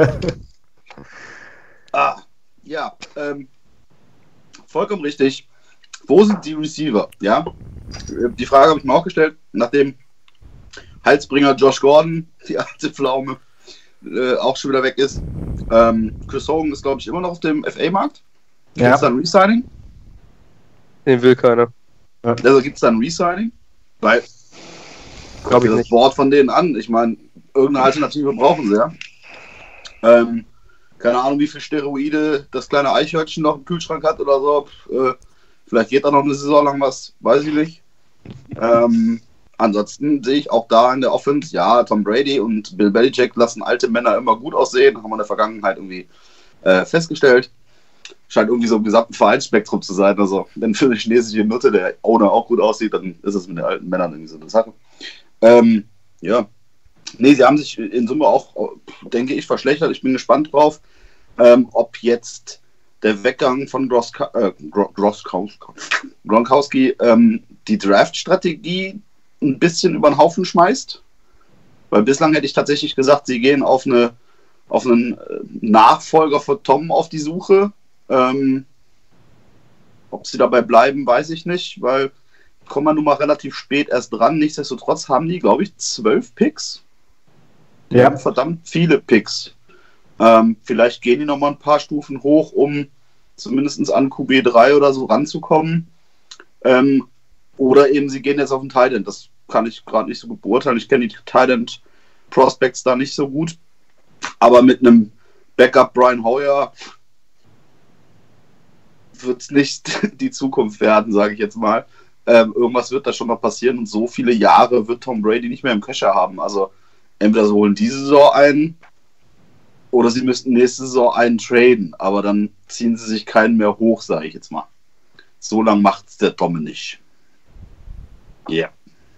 Speaker 4: ah, ja, ähm, vollkommen richtig. Wo sind die Receiver? Ja, die Frage habe ich mir auch gestellt, nachdem Halsbringer Josh Gordon, die alte Pflaume, äh, auch schon wieder weg ist. Ähm, Chris Hogan ist, glaube ich, immer noch auf dem F A-Markt. Gibt es
Speaker 2: Ja.
Speaker 4: da ein Resigning?
Speaker 3: Den will keiner.
Speaker 4: Also gibt es da ein Resigning? Weil,
Speaker 3: Glaub ich
Speaker 4: das
Speaker 3: nicht.
Speaker 4: Board von denen an. Ich meine, irgendeine Alternative brauchen sie ja. Ähm, keine Ahnung, wie viel Steroide das kleine Eichhörnchen noch im Kühlschrank hat oder so. Äh, vielleicht geht da noch eine Saison lang was, weiß ich nicht. Ähm, ansonsten sehe ich auch da in der Offense, ja, Tom Brady und Bill Belichick lassen alte Männer immer gut aussehen, haben wir in der Vergangenheit irgendwie äh, festgestellt. Scheint irgendwie so im gesamten Vereinsspektrum zu sein. Also, wenn für eine chinesische Nutte der Owner auch gut aussieht, dann ist es mit den alten Männern irgendwie so eine Sache. Ähm, ja. Nee, sie haben sich in Summe auch, denke ich, verschlechtert. Ich bin gespannt drauf, ähm, ob jetzt der Weggang von Groska, äh, Groskowski, Gronkowski ähm, die Draft-Strategie ein bisschen über den Haufen schmeißt. Weil bislang hätte ich tatsächlich gesagt, sie gehen auf, eine, auf einen Nachfolger von Tom auf die Suche. Ähm, ob sie dabei bleiben, weiß ich nicht, weil kommen wir nun mal relativ spät erst dran. Nichtsdestotrotz haben die, glaube ich, zwölf Picks. Die
Speaker 2: Ja.
Speaker 4: haben verdammt viele Picks. Ähm, vielleicht gehen die noch mal ein paar Stufen hoch, um zumindest an Q B drei oder so ranzukommen. Ähm, oder eben sie gehen jetzt auf den Tight End. Das kann ich gerade nicht so gut beurteilen. Ich kenne die Tight End Prospects da nicht so gut. Aber mit einem Backup Brian Hoyer wird es nicht die Zukunft werden, sage ich jetzt mal. Ähm, irgendwas wird da schon noch passieren und so viele Jahre wird Tom Brady nicht mehr im Kescher haben. Also entweder sie holen diese Saison ein oder sie müssten nächste Saison einen traden, aber dann ziehen sie sich keinen mehr hoch, sage ich jetzt mal. So lange macht es der Tom nicht. Ja, yeah.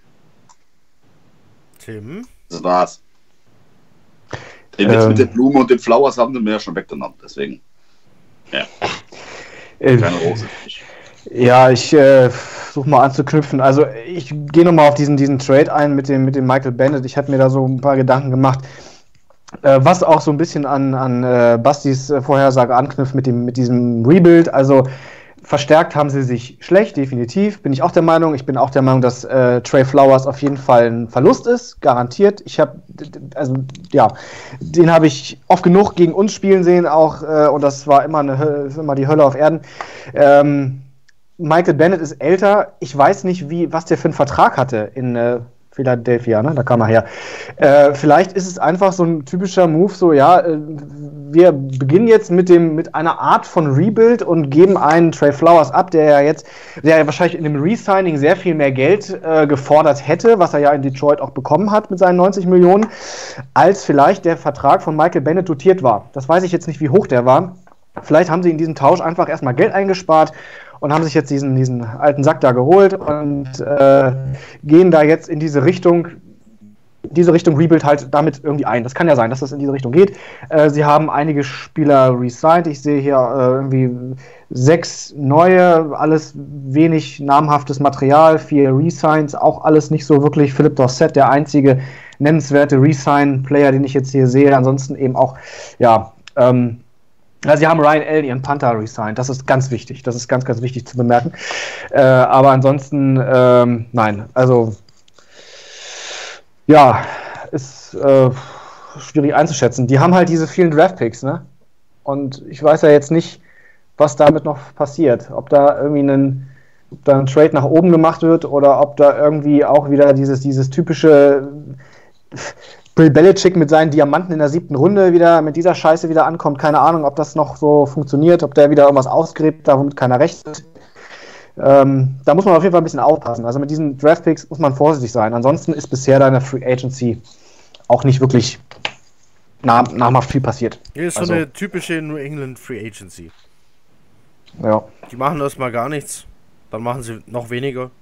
Speaker 1: Tim?
Speaker 4: Das war's. Den Witz
Speaker 2: Ähm.
Speaker 4: mit den Blumen und den Flowers haben sie mir ja schon weggenommen, deswegen. Ja,
Speaker 2: Äh,
Speaker 4: keine Rose. für mich.
Speaker 2: Ja, ich äh, versuche mal anzuknüpfen. Also ich gehe nochmal auf diesen, diesen Trade ein mit dem, mit dem Michael Bennett. Ich habe mir da so ein paar Gedanken gemacht, äh, was auch so ein bisschen an, an äh, Bastis äh, Vorhersage anknüpft mit, dem, mit diesem Rebuild. Also verstärkt haben sie sich schlecht, definitiv. Bin ich auch der Meinung. Ich bin auch der Meinung, dass äh, Trey Flowers auf jeden Fall ein Verlust ist, garantiert. Ich habe, also ja, den habe ich oft genug gegen uns spielen sehen auch äh, und das war immer, eine, Hö- immer die Hölle auf Erden. Ähm, Michael Bennett ist älter. Ich weiß nicht, wie, was der für einen Vertrag hatte in äh, Philadelphia, ne? Da kam er her. Äh, vielleicht ist es einfach so ein typischer Move, so ja, äh, wir beginnen jetzt mit dem mit einer Art von Rebuild und geben einen Trey Flowers ab, der ja jetzt, der ja wahrscheinlich in dem Resigning sehr viel mehr Geld äh, gefordert hätte, was er ja in Detroit auch bekommen hat mit seinen neunzig Millionen, als vielleicht der Vertrag von Michael Bennett dotiert war. Das weiß ich jetzt nicht, wie hoch der war. Vielleicht haben sie in diesem Tausch einfach erstmal Geld eingespart und haben sich jetzt diesen, diesen alten Sack da geholt und äh, gehen da jetzt in diese Richtung, diese Richtung Rebuild halt damit irgendwie ein. Das kann ja sein, dass das in diese Richtung geht. Äh, sie haben einige Spieler resigned. Ich sehe hier äh, irgendwie sechs neue, alles wenig namhaftes Material, vier Resigns, auch alles nicht so wirklich. Philipp Dorsett, der einzige nennenswerte Resign-Player, den ich jetzt hier sehe. Ansonsten eben auch, ja, ähm, ja, sie haben Ryan Allen, ihren Panther, resigned. Das ist ganz wichtig. Das ist ganz, ganz wichtig zu bemerken. Äh, aber ansonsten, ähm, nein. Also, ja, ist äh, schwierig einzuschätzen. Die haben halt diese vielen Draftpicks, ne? Und ich weiß ja jetzt nicht, was damit noch passiert. Ob da irgendwie ein, ob da ein Trade nach oben gemacht wird oder ob da irgendwie auch wieder dieses, dieses typische Bill Belichick mit seinen Diamanten in der siebten Runde wieder mit dieser Scheiße wieder ankommt. Keine Ahnung, ob das noch so funktioniert, ob der wieder irgendwas ausgräbt, da womit keiner rechnet. Ähm, da muss man auf jeden Fall ein bisschen aufpassen. Also mit diesen Draftpicks muss man vorsichtig sein. Ansonsten ist bisher da in der Free Agency auch nicht wirklich nah, namhaft viel passiert.
Speaker 1: Hier ist
Speaker 2: Also,
Speaker 1: so eine typische New England Free Agency.
Speaker 2: ja.
Speaker 1: Die machen erstmal gar nichts, dann machen sie noch weniger.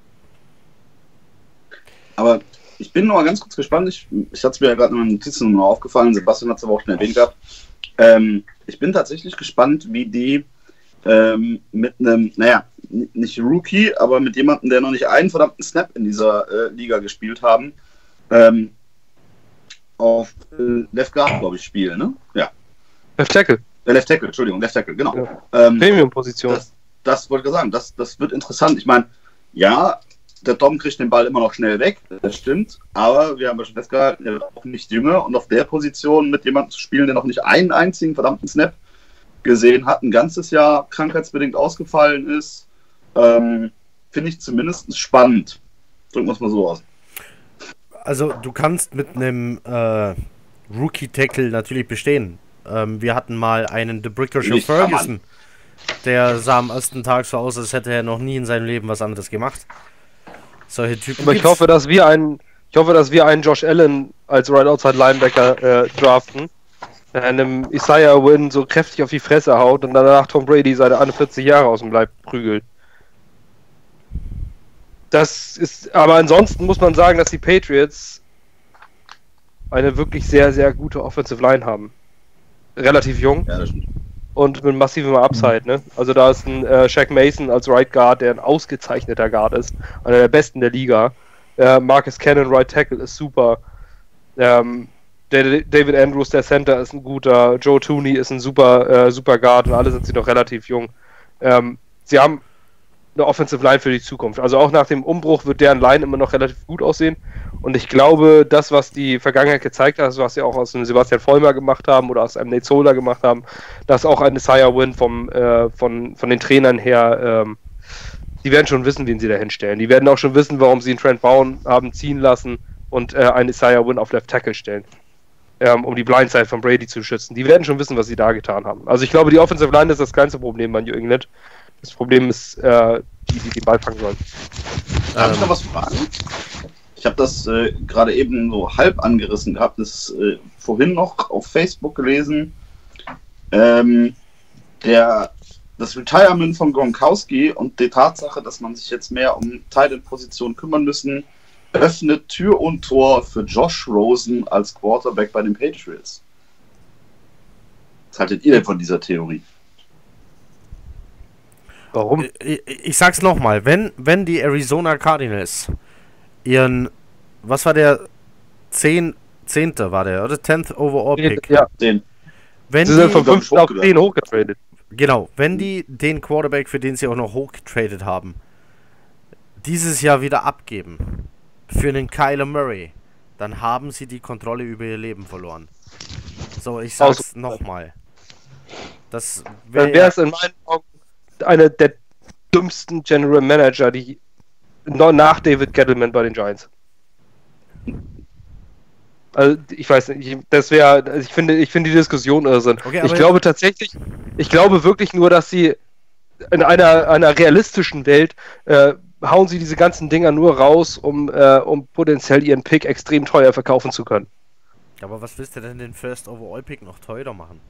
Speaker 4: Aber ich bin noch mal ganz kurz gespannt. Ich, ich hatte es mir ja gerade in meinen Notizen noch aufgefallen. Sebastian hat es aber auch schon erwähnt gehabt. Ähm, ich bin tatsächlich gespannt, wie die ähm, mit einem, naja, n- nicht Rookie, aber mit jemandem, der noch nicht einen verdammten Snap in dieser äh, Liga gespielt haben, ähm, auf äh, Left Guard, glaube ich, spielen, ne? Ja.
Speaker 3: Left Tackle.
Speaker 4: Äh, Left Tackle, Entschuldigung, Left Tackle, genau.
Speaker 3: Ja.
Speaker 4: Ähm,
Speaker 3: Premium-Position.
Speaker 4: das, das wollte ich sagen, das, das wird interessant. Ich meine, ja, der Dom kriegt den Ball immer noch schnell weg, das stimmt, aber wir haben ja schon festgehalten, er wird auch nicht jünger und auf der Position mit jemandem zu spielen, der noch nicht einen einzigen verdammten Snap gesehen hat, ein ganzes Jahr krankheitsbedingt ausgefallen ist, ähm, finde ich zumindest spannend. Drücken wir es mal so aus.
Speaker 1: Also du kannst mit einem äh, Rookie-Tackle natürlich bestehen. Ähm, wir hatten mal einen The Brickisher Ferguson, der sah am ersten Tag so aus, als hätte er noch nie in seinem Leben was anderes gemacht. Solche Typen.
Speaker 3: Aber ich hoffe, dass wir einen, ich hoffe, dass wir einen Josh Allen als Right Outside Linebacker äh, draften, der einem Isaiah Wynn so kräftig auf die Fresse haut und danach Tom Brady seine einundvierzig Jahre aus dem Leib prügelt. Das ist, aber ansonsten muss man sagen, dass die Patriots eine wirklich sehr, sehr gute Offensive Line haben. Relativ jung.
Speaker 4: Ja, das stimmt.
Speaker 3: Und mit massivem Upside, ne? Also da ist ein äh, Shaq Mason als Right Guard, der ein ausgezeichneter Guard ist, einer der besten der Liga. Äh, Marcus Cannon, Right Tackle, ist super. Ähm, der, David Andrews, der Center, ist ein guter. Joe Tooney ist ein super, äh, super Guard und alle sind sie noch relativ jung. Ähm, sie haben eine Offensive Line für die Zukunft. Also auch nach dem Umbruch wird deren Line immer noch relativ gut aussehen. Und ich glaube, das, was die Vergangenheit gezeigt hat, was sie auch aus dem Sebastian Vollmer gemacht haben oder aus einem Nate Solder gemacht haben, dass auch ein Isaiah Wynn vom, äh, von, von den Trainern her, ähm, die werden schon wissen, wen sie da hinstellen. Die werden auch schon wissen, warum sie einen Trent Bowen haben ziehen lassen und äh, einen Isaiah Wynn auf Left Tackle stellen, ähm, um die Blindside von Brady zu schützen. Die werden schon wissen, was sie da getan haben. Also ich glaube, die Offensive Line ist das kleinste Problem bei New England. Das Problem ist, äh, die, die den Ball fangen sollen.
Speaker 4: Darf ich noch was fragen? Ich habe das äh, gerade eben so halb angerissen gehabt, das äh, vorhin noch auf Facebook gelesen. Ähm, der, das Retirement von Gronkowski und die Tatsache, dass man sich jetzt mehr um Tight-End-Positionen kümmern müssen, öffnet Tür und Tor für Josh Rosen als Quarterback bei den Patriots. Was haltet ihr denn von dieser Theorie?
Speaker 3: Warum?
Speaker 1: Ich, ich sag's nochmal, wenn, wenn die Arizona Cardinals ihren, was war der, zehn, zehnte war der, oder tenth Overall Pick?
Speaker 3: Ja,
Speaker 4: Den.
Speaker 1: Wenn
Speaker 3: sie sind
Speaker 1: die,
Speaker 3: von fünften auf zehn hochgetradet.
Speaker 1: Genau, wenn die den Quarterback, für den sie auch noch hochgetradet haben, dieses Jahr wieder abgeben für einen Kyler Murray, dann haben sie die Kontrolle über ihr Leben verloren. So, ich sag's nochmal. Das wär,
Speaker 3: Dann wäre es in meinen Augen einer der dümmsten General Manager, die noch nach David Gettleman bei den Giants. Also ich weiß nicht, ich, das wäre, also ich finde, ich finde die Diskussion irrsinn.
Speaker 1: Okay,
Speaker 3: ich glaube tatsächlich, ich glaube wirklich nur, dass sie in einer, einer realistischen Welt äh, hauen sie diese ganzen Dinger nur raus, um, äh, um potenziell ihren Pick extrem teuer verkaufen zu können.
Speaker 1: Aber was willst du denn den First Overall Pick noch teurer machen?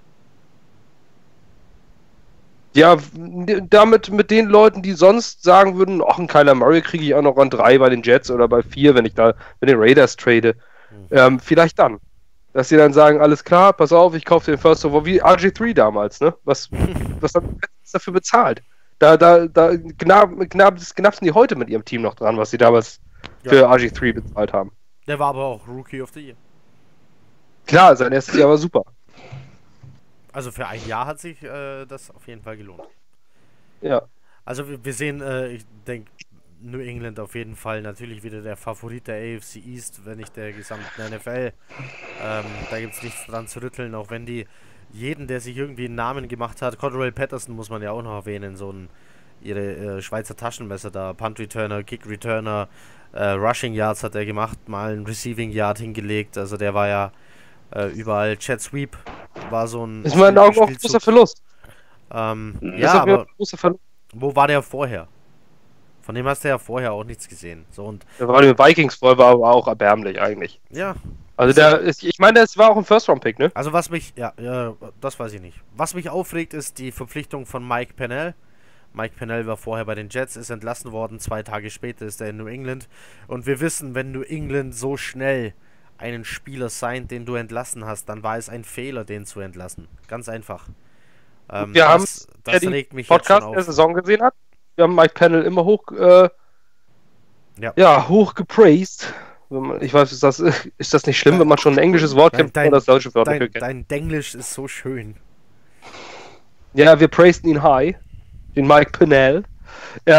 Speaker 3: Ja, damit mit den Leuten, die sonst sagen würden, ach, einen Kyler Murray kriege ich auch noch an drei bei den Jets oder bei vier, wenn ich da mit den Raiders trade. Mhm. Ähm, vielleicht dann. Dass sie dann sagen, alles klar, pass auf, ich kaufe den First Overall, wie R G drei damals, ne? Was, was haben sie dafür bezahlt? Da, da, da gnab, gnab, das knapsen die heute mit ihrem Team noch dran, was sie damals ja. für R G drei bezahlt haben.
Speaker 1: Der war aber auch Rookie of the Year.
Speaker 3: Klar, sein erstes Jahr war super.
Speaker 1: Also für ein Jahr hat sich äh, das auf jeden Fall gelohnt.
Speaker 3: Ja.
Speaker 1: Also wir, wir sehen, äh, ich denke, New England auf jeden Fall natürlich wieder der Favorit der A F C East, wenn nicht der gesamten N F L. Ähm, da gibt es nichts dran zu rütteln, auch wenn die jeden, der sich irgendwie einen Namen gemacht hat, Cordell Patterson muss man ja auch noch erwähnen, so ein ihre äh, Schweizer Taschenmesser da, Punt Returner, Kick Returner, äh, Rushing Yards hat er gemacht, mal ein Receiving Yard hingelegt, also der war ja äh, überall. Jet Sweep war so ein...
Speaker 3: Ist in meinen Augen auch ein großer Verlust.
Speaker 1: Ähm,
Speaker 3: das
Speaker 1: ja, aber
Speaker 3: großer Verlust.
Speaker 1: Wo war der vorher? Von dem hast du ja vorher auch nichts gesehen. So, und
Speaker 3: der war mit Vikings voll, war aber auch erbärmlich eigentlich.
Speaker 1: Ja.
Speaker 3: Also der ist, ich meine, das war auch ein First-Round-Pick, ne?
Speaker 1: Also was mich, ja, ja, das weiß ich nicht. Was mich aufregt, ist die Verpflichtung von Mike Pennell. Mike Pennell war vorher bei den Jets, ist entlassen worden, zwei Tage später ist er in New England. Und wir wissen, wenn New England so schnell einen Spieler signed, den du entlassen hast, dann war es ein Fehler, den zu entlassen. Ganz einfach. Ähm,
Speaker 3: wir
Speaker 1: das,
Speaker 3: haben,
Speaker 1: das
Speaker 3: der
Speaker 1: regt mich
Speaker 3: Podcast
Speaker 1: jetzt schon auf.
Speaker 3: der Saison gesehen hat. Wir haben Mike Pennell immer hoch, äh,
Speaker 1: ja.
Speaker 3: ja, hoch gepraised. Ich weiß, ist das, ist das nicht schlimm, wenn man schon ein englisches Wort kennt
Speaker 1: dein,
Speaker 3: und das deutsche Wort
Speaker 1: dein,
Speaker 3: nicht kennt?
Speaker 1: Dein Denglisch ist so schön.
Speaker 3: Ja, wir praisten ihn high. Den Mike Pennell. Ähm,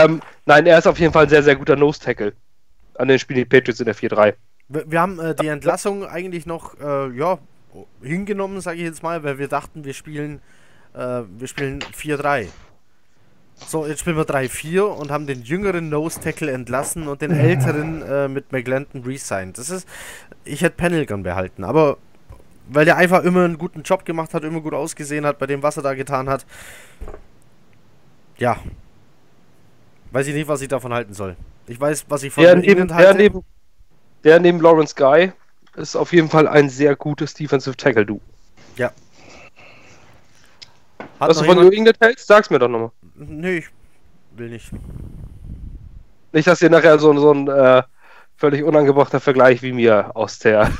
Speaker 3: Nein, er ist auf jeden Fall ein sehr, sehr guter Nose-Tackle. An den spielen die Patriots in der vier drei.
Speaker 1: Wir, wir haben äh, die Entlassung eigentlich noch äh, ja, hingenommen, sage ich jetzt mal, weil wir dachten, wir spielen, äh, wir spielen vier drei. So, jetzt spielen wir drei vier und haben den jüngeren Nose-Tackle entlassen und den älteren äh, mit McGlanton resigned. Das ist, ich hätte Pennell gern behalten, aber weil der einfach immer einen guten Job gemacht hat, immer gut ausgesehen hat bei dem, was er da getan hat. Ja. Weiß ich nicht, was ich davon halten soll. Ich weiß, was ich von
Speaker 3: Der
Speaker 1: New
Speaker 3: neben,
Speaker 1: England
Speaker 3: der,
Speaker 1: halte.
Speaker 3: neben, der neben Lawrence Guy ist auf jeden Fall ein sehr gutes Defensive Tackle-Du.
Speaker 1: Ja. Hat
Speaker 3: Was du
Speaker 1: noch
Speaker 3: von New
Speaker 1: jemand-
Speaker 3: England hältst, sag's mir doch nochmal.
Speaker 1: Nö, ich will nicht.
Speaker 3: Nicht, dass hier nachher so, so ein äh, völlig unangebrachter Vergleich wie mir aus der...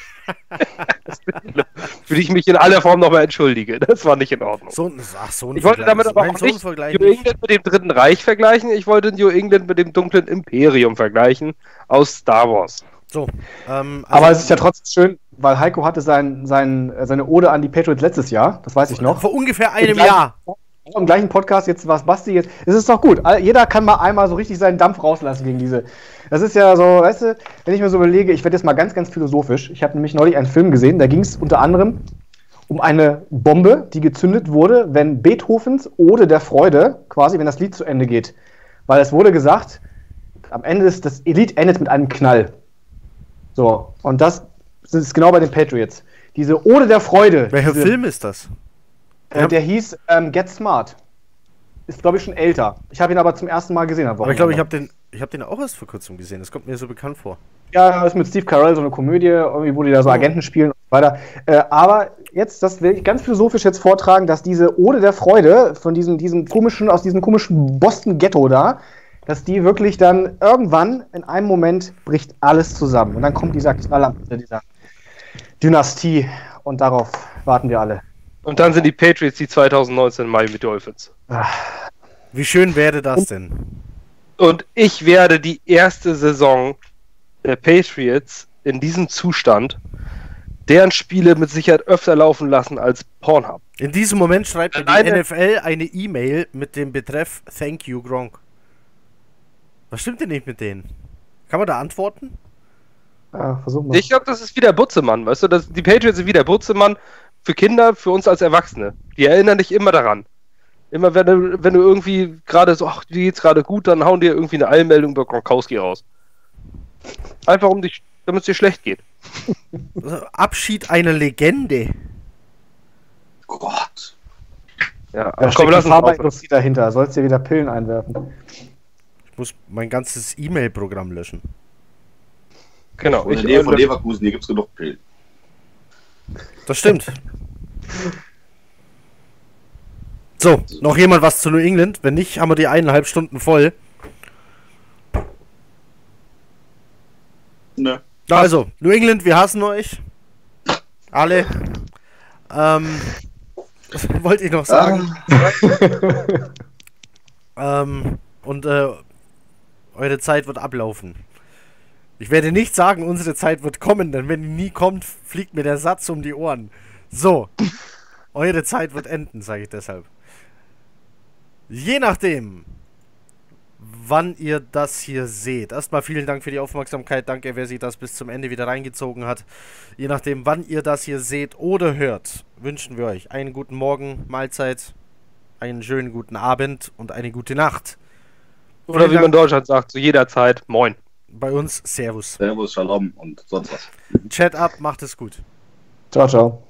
Speaker 3: Für die ich mich in aller Form nochmal entschuldige. Das war nicht in Ordnung.
Speaker 1: So, ein- ach, so ein
Speaker 3: Ich wollte damit
Speaker 1: Vergleich.
Speaker 3: aber
Speaker 1: Nein,
Speaker 3: auch
Speaker 1: so ein
Speaker 3: nicht
Speaker 1: Vergleich
Speaker 3: New
Speaker 1: nicht.
Speaker 3: England mit dem Dritten Reich vergleichen. Ich wollte New England mit dem dunklen Imperium vergleichen aus Star Wars.
Speaker 1: So, ähm,
Speaker 2: Aber
Speaker 1: also
Speaker 2: es ist ja trotzdem schön, weil Heiko hatte sein, sein, äh, seine Ode an die Patriots letztes Jahr, das weiß ich noch.
Speaker 1: vor ungefähr einem
Speaker 2: Im
Speaker 1: Jahr.
Speaker 2: Im gleichen Podcast, jetzt war es Basti jetzt. Es ist doch gut. All- Jeder kann mal einmal so richtig seinen Dampf rauslassen gegen diese. Das ist ja so, weißt du, wenn ich mir so überlege, ich werde jetzt mal ganz, ganz philosophisch. Ich habe nämlich neulich einen Film gesehen, da ging es unter anderem um eine Bombe, die gezündet wurde, wenn Beethovens Ode der Freude, quasi, wenn das Lied zu Ende geht. Weil es wurde gesagt, am Ende ist das Lied endet mit einem Knall. So, und das ist genau bei den Patriots. Diese Ode der Freude.
Speaker 1: Welcher
Speaker 2: diese,
Speaker 1: Film ist das?
Speaker 2: Äh, der hieß ähm, Get Smart. Ist, glaube ich, schon älter. Ich habe ihn aber zum ersten Mal gesehen.
Speaker 1: Aber ich glaube, ich habe den, ich hab den auch erst vor kurzem gesehen. Das kommt mir so bekannt vor.
Speaker 2: Ja, das ist mit Steve Carell so eine Komödie, irgendwie, wo die da so Agenten spielen und so weiter. Äh, aber jetzt, das will ich ganz philosophisch jetzt vortragen, dass diese Ode der Freude von diesem, diesem komischen, aus diesem komischen Boston-Ghetto da, dass die wirklich dann irgendwann in einem Moment bricht alles zusammen. Und dann kommt dieser Knall am Ende dieser Dynastie und darauf warten wir alle.
Speaker 3: Und dann sind die Patriots die zwanzig neunzehn Miami Dolphins.
Speaker 1: Wie schön wäre das denn?
Speaker 3: Und ich werde die erste Saison der Patriots in diesem Zustand deren Spiele mit Sicherheit öfter laufen lassen als Pornhub.
Speaker 1: In diesem Moment schreibt mir die
Speaker 3: Eine-
Speaker 1: N F L eine E-Mail mit dem Betreff Thank you, Gronk. Was stimmt denn nicht mit denen? Kann man da antworten?
Speaker 2: Ja, versuchen wir.
Speaker 3: Ich glaube, das ist wieder Butzemann, weißt du? Das, die Patriots sind wieder Butzemann für Kinder, für uns als Erwachsene. Die erinnern dich immer daran. Immer wenn du, wenn du irgendwie gerade so, ach, dir geht's gerade gut, dann hauen dir irgendwie eine Eilmeldung über Gronkowski raus. Einfach um dich, damit es dir schlecht geht.
Speaker 1: Also, Abschied einer Legende.
Speaker 4: Gott.
Speaker 3: Ja,
Speaker 2: Da
Speaker 3: aber komm,
Speaker 2: steckt die
Speaker 3: lass uns aufhören.
Speaker 2: Pharmaindustrie dahinter. Sollst dir wieder Pillen einwerfen.
Speaker 1: Ich muss mein ganzes E-Mail-Programm löschen.
Speaker 3: Genau.
Speaker 4: In
Speaker 3: Ich,
Speaker 4: der Nähe von Leverkusen, hier gibt es genug Pillen.
Speaker 1: Das stimmt. So, noch jemand was zu New England? Wenn nicht, haben wir die eineinhalb Stunden voll.
Speaker 4: Ne.
Speaker 1: Na, also, New England, wir hassen euch. Alle. Ähm, was wollte ich noch sagen? Ähm, und äh, eure Zeit wird ablaufen. Ich werde nicht sagen, unsere Zeit wird kommen, denn wenn die nie kommt, fliegt mir der Satz um die Ohren. So, eure Zeit wird enden, sage ich deshalb. Je nachdem, wann ihr das hier seht. Erstmal vielen Dank für die Aufmerksamkeit. Danke, wer sich das bis zum Ende wieder reingezogen hat. Je nachdem, wann ihr das hier seht oder hört, wünschen wir euch einen guten Morgen, Mahlzeit, einen schönen guten Abend und eine gute Nacht.
Speaker 3: oder wie man in Deutschland sagt, zu jeder Zeit, moin.
Speaker 1: Bei uns Servus.
Speaker 4: Servus, Shalom und sonst was.
Speaker 1: Chat ab, macht es gut.
Speaker 2: Ciao, ciao.